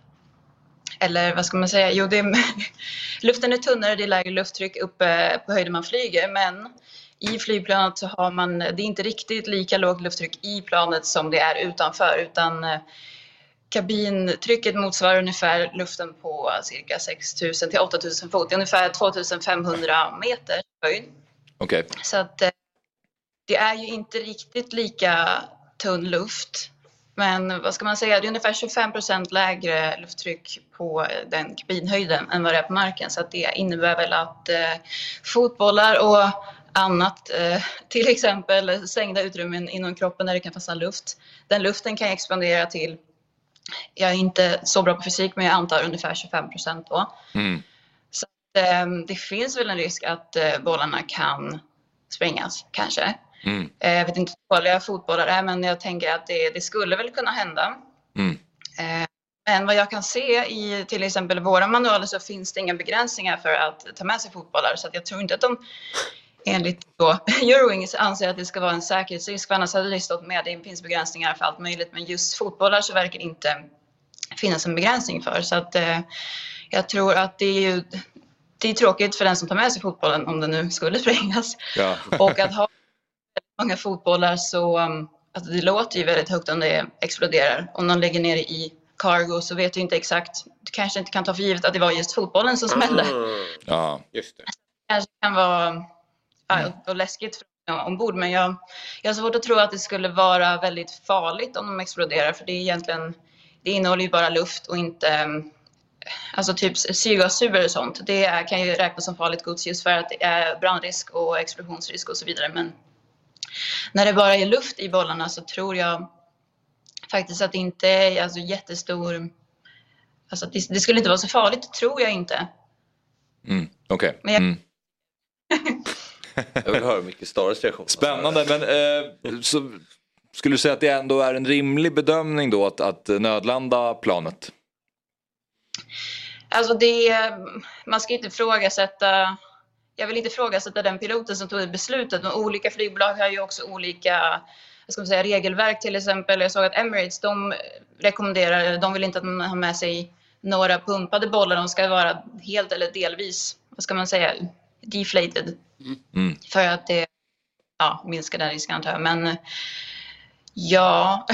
[SPEAKER 16] Eller vad ska man säga? Jo, det är, luften är tunnare, det är lägre lufttryck uppe på höjden man flyger. Men i flygplanet så har man, det är inte riktigt lika lågt lufttryck i planet som det är utanför. Utan uh, kabintrycket motsvarar ungefär luften på cirka sex tusen till åtta tusen fot. Det är ungefär två tusen femhundra meter höjd.
[SPEAKER 4] Okej. Okay.
[SPEAKER 16] Så att det är ju inte riktigt lika tunn luft. Men vad ska man säga, det är ungefär tjugofem procent lägre lufttryck på den kabinhöjden än vad det är på marken. Så att det innebär väl att eh, fotbollar och annat, eh, till exempel stängda utrymmen inom kroppen där det kan fastna luft. Den luften kan expandera till, jag är inte så bra på fysik men jag antar ungefär tjugofem procent då. Mm. Så att, eh, det finns väl en risk att eh, bollarna kan sprängas kanske. Mm. Eh, jag vet inte hur farliga fotbollar är men jag tänker att det, det skulle väl kunna hända. Mm. Eh, men vad jag kan se i till exempel våra manualer så finns det inga begränsningar för att ta med sig fotbollar. Så att jag tror inte att de enligt då Eurowings anser att det ska vara en säkerhetsrisk. För annars hade det stått med, det finns begränsningar för allt möjligt. Men just fotbollar så verkar det inte finnas en begränsning för. Så att eh, jag tror att det är ju det är tråkigt för den som tar med sig fotbollen om den nu skulle sprängas. Ja. Och att ha många fotbollar så um, alltså det låter ju väldigt högt om det exploderar. Om någon lägger ner i cargo så vet du inte exakt. Du kanske inte kan ta för givet att det var just fotbollen som smällde.
[SPEAKER 6] Mm. Ja, just det.
[SPEAKER 16] Det kanske kan vara ja, och läskigt ombord. Men jag, jag har svårt att tro att det skulle vara väldigt farligt om de exploderar. För det är egentligen, det innehåller ju bara luft och inte alltså typ syrgassuper och sånt. Det är, kan ju räknas som farligt gods just för att det är brandrisk och explosionsrisk och så vidare. Men när det bara är luft i bollarna så tror jag faktiskt att det inte är alltså jättestor, alltså det, det skulle inte vara så farligt, tror jag inte.
[SPEAKER 4] Mm, okej. Okay.
[SPEAKER 5] Jag... Mm. jag vill höra mycket Stars reaktion.
[SPEAKER 4] Spännande, men eh, så skulle du säga att det ändå är en rimlig bedömning då att, att nödlanda planet?
[SPEAKER 16] Alltså det, man ska inte ifrågasätta, jag vill inte ifrågasätta den piloten som tog det beslutet. Men olika flygbolag har ju också olika, jag ska säga, regelverk. Till exempel, jag såg att Emirates, de rekommenderar, de vill inte att man har med sig några pumpade bollar. De ska vara helt eller delvis, vad ska man säga, deflated. Mm. För att det ja, minskar den risken antar jag. Men ja,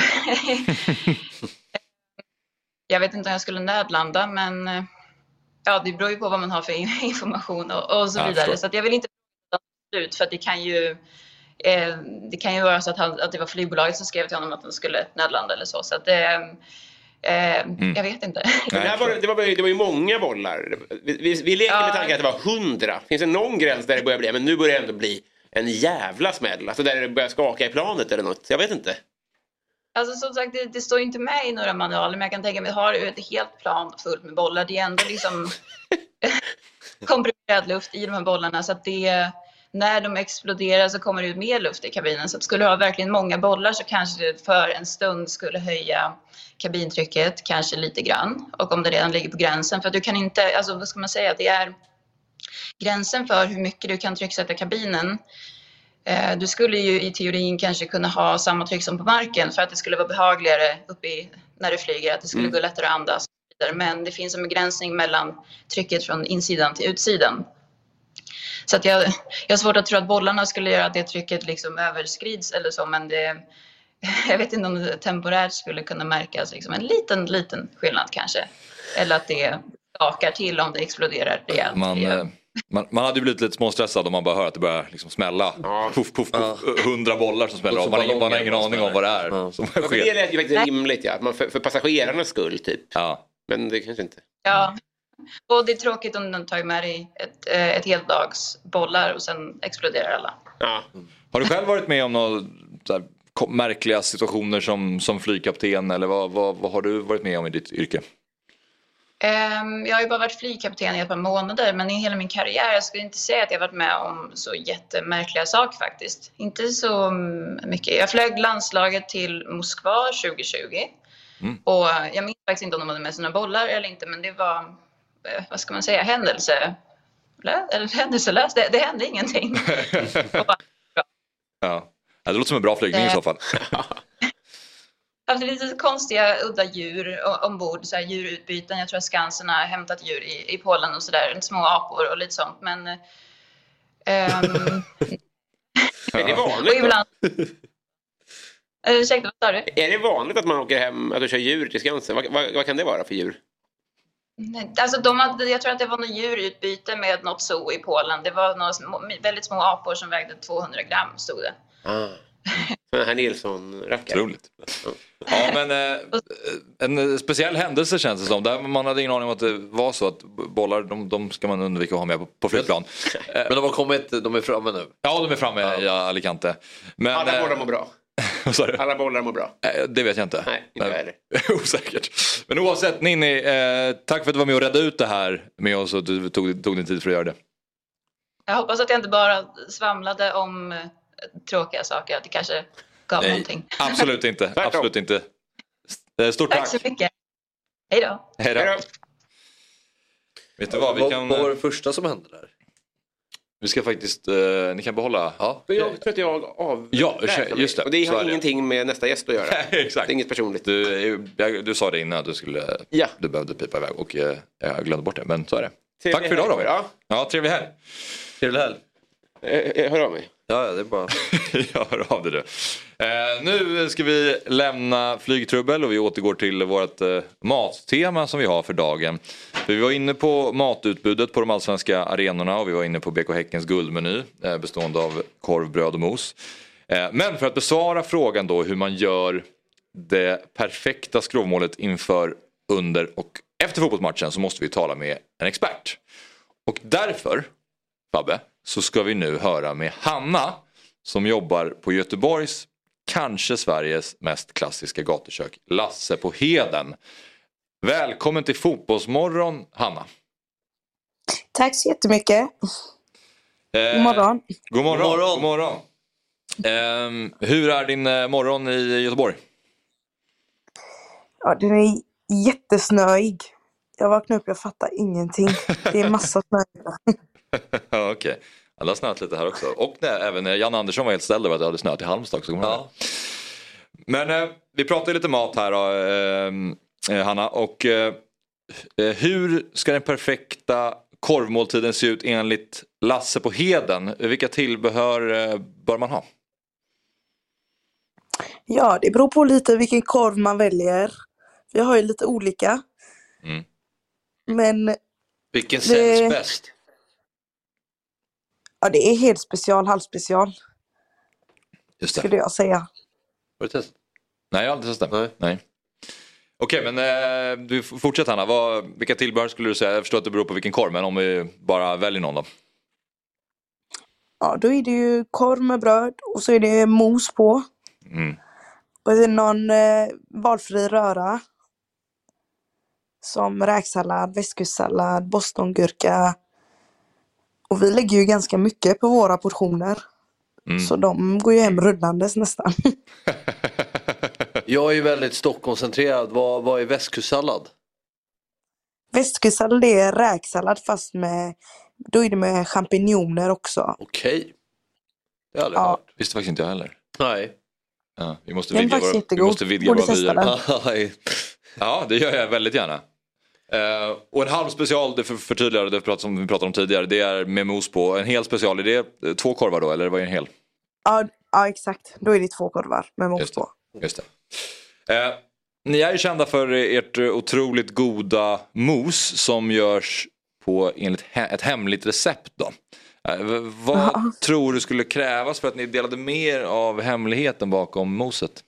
[SPEAKER 16] jag vet inte om jag skulle nödlanda, men ja, det beror ju på vad man har för information och, och så vidare. Så att jag vill inte ut för att det kan ju eh, det kan ju vara så att, han, att det var flygbolaget som skrev till honom att han skulle nödlanda eller så. Så att det eh, mm. jag vet inte.
[SPEAKER 6] Men det, här var, det, var, det var ju många bollar. Vi, vi, vi leker med tanken att det var hundra. Finns det någon gräns där det börjar bli, men nu börjar det ändå bli en jävla smäll. Alltså där det börjar skaka i planet eller något. Jag vet inte.
[SPEAKER 16] Alltså som sagt, det, det står inte med i några manualer, men jag kan tänka mig att har du ett helt plan fullt med bollar, det är ändå liksom komprimerad luft i de här bollarna, så att det, när de exploderar så kommer det ut mer luft i kabinen. Så att skulle du ha verkligen många bollar så kanske det för en stund skulle höja kabintrycket, kanske lite grann, och om det redan ligger på gränsen, för att du kan inte, alltså vad ska man säga, det är gränsen för hur mycket du kan trycksätta kabinen. Du skulle ju i teorin kanske kunna ha samma tryck som på marken för att det skulle vara behagligare uppe i, när du flyger, att det skulle mm. gå lättare att andas. Men det finns en begränsning mellan trycket från insidan till utsidan. Så att jag, jag har svårt att tro att bollarna skulle göra att det trycket liksom överskrids eller så, men det, jag vet inte om det temporärt skulle kunna märkas liksom en liten, liten skillnad kanske. Eller att det skakar till om det exploderar rejält.
[SPEAKER 4] Man, eh, man, man hade ju blivit lite småstressad om man bara hör att det börjar liksom smälla. Ja. Puff, puff, puff, ja. Hundra bollar som smäller av. Man, man har ingen aning om vad det är. Ja. Som
[SPEAKER 6] ja, sker. Det är ju faktiskt rimligt, ja. Man för, för passagerarnas skull typ. Ja. Men det kanske inte.
[SPEAKER 16] Ja, och det är tråkigt om den tar med dig ett, ett helt dags bollar och sen exploderar alla.
[SPEAKER 6] Ja.
[SPEAKER 4] Har du själv varit med om några så här märkliga situationer som, som flygkapten, eller vad, vad, vad har du varit med om i ditt yrke?
[SPEAKER 16] Um, jag har ju bara varit flygkapten i ett par månader, men i hela min karriär jag skulle inte säga att jag varit med om så jättemärkliga saker faktiskt. Inte så mycket. Jag flög landslaget till Moskva tjugo tjugo. Mm. Och jag minns faktiskt inte om de hade med sina bollar eller inte, men det var, vad ska man säga, händelse eller händelselöst. Det, det hände ingenting.
[SPEAKER 4] Ja, det låter som en bra flygning i så fall.
[SPEAKER 16] Alltså lite konstiga, udda djur ombord, så här djurutbyten. Jag tror att Skansen har hämtat djur i, i Polen och sådär, små apor och lite sånt. Men um,
[SPEAKER 6] är det vanligt?
[SPEAKER 16] Ibland... Ursäkta, vad sa du?
[SPEAKER 6] Är det vanligt att man åker hem, att du kör djur till Skansen? Vad, vad, vad kan det vara för djur?
[SPEAKER 16] Alltså de hade, jag tror att det var något djurutbyte med något zoo i Polen. Det var några små, väldigt små apor som vägde tvåhundra gram, stod det.
[SPEAKER 6] Ah. Den här Nilsson-rackare.
[SPEAKER 4] Otroligt. Ja, men eh, en speciell händelse känns det som. Där man hade ingen aning om att det var så att bollar, de, de ska man undvika att ha med på, på flygplan.
[SPEAKER 5] Men de har kommit, de är framme nu.
[SPEAKER 4] Ja, de är framme ja. i Alicante. Men,
[SPEAKER 6] alla bollar mår bra. Alla bollar mår bra.
[SPEAKER 4] Det vet jag inte.
[SPEAKER 6] Nej, inte heller.
[SPEAKER 4] Osäkert. Men oavsett, Ninni, eh, tack för att du var med och redde ut det här med oss och du tog, tog din tid för att göra det.
[SPEAKER 16] Jag hoppas att jag inte bara svamlade om tråkiga saker, att det kanske gav
[SPEAKER 4] Nej,
[SPEAKER 16] någonting.
[SPEAKER 4] Absolut inte. absolut inte. Stort
[SPEAKER 16] tack.
[SPEAKER 4] Tack
[SPEAKER 16] så mycket. Hej då.
[SPEAKER 4] Hej då. Vet du vad, vi kan...
[SPEAKER 5] Vad var det första som hände där?
[SPEAKER 4] Vi ska faktiskt, eh, ni kan behålla...
[SPEAKER 6] Ja, för jag tror att jag av...
[SPEAKER 4] Ja, just det.
[SPEAKER 6] Och det har ingenting det. med nästa gäst att göra.
[SPEAKER 4] Exakt.
[SPEAKER 6] Det är inget personligt.
[SPEAKER 4] Du, jag, du sa det innan att du skulle...
[SPEAKER 6] Ja.
[SPEAKER 4] Du behövde pipa iväg och eh, jag glömde bort det, men så är det.
[SPEAKER 6] Trevlig
[SPEAKER 4] Tack för idag, Robin.
[SPEAKER 6] Ja.
[SPEAKER 4] ja, trevlig helg.
[SPEAKER 5] Trevlig helg.
[SPEAKER 6] Eh, hör av mig.
[SPEAKER 5] Ja, ja, det är bara...
[SPEAKER 4] jag hör av det du. Eh, nu ska vi lämna flygtrubbel och vi återgår till vårt eh, mattema som vi har för dagen. För vi var inne på matutbudet på de allsvenska arenorna och vi var inne på B K Häckens guldmeny eh, bestående av korv, bröd och mos. Eh, men för att besvara frågan då hur man gör det perfekta skrovmålet inför, under och efter fotbollsmatchen så måste vi tala med en expert. Och därför, Fabbe, så ska vi nu höra med Hanna som jobbar på Göteborgs, kanske Sveriges mest klassiska gatukök, Lasse på Heden. Välkommen till Fotbollsmorgon, Hanna.
[SPEAKER 17] Tack så jättemycket.
[SPEAKER 4] Eh,
[SPEAKER 17] god morgon.
[SPEAKER 4] God morgon. God morgon. God morgon. Eh, hur är din eh, morgon i Göteborg?
[SPEAKER 17] Ja, den är jättesnöig. Jag vaknade upp, jag fattar ingenting. Det är massa snö.
[SPEAKER 4] Okej. Okay. Alla har snöat lite här också. Och nej, även Jan Andersson var helt ställd över att det hade snöat i Halmstad. Så ja. Men eh, vi pratar lite mat här då, eh, Hanna. Och eh, hur ska den perfekta korvmåltiden se ut enligt Lasse på Heden? Vilka tillbehör eh, bör man ha?
[SPEAKER 17] Ja, det beror på lite vilken korv man väljer. Vi har ju lite olika.
[SPEAKER 4] Mm.
[SPEAKER 17] Men...
[SPEAKER 5] Vilken säljs det... bäst?
[SPEAKER 17] Ja, det är helt special, halvspecial.
[SPEAKER 4] Just det.
[SPEAKER 17] Skulle jag säga.
[SPEAKER 5] Har du testat?
[SPEAKER 4] Nej, jag har aldrig testat. Nej. Nej. Okej, men eh, du fortsätter Hanna. Vad, vilka tillbehör skulle du säga? Jag förstår att det beror på vilken korv, men om vi bara väljer någon då?
[SPEAKER 17] Ja, då är det ju korv med bröd och så är det mos på.
[SPEAKER 4] Mm.
[SPEAKER 17] Och det är någon eh, valfri röra. Som räksallad, västkustsallad, bostongurka. Och vi lägger ju ganska mycket på våra portioner. Mm. Så de går ju hem rullandes nästan.
[SPEAKER 5] Jag är ju väldigt stockkoncentrerad. Vad, vad är västkustsallad?
[SPEAKER 17] Västkustsallad är räksallad fast med... Då är det med champinjoner också.
[SPEAKER 5] Okej. Det har jag aldrig
[SPEAKER 17] ja.
[SPEAKER 5] hört.
[SPEAKER 4] Visste faktiskt inte jag heller.
[SPEAKER 5] Nej.
[SPEAKER 4] Ja, vi måste vidga våra, vi måste vidga våra vyer. Ja, det gör jag väldigt gärna. Uh, och en halv special, det för, förtydligare det pratar, som vi pratade om tidigare, det är med mos på. En hel special, är det två korvar då eller vad är en hel?
[SPEAKER 17] Ja, ja exakt, då är det två korvar med mos
[SPEAKER 4] just det,
[SPEAKER 17] på.
[SPEAKER 4] Just det. Uh, ni är ju kända för ert otroligt goda mos som görs på enligt he- ett hemligt recept då. Uh, vad ja. tror du skulle krävas för att ni delade mer av hemligheten bakom moset?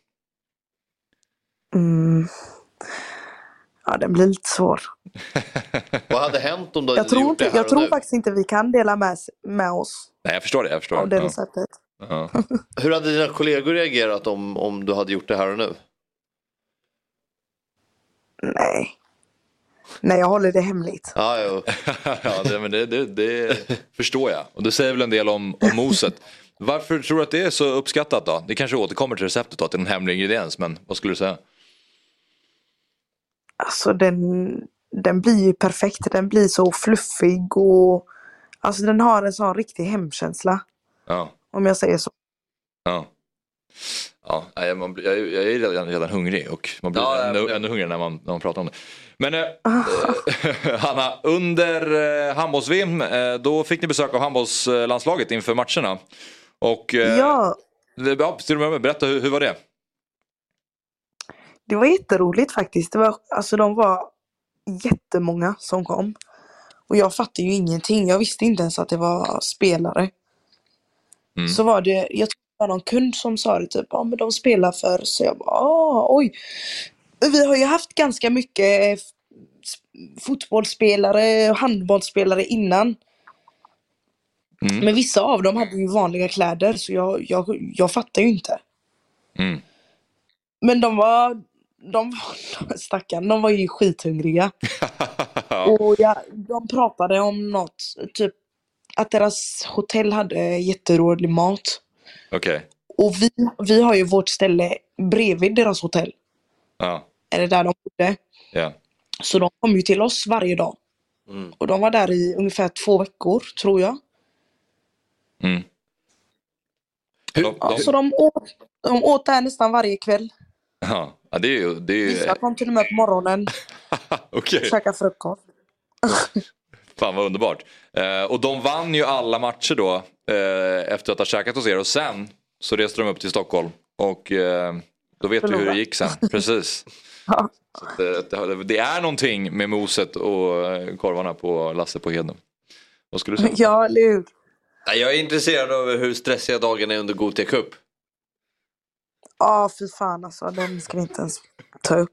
[SPEAKER 17] Mm. Ja, den blir lite svår.
[SPEAKER 5] Vad hade hänt om du
[SPEAKER 17] jag
[SPEAKER 5] hade
[SPEAKER 17] tror
[SPEAKER 5] gjort
[SPEAKER 17] inte,
[SPEAKER 5] det här
[SPEAKER 17] Jag tror
[SPEAKER 5] nu?
[SPEAKER 17] faktiskt inte vi kan dela med, med oss.
[SPEAKER 4] Nej, jag förstår det. Jag förstår
[SPEAKER 17] av det
[SPEAKER 4] ja.
[SPEAKER 17] receptet.
[SPEAKER 4] Ja.
[SPEAKER 5] Hur hade dina kollegor reagerat om, om du hade gjort det här och nu?
[SPEAKER 17] Nej. Nej, jag håller det hemligt.
[SPEAKER 5] Ja, jo.
[SPEAKER 4] ja det, men det, det, det förstår jag. Och det säger väl en del om, om moset. Varför tror du att det är så uppskattat då? Det kanske återkommer till receptet då, till en hemlig ingrediens. Men vad skulle du säga?
[SPEAKER 17] Alltså den, den blir ju perfekt. Den blir så fluffig och alltså den har en sån riktig hemkänsla.
[SPEAKER 4] Ja.
[SPEAKER 17] Om jag säger så.
[SPEAKER 4] Ja. Ja, jag, man, jag, jag är redan, redan hungrig och man blir
[SPEAKER 5] Ja,
[SPEAKER 4] ännu,
[SPEAKER 5] ja, ja.
[SPEAKER 4] ännu hungrigare när man, när man pratar om det. Men eh, eh, Hanna, under eh, handbolls-V M eh, då fick ni besök av handbollslandslaget inför matcherna. Och eh,
[SPEAKER 17] Ja.
[SPEAKER 4] ja, till och med, berätta, hur, hur var det?
[SPEAKER 17] Det var jätteroligt faktiskt. Det var, alltså de var jättemånga som kom. Och jag fattade ju ingenting. Jag visste inte ens att det var spelare.
[SPEAKER 4] Mm.
[SPEAKER 17] Så var det, jag tror det var någon kund som sa det typ, ja men de spelar för, så jag bara, ah, oj. Vi har ju haft ganska mycket f- fotbollsspelare och handbollsspelare innan.
[SPEAKER 4] Mm.
[SPEAKER 17] Men vissa av dem hade ju vanliga kläder så jag, jag, jag fattar ju inte.
[SPEAKER 4] Mm.
[SPEAKER 17] Men de var, de var, stackarn, de var ju skithungriga. Och ja, de pratade om något, typ att deras hotell hade jätterolig mat.
[SPEAKER 4] Okej. Okay.
[SPEAKER 17] Och vi, vi har ju vårt ställe bredvid deras hotell.
[SPEAKER 4] Ja.
[SPEAKER 17] Eller där de bodde.
[SPEAKER 4] Ja.
[SPEAKER 17] Så de kom ju till oss varje dag.
[SPEAKER 5] Mm.
[SPEAKER 17] Och de var där i ungefär två veckor, tror jag.
[SPEAKER 4] Mm.
[SPEAKER 17] Hur, ja, så de åt, de åt där nästan varje kväll.
[SPEAKER 4] Ja, ja det är ju... Det är ju...
[SPEAKER 17] Vissa kom till och med på morgonen.
[SPEAKER 4] Okej.
[SPEAKER 17] Okay. Käka frukost.
[SPEAKER 4] Fan vad underbart. Eh, och de vann ju alla matcher då eh, efter att ha käkat hos er. Och sen så reste de upp till Stockholm. Och eh, då vet vi hur det gick sen. Precis.
[SPEAKER 17] Ja.
[SPEAKER 4] Så det, det, det är någonting med moset och korvarna på Lasse på Heden. Vad skulle du säga?
[SPEAKER 17] Ja, eller hur?
[SPEAKER 5] Jag är intresserad av hur stressiga dagarna är under Gothia Cup.
[SPEAKER 17] Ja, fy fan alltså. Den ska vi inte ens ta upp.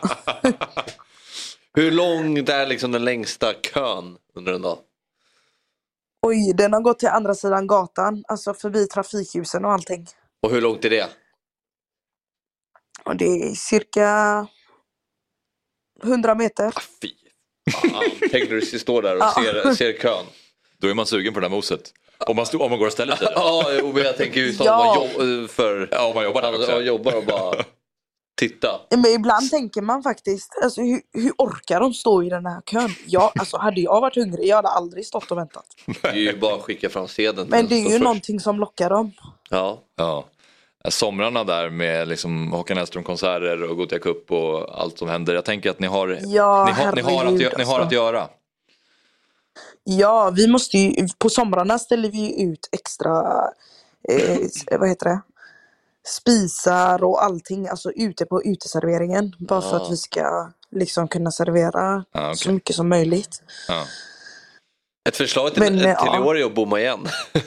[SPEAKER 5] Hur lång är liksom den längsta kön under en dag?
[SPEAKER 17] Oj, den har gått till andra sidan gatan. Alltså förbi trafikljusen och allting.
[SPEAKER 5] Och hur långt är det?
[SPEAKER 17] Och det är cirka hundra meter.
[SPEAKER 5] Ah, fy fan. Tänk när du står där och ser, ser kön.
[SPEAKER 4] Då är man sugen på det där moset. Om man, stod, om man går och ställer sig där.
[SPEAKER 5] Ja, men jag tänker ju
[SPEAKER 17] ja.
[SPEAKER 5] man jobb, för
[SPEAKER 4] ja, om man jobbar där också.
[SPEAKER 5] Ja, jobbar och bara titta.
[SPEAKER 17] Men ibland tänker man faktiskt, alltså, hur, hur orkar de stå i den här kön? Jag, alltså, hade jag varit hungrig, jag hade aldrig stått och väntat.
[SPEAKER 5] Det är ju bara att skicka fram sedeln.
[SPEAKER 17] Men det är ju först. Någonting som lockar dem.
[SPEAKER 5] Ja.
[SPEAKER 4] Ja. Somrarna där med liksom Håkan Hellström-konserter och Gothia Cup och allt som händer. Jag tänker att ni har,
[SPEAKER 17] ja,
[SPEAKER 4] ni har, ni har, att,
[SPEAKER 17] alltså.
[SPEAKER 4] ni har att göra.
[SPEAKER 17] Ja, vi måste ju, på somrarna ställer vi ut extra, eh, vad heter det? Spisar och allting, alltså ute på uteserveringen. Bara ja. För att vi ska liksom kunna servera ah, okay. så mycket som möjligt.
[SPEAKER 4] Ah.
[SPEAKER 5] Ett förslag till, Men, till ja. i år är att bomma igen.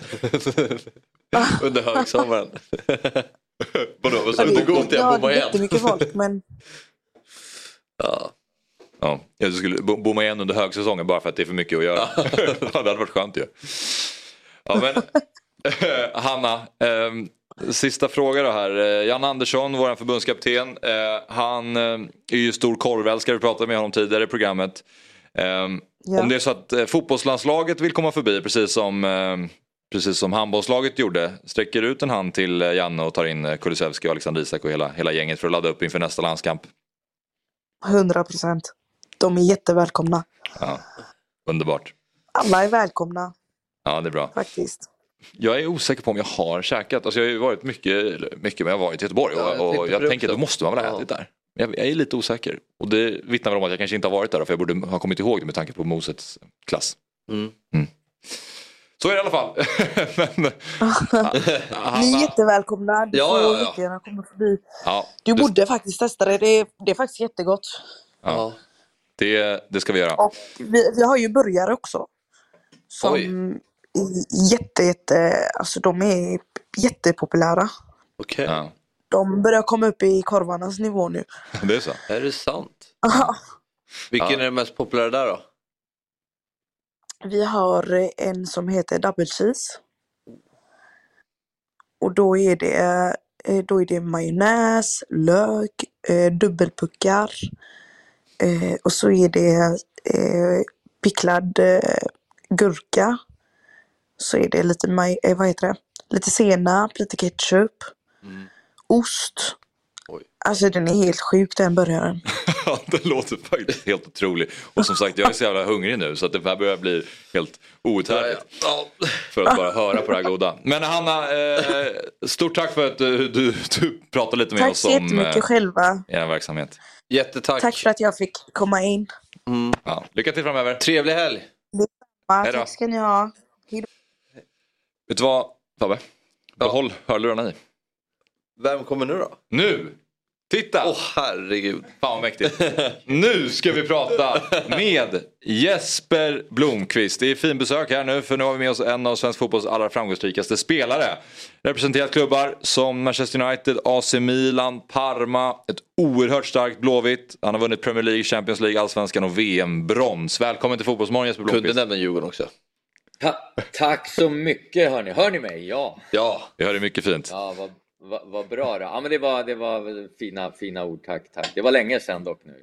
[SPEAKER 5] Under högsommaren. Vadå? Så
[SPEAKER 17] det,
[SPEAKER 5] går till att bomma igen?
[SPEAKER 17] Ja, jättemycket folk, men...
[SPEAKER 5] Ja.
[SPEAKER 4] Ja, jag skulle bomma igen under högsäsongen bara för att det är för mycket att göra. Det hade varit skönt ju. Ja, men Hanna, eh, sista fråga då här. Jan Andersson, vår förbundskapten, eh, han eh, är ju stor korvälskare, vi pratade med honom tidigare i programmet. Eh, ja. Om det är så att eh, fotbollslandslaget vill komma förbi, precis som, eh, precis som handbollslaget gjorde, sträcker ut en hand till eh, Janne och tar in eh, Kulusevski och Alexander Isak och hela, hela gänget för att ladda upp inför nästa landskamp.
[SPEAKER 17] hundra procent. De är jättevälkomna.
[SPEAKER 4] Ja, underbart.
[SPEAKER 17] Alla är välkomna.
[SPEAKER 4] Ja, det är bra.
[SPEAKER 17] Faktiskt.
[SPEAKER 4] Jag är osäker på om jag har käkat. Alltså jag har ju varit mycket, mycket men jag har varit i Göteborg. Och, ja, jag, och jag tänker att då måste man väl ha ätit där. Jag, jag är lite osäker. Och det vittnar väl om att jag kanske inte har varit där. För jag borde ha kommit ihåg det med tanke på Mosets klass.
[SPEAKER 5] Mm.
[SPEAKER 4] Mm. Så är det i alla fall. men,
[SPEAKER 17] Ni är jättevälkomna. Du
[SPEAKER 5] ja,
[SPEAKER 17] får
[SPEAKER 5] ja, ja.
[SPEAKER 17] jättegärna komma förbi.
[SPEAKER 4] Ja,
[SPEAKER 17] du
[SPEAKER 4] det...
[SPEAKER 17] borde faktiskt testa det. Det är, det är faktiskt jättegott.
[SPEAKER 4] Ja, det, det ska vi göra.
[SPEAKER 17] Och vi, vi har ju burgare också. Som Oj. är jätte, jätte, alltså de är jättepopulära.
[SPEAKER 5] Okej. Okay.
[SPEAKER 4] Ja.
[SPEAKER 17] De börjar komma upp i korvarnas nivå nu.
[SPEAKER 4] Det är så.
[SPEAKER 5] Är det sant?
[SPEAKER 17] Aha.
[SPEAKER 5] Vilken
[SPEAKER 4] ja.
[SPEAKER 5] är den mest populära där då?
[SPEAKER 17] Vi har en som heter double cheese. Och då är det då är det majonnäs, lök, dubbelpuckar, Eh, och så är det eh, picklad eh, gurka. Så är det lite, maj- eh, vad heter det? Lite senap, lite ketchup.
[SPEAKER 5] Mm.
[SPEAKER 17] Ost.
[SPEAKER 5] Oj.
[SPEAKER 17] Alltså den är helt sjuk den burgaren.
[SPEAKER 4] Ja, det låter faktiskt helt otroligt. Och som sagt, jag är så jävla hungrig nu så att det här börjar bli helt outhärdligt.
[SPEAKER 5] Ja, ja.
[SPEAKER 4] För att bara höra på det här goda. Men Hanna, eh, stort tack för att du, du, du pratade lite med
[SPEAKER 17] Tack
[SPEAKER 4] oss
[SPEAKER 17] så
[SPEAKER 4] om
[SPEAKER 17] jättemycket
[SPEAKER 4] eh,
[SPEAKER 17] själva.
[SPEAKER 4] er verksamhet.
[SPEAKER 5] Jättetack.
[SPEAKER 17] Tack för att jag fick komma in.
[SPEAKER 5] Mm.
[SPEAKER 4] Ja, lycka till framöver.
[SPEAKER 5] Trevlig helg.
[SPEAKER 17] Ja,
[SPEAKER 4] Hej då.
[SPEAKER 17] tack ska ni ha. Hej då.
[SPEAKER 4] Vet du vad, Fabbe? Behåll hörlurarna i.
[SPEAKER 5] Vem kommer nu då?
[SPEAKER 4] Nu! Titta!
[SPEAKER 5] Åh oh, herregud.
[SPEAKER 4] Fan vad mäktigt. Nu ska vi prata med Jesper Blomqvist. Det är fin besök här nu för nu har vi med oss en av svensk fotbolls allra framgångsrikaste spelare. Representerat klubbar som Manchester United, A C Milan, Parma. Ett oerhört starkt Blåvitt. Han har vunnit Premier League, Champions League, Allsvenskan och V M-brons. Välkommen till Fotbollsmorgon Jesper Blomqvist.
[SPEAKER 5] Kunde nämna Djurgården också.
[SPEAKER 18] Ta- tack så mycket hörni. Hör ni mig? Ja.
[SPEAKER 5] Ja.
[SPEAKER 4] Vi hör det mycket fint.
[SPEAKER 18] Ja, vad, vad, vad bra då. Ja, men det var, det var fina, fina ord. Tack, tack. Det var länge sedan dock nu.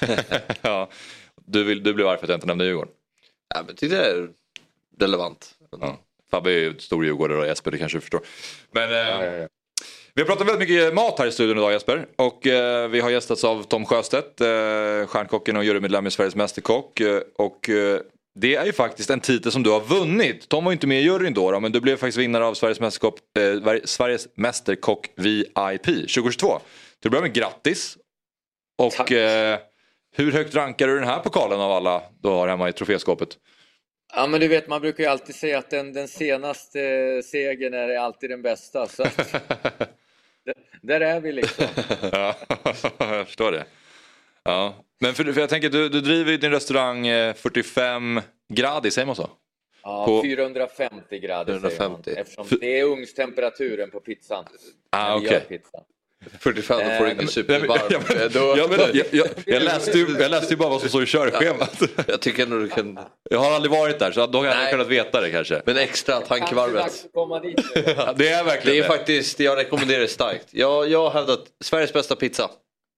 [SPEAKER 4] Ja, du, vill, du blev arg för att jag inte nämnde Djurgården.
[SPEAKER 5] Ja, men det är relevant.
[SPEAKER 4] Ja. Fabbe är ju ett stor djurgårdare och Jesper, det kanske du förstår. Men, eh,
[SPEAKER 18] ja, ja, ja.
[SPEAKER 4] Vi har pratat väldigt mycket mat här i studion idag Jesper. Och eh, vi har gästats av Tom Sjöstedt, eh, stjärnkocken och jurymedlem i Sveriges Mästerkock. Eh, och eh, det är ju faktiskt en titel som du har vunnit. Tom var ju inte med i juryn då, då men du blev faktiskt vinnare av Sveriges Mästerkock, eh, Sveriges Mästerkock V I P tjugohundratjugotvå. Du börjar med grattis. Och eh, hur högt rankar du den här pokalen av alla du har hemma i troféskåpet?
[SPEAKER 18] Ja, men du vet, man brukar ju alltid säga att den, den senaste segern är alltid den bästa. Så att, där, där är vi liksom.
[SPEAKER 4] Ja, jag förstår det. Ja. Men för, för jag tänker, du, du driver ju din restaurang fyrtiofem grader, säger man så?
[SPEAKER 18] Ja,
[SPEAKER 4] på...
[SPEAKER 18] fyrahundrafemtio grader
[SPEAKER 5] fyrahundrafemtio.
[SPEAKER 18] säger man, eftersom det är ugnstemperaturen på pizzan.
[SPEAKER 4] Ah, okej. Okay.
[SPEAKER 5] fyrtiofem, då får du ingen supervarm.
[SPEAKER 4] Ja, men, då, ja, men, jag, jag, jag, läste ju, jag läste ju bara vad som står i körschemat.
[SPEAKER 5] Ja, jag tycker ändå du kan...
[SPEAKER 4] Jag har aldrig varit där så då hade jag kunnat veta det kanske.
[SPEAKER 5] Men extra tankevarvet.
[SPEAKER 4] Ja, det är verkligen
[SPEAKER 5] det. är
[SPEAKER 4] det.
[SPEAKER 5] faktiskt, jag rekommenderar det starkt. Jag, jag har hävdat Sveriges bästa pizza.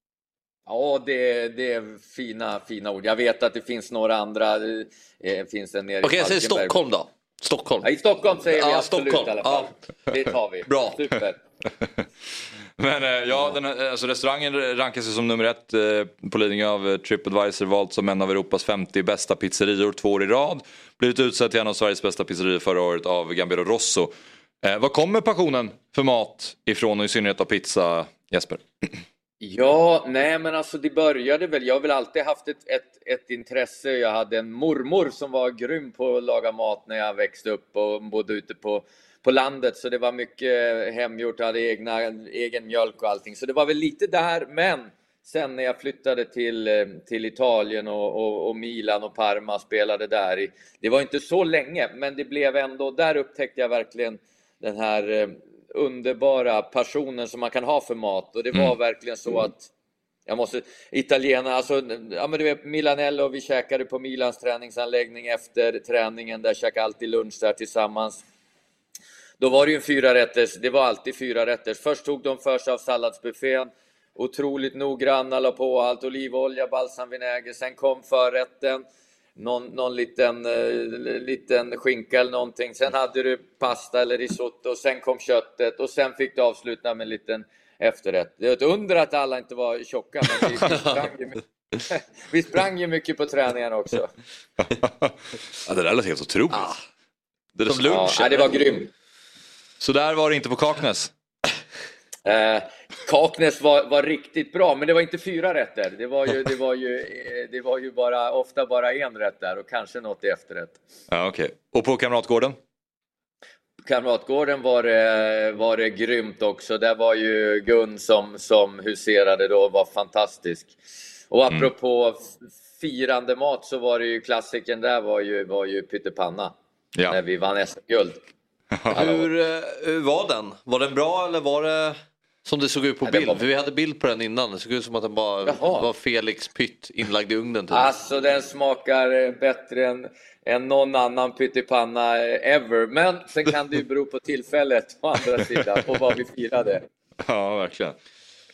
[SPEAKER 18] Ja, det, det är fina, fina ord. Jag vet att det finns några andra. Det finns en nere i
[SPEAKER 5] Okej, jag säger Stockholm då. Stockholm.
[SPEAKER 18] Ja, i Stockholm säger vi
[SPEAKER 5] ja,
[SPEAKER 18] absolut
[SPEAKER 5] Stockholm.
[SPEAKER 18] i alla fall. Ja. Det tar vi.
[SPEAKER 5] Bra.
[SPEAKER 18] Super.
[SPEAKER 4] Men ja, den här, alltså restaurangen rankas ju som nummer ett eh, på ledning av TripAdvisor, valt som en av Europas femtio bästa pizzerior två år i rad. Blivit utsedd till en av Sveriges bästa pizzerior förra året av Gambero Rosso. Eh, vad kommer passionen för mat ifrån och i synnerhet av pizza, Jesper?
[SPEAKER 18] Ja, nej men alltså det började väl, jag har väl alltid haft ett, ett, ett intresse. Jag hade en mormor som var grym på att laga mat när jag växte upp och bodde ute på, på landet. Så det var mycket hemgjort, jag hade egna, egen mjölk och allting. Så det var väl lite där, men sen när jag flyttade till, till Italien och, och, och Milan och Parma spelade där. I, det var inte så länge, men det blev ändå, där upptäckte jag verkligen den här underbara passionen som man kan ha för mat. Och det var mm. verkligen så att jag måste, italienarna, alltså, ja men du vet, Milanello, vi käkade på Milans träningsanläggning efter träningen, där käkade alltid lunch där tillsammans. Då var det ju en fyra rätters, det var alltid fyra rätters. Först tog de för sig av salladsbuffén, otroligt noggranna, la på allt, olivolja, balsamvinäger, sen kom förrätten. Någon, någon liten, eh, liten skinka eller någonting. Sen hade du pasta eller risotto. Och sen kom köttet. Och sen fick du avsluta med en liten efterrätt. Det är ett under att alla inte var tjocka. Men vi, vi, sprang, ju mycket, vi sprang ju mycket på träningen också.
[SPEAKER 4] Ja, det där lät helt otroligt.
[SPEAKER 5] Ah.
[SPEAKER 4] Det
[SPEAKER 5] Som lunch.
[SPEAKER 18] Ja, det var grymt.
[SPEAKER 4] Så där var det inte på Kaknäs.
[SPEAKER 18] Eh, Kaknäs var, var riktigt bra, men det var inte fyra rätter. Det var ju, det var ju, det var ju bara, ofta bara en rätt där och kanske något i efterrätt.
[SPEAKER 4] Ja, okej. Okay. Och på Kamratgården?
[SPEAKER 18] På Kamratgården var det, var det grymt också. Där var ju Gun som, som huserade då, var fantastisk. Och apropå mm. firande mat så var det ju klassiken där var ju, var ju pyttipanna. Ja. När vi vann S M-guld.
[SPEAKER 5] Hur, hur var den? Var den bra eller var det som det såg ut på bild? Var... För vi hade bild på den innan. Det såg ut som att den bara Jaha. var Felix pytt inlagd i ugnen. Typ.
[SPEAKER 18] Alltså den smakar bättre än, än någon annan pyttipanna ever. Men sen kan det ju bero på tillfället på andra sidan och vad vi firade.
[SPEAKER 4] Ja, verkligen.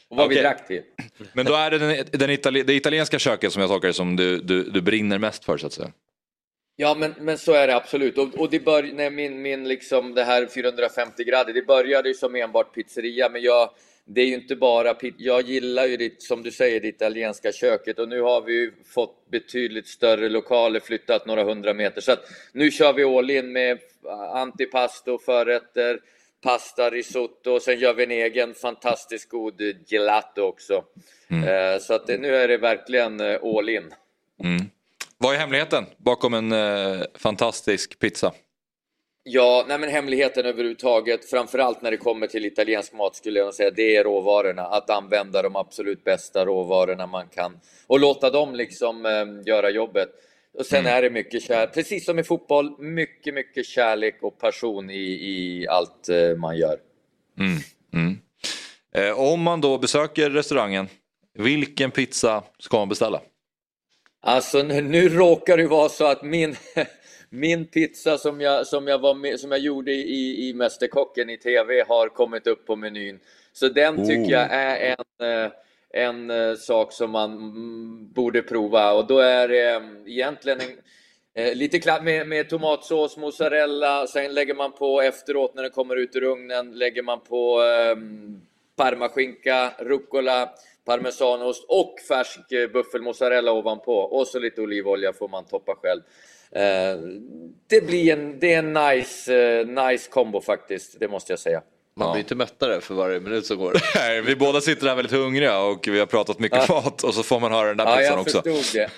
[SPEAKER 18] Och vad
[SPEAKER 4] Okej.
[SPEAKER 18] vi drack till.
[SPEAKER 4] Men då är det den, den itali- det italienska köket som jag tolkar det som du, du, du brinner mest för, så att säga.
[SPEAKER 18] Ja, men, men så är det absolut. Och, och det bör, nej, min, min liksom det här fyrahundrafemtio grader, det började ju som enbart pizzeria, men jag, det är ju inte bara pizza. Jag gillar ju det, som du säger, det italienska köket, och nu har vi ju fått betydligt större lokaler, flyttat några hundra meter, så att nu kör vi all in med antipasto, förrätter, pasta, risotto, och sen gör vi en egen fantastiskt god gelato också. Mm. Eh, så att det, nu är det verkligen all in.
[SPEAKER 4] Mm. Vad är hemligheten bakom en eh, fantastisk pizza?
[SPEAKER 18] Ja, nej men hemligheten överhuvudtaget, framförallt när det kommer till italiensk mat, skulle jag säga, det är råvarorna. Att använda de absolut bästa råvarorna man kan och låta dem liksom eh, göra jobbet. Och sen mm. är det mycket kärlek, precis som i fotboll, mycket, mycket kärlek och passion i, i allt eh, man gör.
[SPEAKER 4] Mm. Mm. Eh, om man då besöker restaurangen, vilken pizza ska man beställa?
[SPEAKER 18] Alltså nu, nu råkar det vara så att min, min pizza som jag, som jag, var med, som jag gjorde i, i Mästerkocken i tv har kommit upp på menyn. Så den oh. tycker jag är en, en, en sak som man mm, borde prova. Och då är det um, egentligen en, eh, lite klart med, med tomatsås, mozzarella. Sen lägger man på efteråt när den kommer ut ur ugnen, lägger man på um, parmaskinka, rucola, parmesanost och färsk buffelmozzarella ovanpå. Och så lite olivolja får man toppa själv. Eh, det blir en, det är en nice, eh, nice combo faktiskt, det måste jag säga.
[SPEAKER 5] Man blir inte mättare för varje minut som går.
[SPEAKER 4] Nej, vi båda sitter där väldigt hungriga och vi har pratat mycket
[SPEAKER 18] ja.
[SPEAKER 4] mat och så får man höra den där pizzan också.
[SPEAKER 18] Ja, jag förstod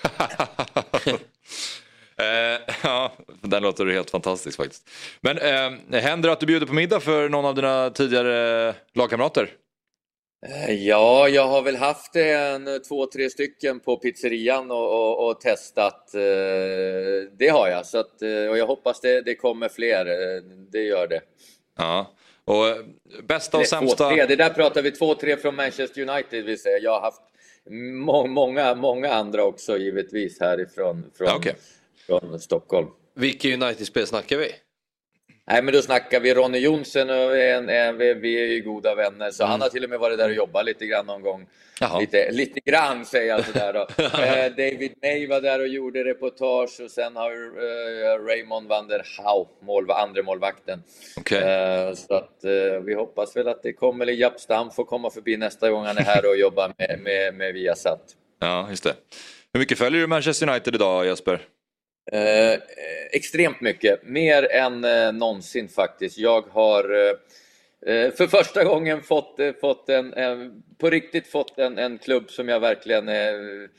[SPEAKER 4] det. eh, ja, den låter helt fantastiskt faktiskt. Men eh, händer det att du bjuder på middag för någon av dina tidigare lagkamrater?
[SPEAKER 18] Ja, jag har väl haft en två, tre stycken på pizzerian och, och, och testat. Det har jag. Så att, och jag hoppas det, det kommer fler. Det gör det.
[SPEAKER 4] Ja. Och bästa och
[SPEAKER 18] det,
[SPEAKER 4] sämsta...
[SPEAKER 18] Två, tre. Det där pratar vi två, tre från Manchester United. Vill säga. Jag har haft må, många, många andra också givetvis härifrån från,
[SPEAKER 4] okay.
[SPEAKER 18] från Stockholm.
[SPEAKER 5] Vilka United-spel snackar vi?
[SPEAKER 18] Nej, men då snackar vi Ronny Jonsson och en, en, vi, vi är ju goda vänner. Så mm. han har till och med varit där och jobbat lite grann någon gång. Lite, lite grann säger jag sådär då. eh, David May var där och gjorde reportage. Och sen har eh, Raymond van der Hau, mål, andra målvakten.
[SPEAKER 4] Okay.
[SPEAKER 18] Eh, så att eh, vi hoppas väl att det kommer. Eller Japp Stam får komma förbi nästa gång han är här och jobbar med, med, med Viasat.
[SPEAKER 4] Ja, just det. Hur mycket följer du Manchester United idag, Jesper?
[SPEAKER 18] Eh, extremt mycket, mer än eh, någonsin faktiskt. Jag har eh, för första gången fått, eh, fått en, eh, på riktigt fått en, en klubb som jag verkligen eh,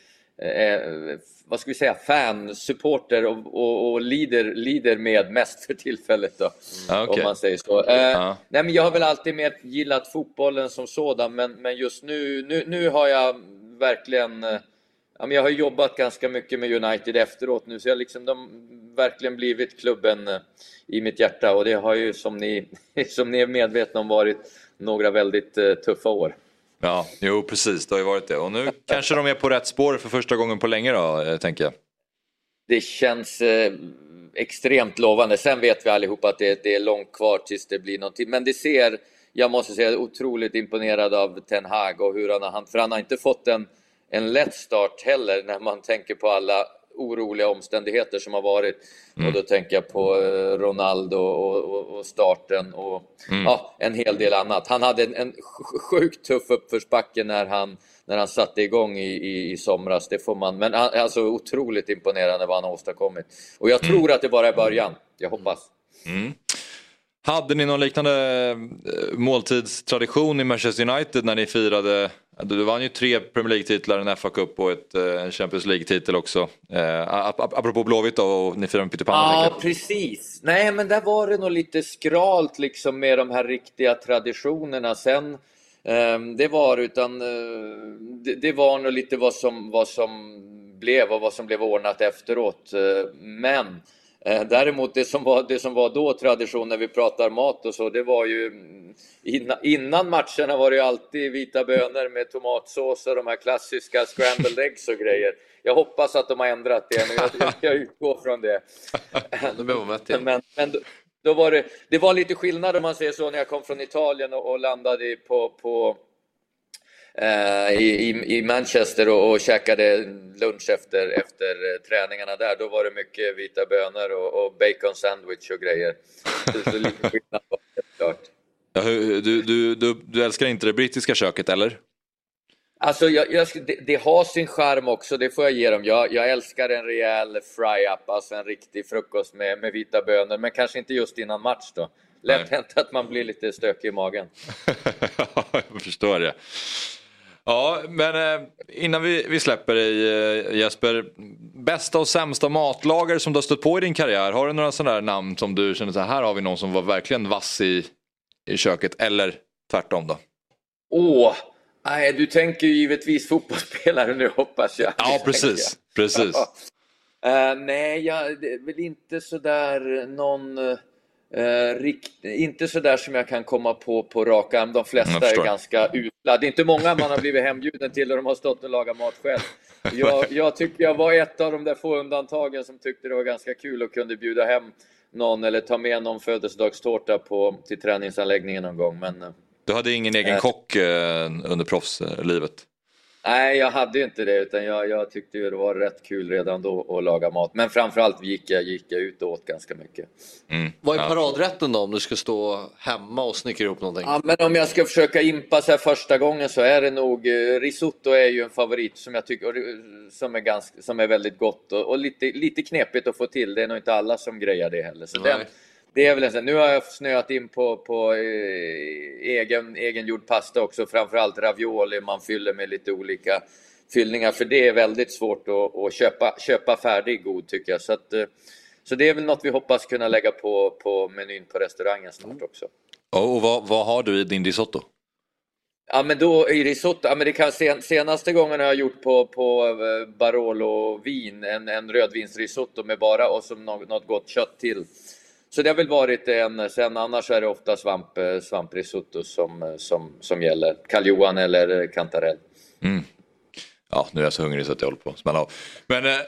[SPEAKER 18] eh, vad ska vi säga, fan, supporter och, och, och lider, lider med mest för tillfället då,
[SPEAKER 4] mm. okay.
[SPEAKER 18] om man säger så. Eh,
[SPEAKER 4] ja.
[SPEAKER 18] Nej, men jag har väl alltid mer gillat fotbollen som sådan, men, men just nu, nu, nu har jag verkligen eh, Ja, men jag har jobbat ganska mycket med United efteråt nu, så jag liksom, de verkligen blivit klubben i mitt hjärta, och det har ju som ni, som ni är medvetna om varit några väldigt uh, tuffa år.
[SPEAKER 4] Ja, jo precis, det har ju varit det, och nu kanske de är på rätt spår för första gången på länge då, tänker jag.
[SPEAKER 18] Det känns eh, extremt lovande. Sen vet vi allihopa att det, det är långt kvar tills det blir någonting, men det ser, jag måste säga, otroligt imponerad av Ten Hag och hur han har, för han har inte fått en en lätt start heller när man tänker på alla oroliga omständigheter som har varit. Mm. Och då tänker jag på Ronaldo och, och, och starten och mm. ja, en hel del annat. Han hade en, en sjukt tuff uppförsbacke när han, när han satte igång i, i, i somras. Det får man, men alltså otroligt imponerande vad han har åstadkommit. Och jag tror mm. att det bara är början. Jag hoppas.
[SPEAKER 4] Mm. Hade ni någon liknande måltidstradition i Manchester United när ni firade? Du vann ju tre Premier League-titlar, en F A Cup och ett, en Champions League-titel också. Eh, apropå Blåvitt då, och ni firade med pyttipanna.
[SPEAKER 18] Ja, precis. Nej, men där var det nog lite skralt liksom med de här riktiga traditionerna. Sen, eh, det var utan eh, det, det var nog lite vad som, vad som blev och vad som blev ordnat efteråt. Eh, men Eh, däremot det som, var, det som var då tradition när vi pratar mat och så, det var ju innan, innan matcherna var det ju alltid vita bönor med tomatsås och de här klassiska scrambled eggs och grejer. Jag hoppas att de har ändrat det, men jag, jag, jag utgår från det. men men då, då var det, det var lite skillnad om man säger så när jag kom från Italien och, och landade på, på eh, i, i Manchester och, och käkade lunch efter, efter träningarna där. Då var det mycket vita bönor och, och bacon sandwich och grejer. Så, så lite skillnad var det, klart.
[SPEAKER 4] Ja, du, du, du, du älskar inte det brittiska köket, eller?
[SPEAKER 18] Alltså jag, jag, det, det har sin charm också, det får jag ge dem. Jag, jag älskar en rejäl fry-up, alltså en riktig frukost med, med vita bönor. Men kanske inte just innan match då. Lätt hänt att man blir lite stökig i magen.
[SPEAKER 4] Jag förstår det. Ja, men eh, innan vi, vi släpper dig eh, Jesper. Bästa och sämsta matlagare som du har stött på i din karriär. Har du några sådana där namn som du känner så här, här har vi någon som var verkligen vass i, i köket? Eller tvärtom då?
[SPEAKER 18] Åh! Nej, du tänker ju givetvis fotbollsspelare nu, hoppas jag.
[SPEAKER 4] Ja, precis. precis.
[SPEAKER 18] uh, nej, jag, det är väl inte sådär någon... Uh, rikt, inte sådär som jag kan komma på på rak arm. De flesta är ganska utla. Det är inte många man har blivit hembjuden till och de har stått och lagat mat själv. Jag, jag tycker jag var ett av de där få undantagen som tyckte det var ganska kul och kunde bjuda hem någon eller ta med någon födelsedagstårta på, till träningsanläggningen någon gång. Men...
[SPEAKER 4] Du hade ingen egen äh, kock eh, under proffslivet?
[SPEAKER 18] Nej, jag hade inte det, utan jag, jag tyckte ju det var rätt kul redan då att laga mat. Men framförallt gick jag, gick jag ut och åt ganska mycket.
[SPEAKER 5] Mm. Vad är paradrätten då om du ska stå hemma och snickra ihop någonting?
[SPEAKER 18] Ja, men om jag ska försöka impa så här första gången så är det nog risotto är ju en favorit som jag tycker som är, ganska, som är väldigt gott och, och lite, lite knepigt att få till. Det är nog inte alla som grejar det heller. Så den, det är väl en sån. Nu har jag snöat in på, på eh, egen, egengjord pasta också. Framförallt ravioli man fyller med lite olika fyllningar. För det är väldigt svårt att, att köpa, köpa färdig god tycker jag. Så, att, eh, så det är väl något vi hoppas kunna lägga på, på menyn på restaurangen snart också.
[SPEAKER 4] Oh, och vad, vad har du i din risotto?
[SPEAKER 18] Ja men då i risotto, ja, men det kan sen, senaste gången har jag gjort på, på Barolo vin. En, en rödvinsrisotto med bara och som något, något gott kött till. Så det har väl varit en, sen annars är det ofta svamp, svamprisotto som, som, som gäller. Karl-Johan eller kantarell.
[SPEAKER 4] Mm. Ja, nu är jag så hungrig så att jag håller på att smälla av. Men äh,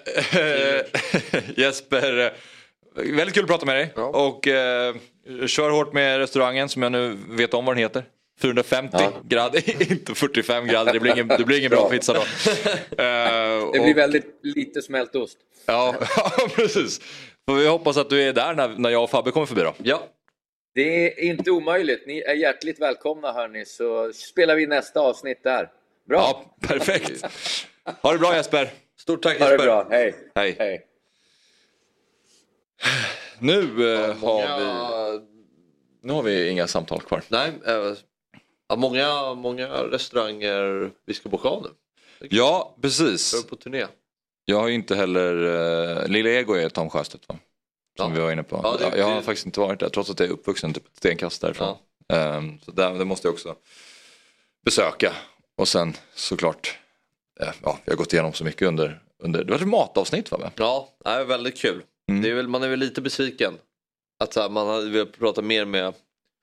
[SPEAKER 4] Jesper, väldigt kul att prata med dig. Ja. Och äh, kör hårt med restaurangen som jag nu vet om vad den heter. fyrahundrafemtio ja. grader, inte fyrtiofem grader. Det blir ingen, det blir ingen bra pizza då. Uh,
[SPEAKER 18] det blir och, väldigt lite smältost.
[SPEAKER 4] Ja, precis. Och vi hoppas att du är där när, när jag och Fabbe kommer förbi då.
[SPEAKER 18] Ja, det är inte omöjligt. Ni är hjärtligt välkomna hörni. Så spelar vi nästa avsnitt där. Bra.
[SPEAKER 4] Ja, perfekt. Ha det bra Jesper.
[SPEAKER 5] Stort tack Jesper.
[SPEAKER 18] Ha det bra, hej.
[SPEAKER 4] Hej.
[SPEAKER 18] Hej.
[SPEAKER 4] Nu uh, har vi... Nu har vi inga samtal kvar.
[SPEAKER 5] Nej, äh, ja, många, många restauranger vi ska boka av nu.
[SPEAKER 4] Ja, precis.
[SPEAKER 5] Jag är på turné.
[SPEAKER 4] Jag har ju inte heller... Uh, Lilla Ego är Tom Sjöstedt va? Som ja. vi var inne på. Ja, det, jag har det... faktiskt inte varit där trots att jag är uppvuxen typ ett stenkast därifrån. Ja. Um, så där, det måste jag också besöka. Och sen såklart... Uh, ja, jag har gått igenom så mycket under... under det var ett matavsnitt va?
[SPEAKER 5] Ja, det är väldigt kul. Mm. Det är väl, man är väl lite besviken. Att så här, man hade velat prata mer med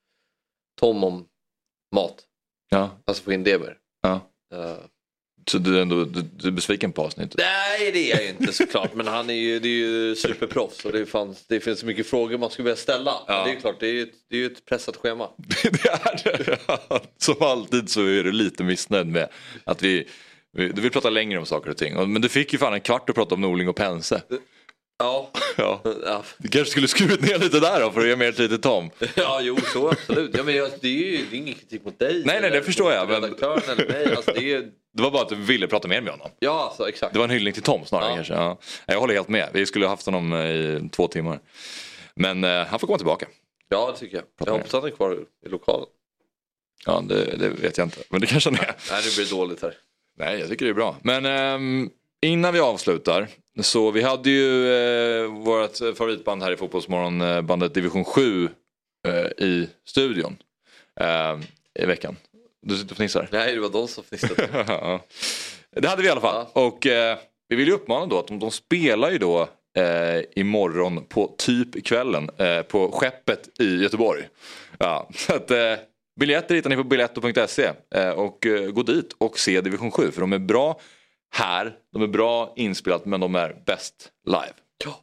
[SPEAKER 5] Tom om mat.
[SPEAKER 4] Ja.
[SPEAKER 5] Alltså få in det mer.
[SPEAKER 4] Ja.
[SPEAKER 5] Uh.
[SPEAKER 4] Så du är ändå du, du är besviken på avsnittet?
[SPEAKER 5] Nej, det är jag ju inte såklart. Men han är ju, det är ju superproffs. Och det, fanns, det finns så mycket frågor man skulle vilja ställa. Ja. Men det är ju klart, det är ju ett, det är ju ett pressat schema.
[SPEAKER 4] Det är det. Som alltid så är du lite missnöjd med att vi, vi... Du vill prata längre om saker och ting. Men du fick ju fan en kvart att prata om Norling och Pense.
[SPEAKER 5] Ja.
[SPEAKER 4] Ja. Ja. Du kanske skulle skurit ner lite där då för att ge mer tid till Tom.
[SPEAKER 5] Ja, jo, så absolut. Ja, men det är ju det är ingen kritik mot dig.
[SPEAKER 4] Nej, nej, det förstår jag. Men...
[SPEAKER 5] Eller mig. Alltså, det, är...
[SPEAKER 4] det var bara att du ville prata mer med honom.
[SPEAKER 5] Ja, alltså, exakt.
[SPEAKER 4] Det var en hyllning till Tom snarare
[SPEAKER 5] ja.
[SPEAKER 4] kanske. Ja. Jag håller helt med. Vi skulle ha haft honom i två timmar. Men uh, han får komma tillbaka.
[SPEAKER 5] Ja, det tycker jag. Prata jag hoppas att han är kvar i lokalen.
[SPEAKER 4] Ja, det, det vet jag inte. Men det kanske han är.
[SPEAKER 5] Nej, det blir dåligt här.
[SPEAKER 4] Nej, jag tycker det är bra. Men um, innan vi avslutar... Så vi hade ju eh, vårt favoritband här i Fotbollsmorgon, eh, bandet Division sju eh, i studion eh, i veckan. Du sitter och fnissar?
[SPEAKER 5] Nej, det var de som fnissade.
[SPEAKER 4] Ja. Det hade vi i alla fall. Ja. Och eh, vi vill ju uppmana då att de, de spelar ju då eh, imorgon på typ kvällen eh, på Skeppet i Göteborg. Ja, så att eh, biljetter hittar ni på biletto punkt se eh, och eh, gå dit och se Division sju för de är bra här, de är bra inspelat men de är bäst live. Ja.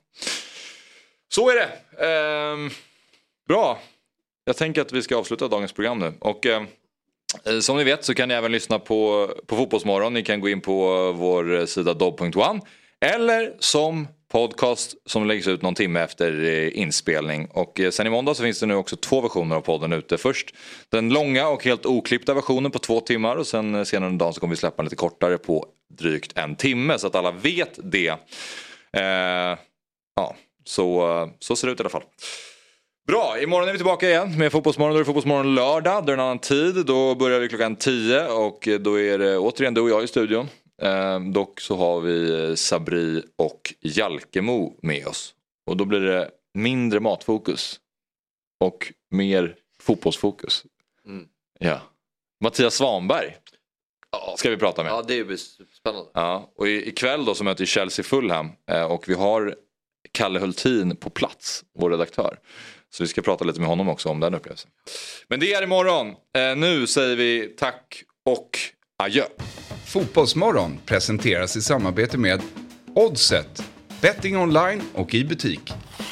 [SPEAKER 4] Så är det. Ehm, bra. Jag tänker att vi ska avsluta dagens program nu. Och eh, Som ni vet så kan ni även lyssna på, på Fotbollsmorgon. Ni kan gå in på vår sida dobb punkt one. Eller som podcast som läggs ut någon timme efter inspelning. Och sen i måndag så finns det nu också två versioner av podden ute. Först den långa och helt oklippta versionen på två timmar. Och sen senare en dag så kommer vi släppa lite kortare på drygt en timme. Så att alla vet det. Eh, ja, så, så ser det ut i alla fall. Bra, imorgon är vi tillbaka igen med Fotbollsmorgon. Då är det Fotbollsmorgon lördag, då är det en annan tid. Då börjar vi klockan tio och då är det återigen du och jag i studion. Eh, dock så har vi Sabri och Jalkemo med oss. Och då blir det mindre matfokus och mer fotbollsfokus.
[SPEAKER 5] Mm.
[SPEAKER 4] Ja. Mattias Svanberg ska vi prata med.
[SPEAKER 5] Ja, det är ju spännande.
[SPEAKER 4] Ja, och ikväll då så möter Chelsea Fulham eh, och vi har Kalle Hultin på plats, vår redaktör. Så vi ska prata lite med honom också om den upplevelsen. Men det är imorgon. Eh, nu säger vi tack och adjö.
[SPEAKER 3] Fotbollsmorgon presenteras i samarbete med Oddset. Betting online och i butik.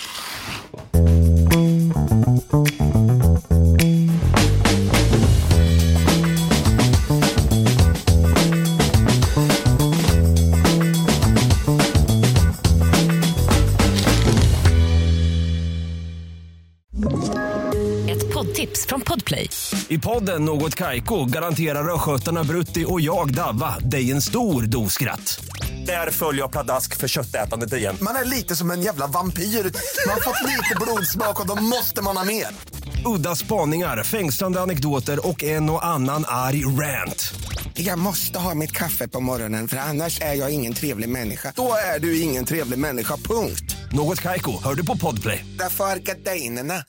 [SPEAKER 8] Tips från Podplay.
[SPEAKER 9] I podden Något Kaiko garanterar röskötarna Brutti och jag Davva dig en stor dos skratt. Där följer jag pladask för köttätandet igen.
[SPEAKER 10] Man är lite som en jävla vampyr. Man har fått lite blodsmak och då måste man ha mer.
[SPEAKER 9] Udda spaningar, fängslande anekdoter och en och annan arg rant.
[SPEAKER 10] Jag måste ha mitt kaffe på morgonen för annars är jag ingen trevlig människa. Då är du ingen trevlig människa, punkt.
[SPEAKER 9] Något Kaiko, hör du på Podplay.
[SPEAKER 10] Därför är gardinerna.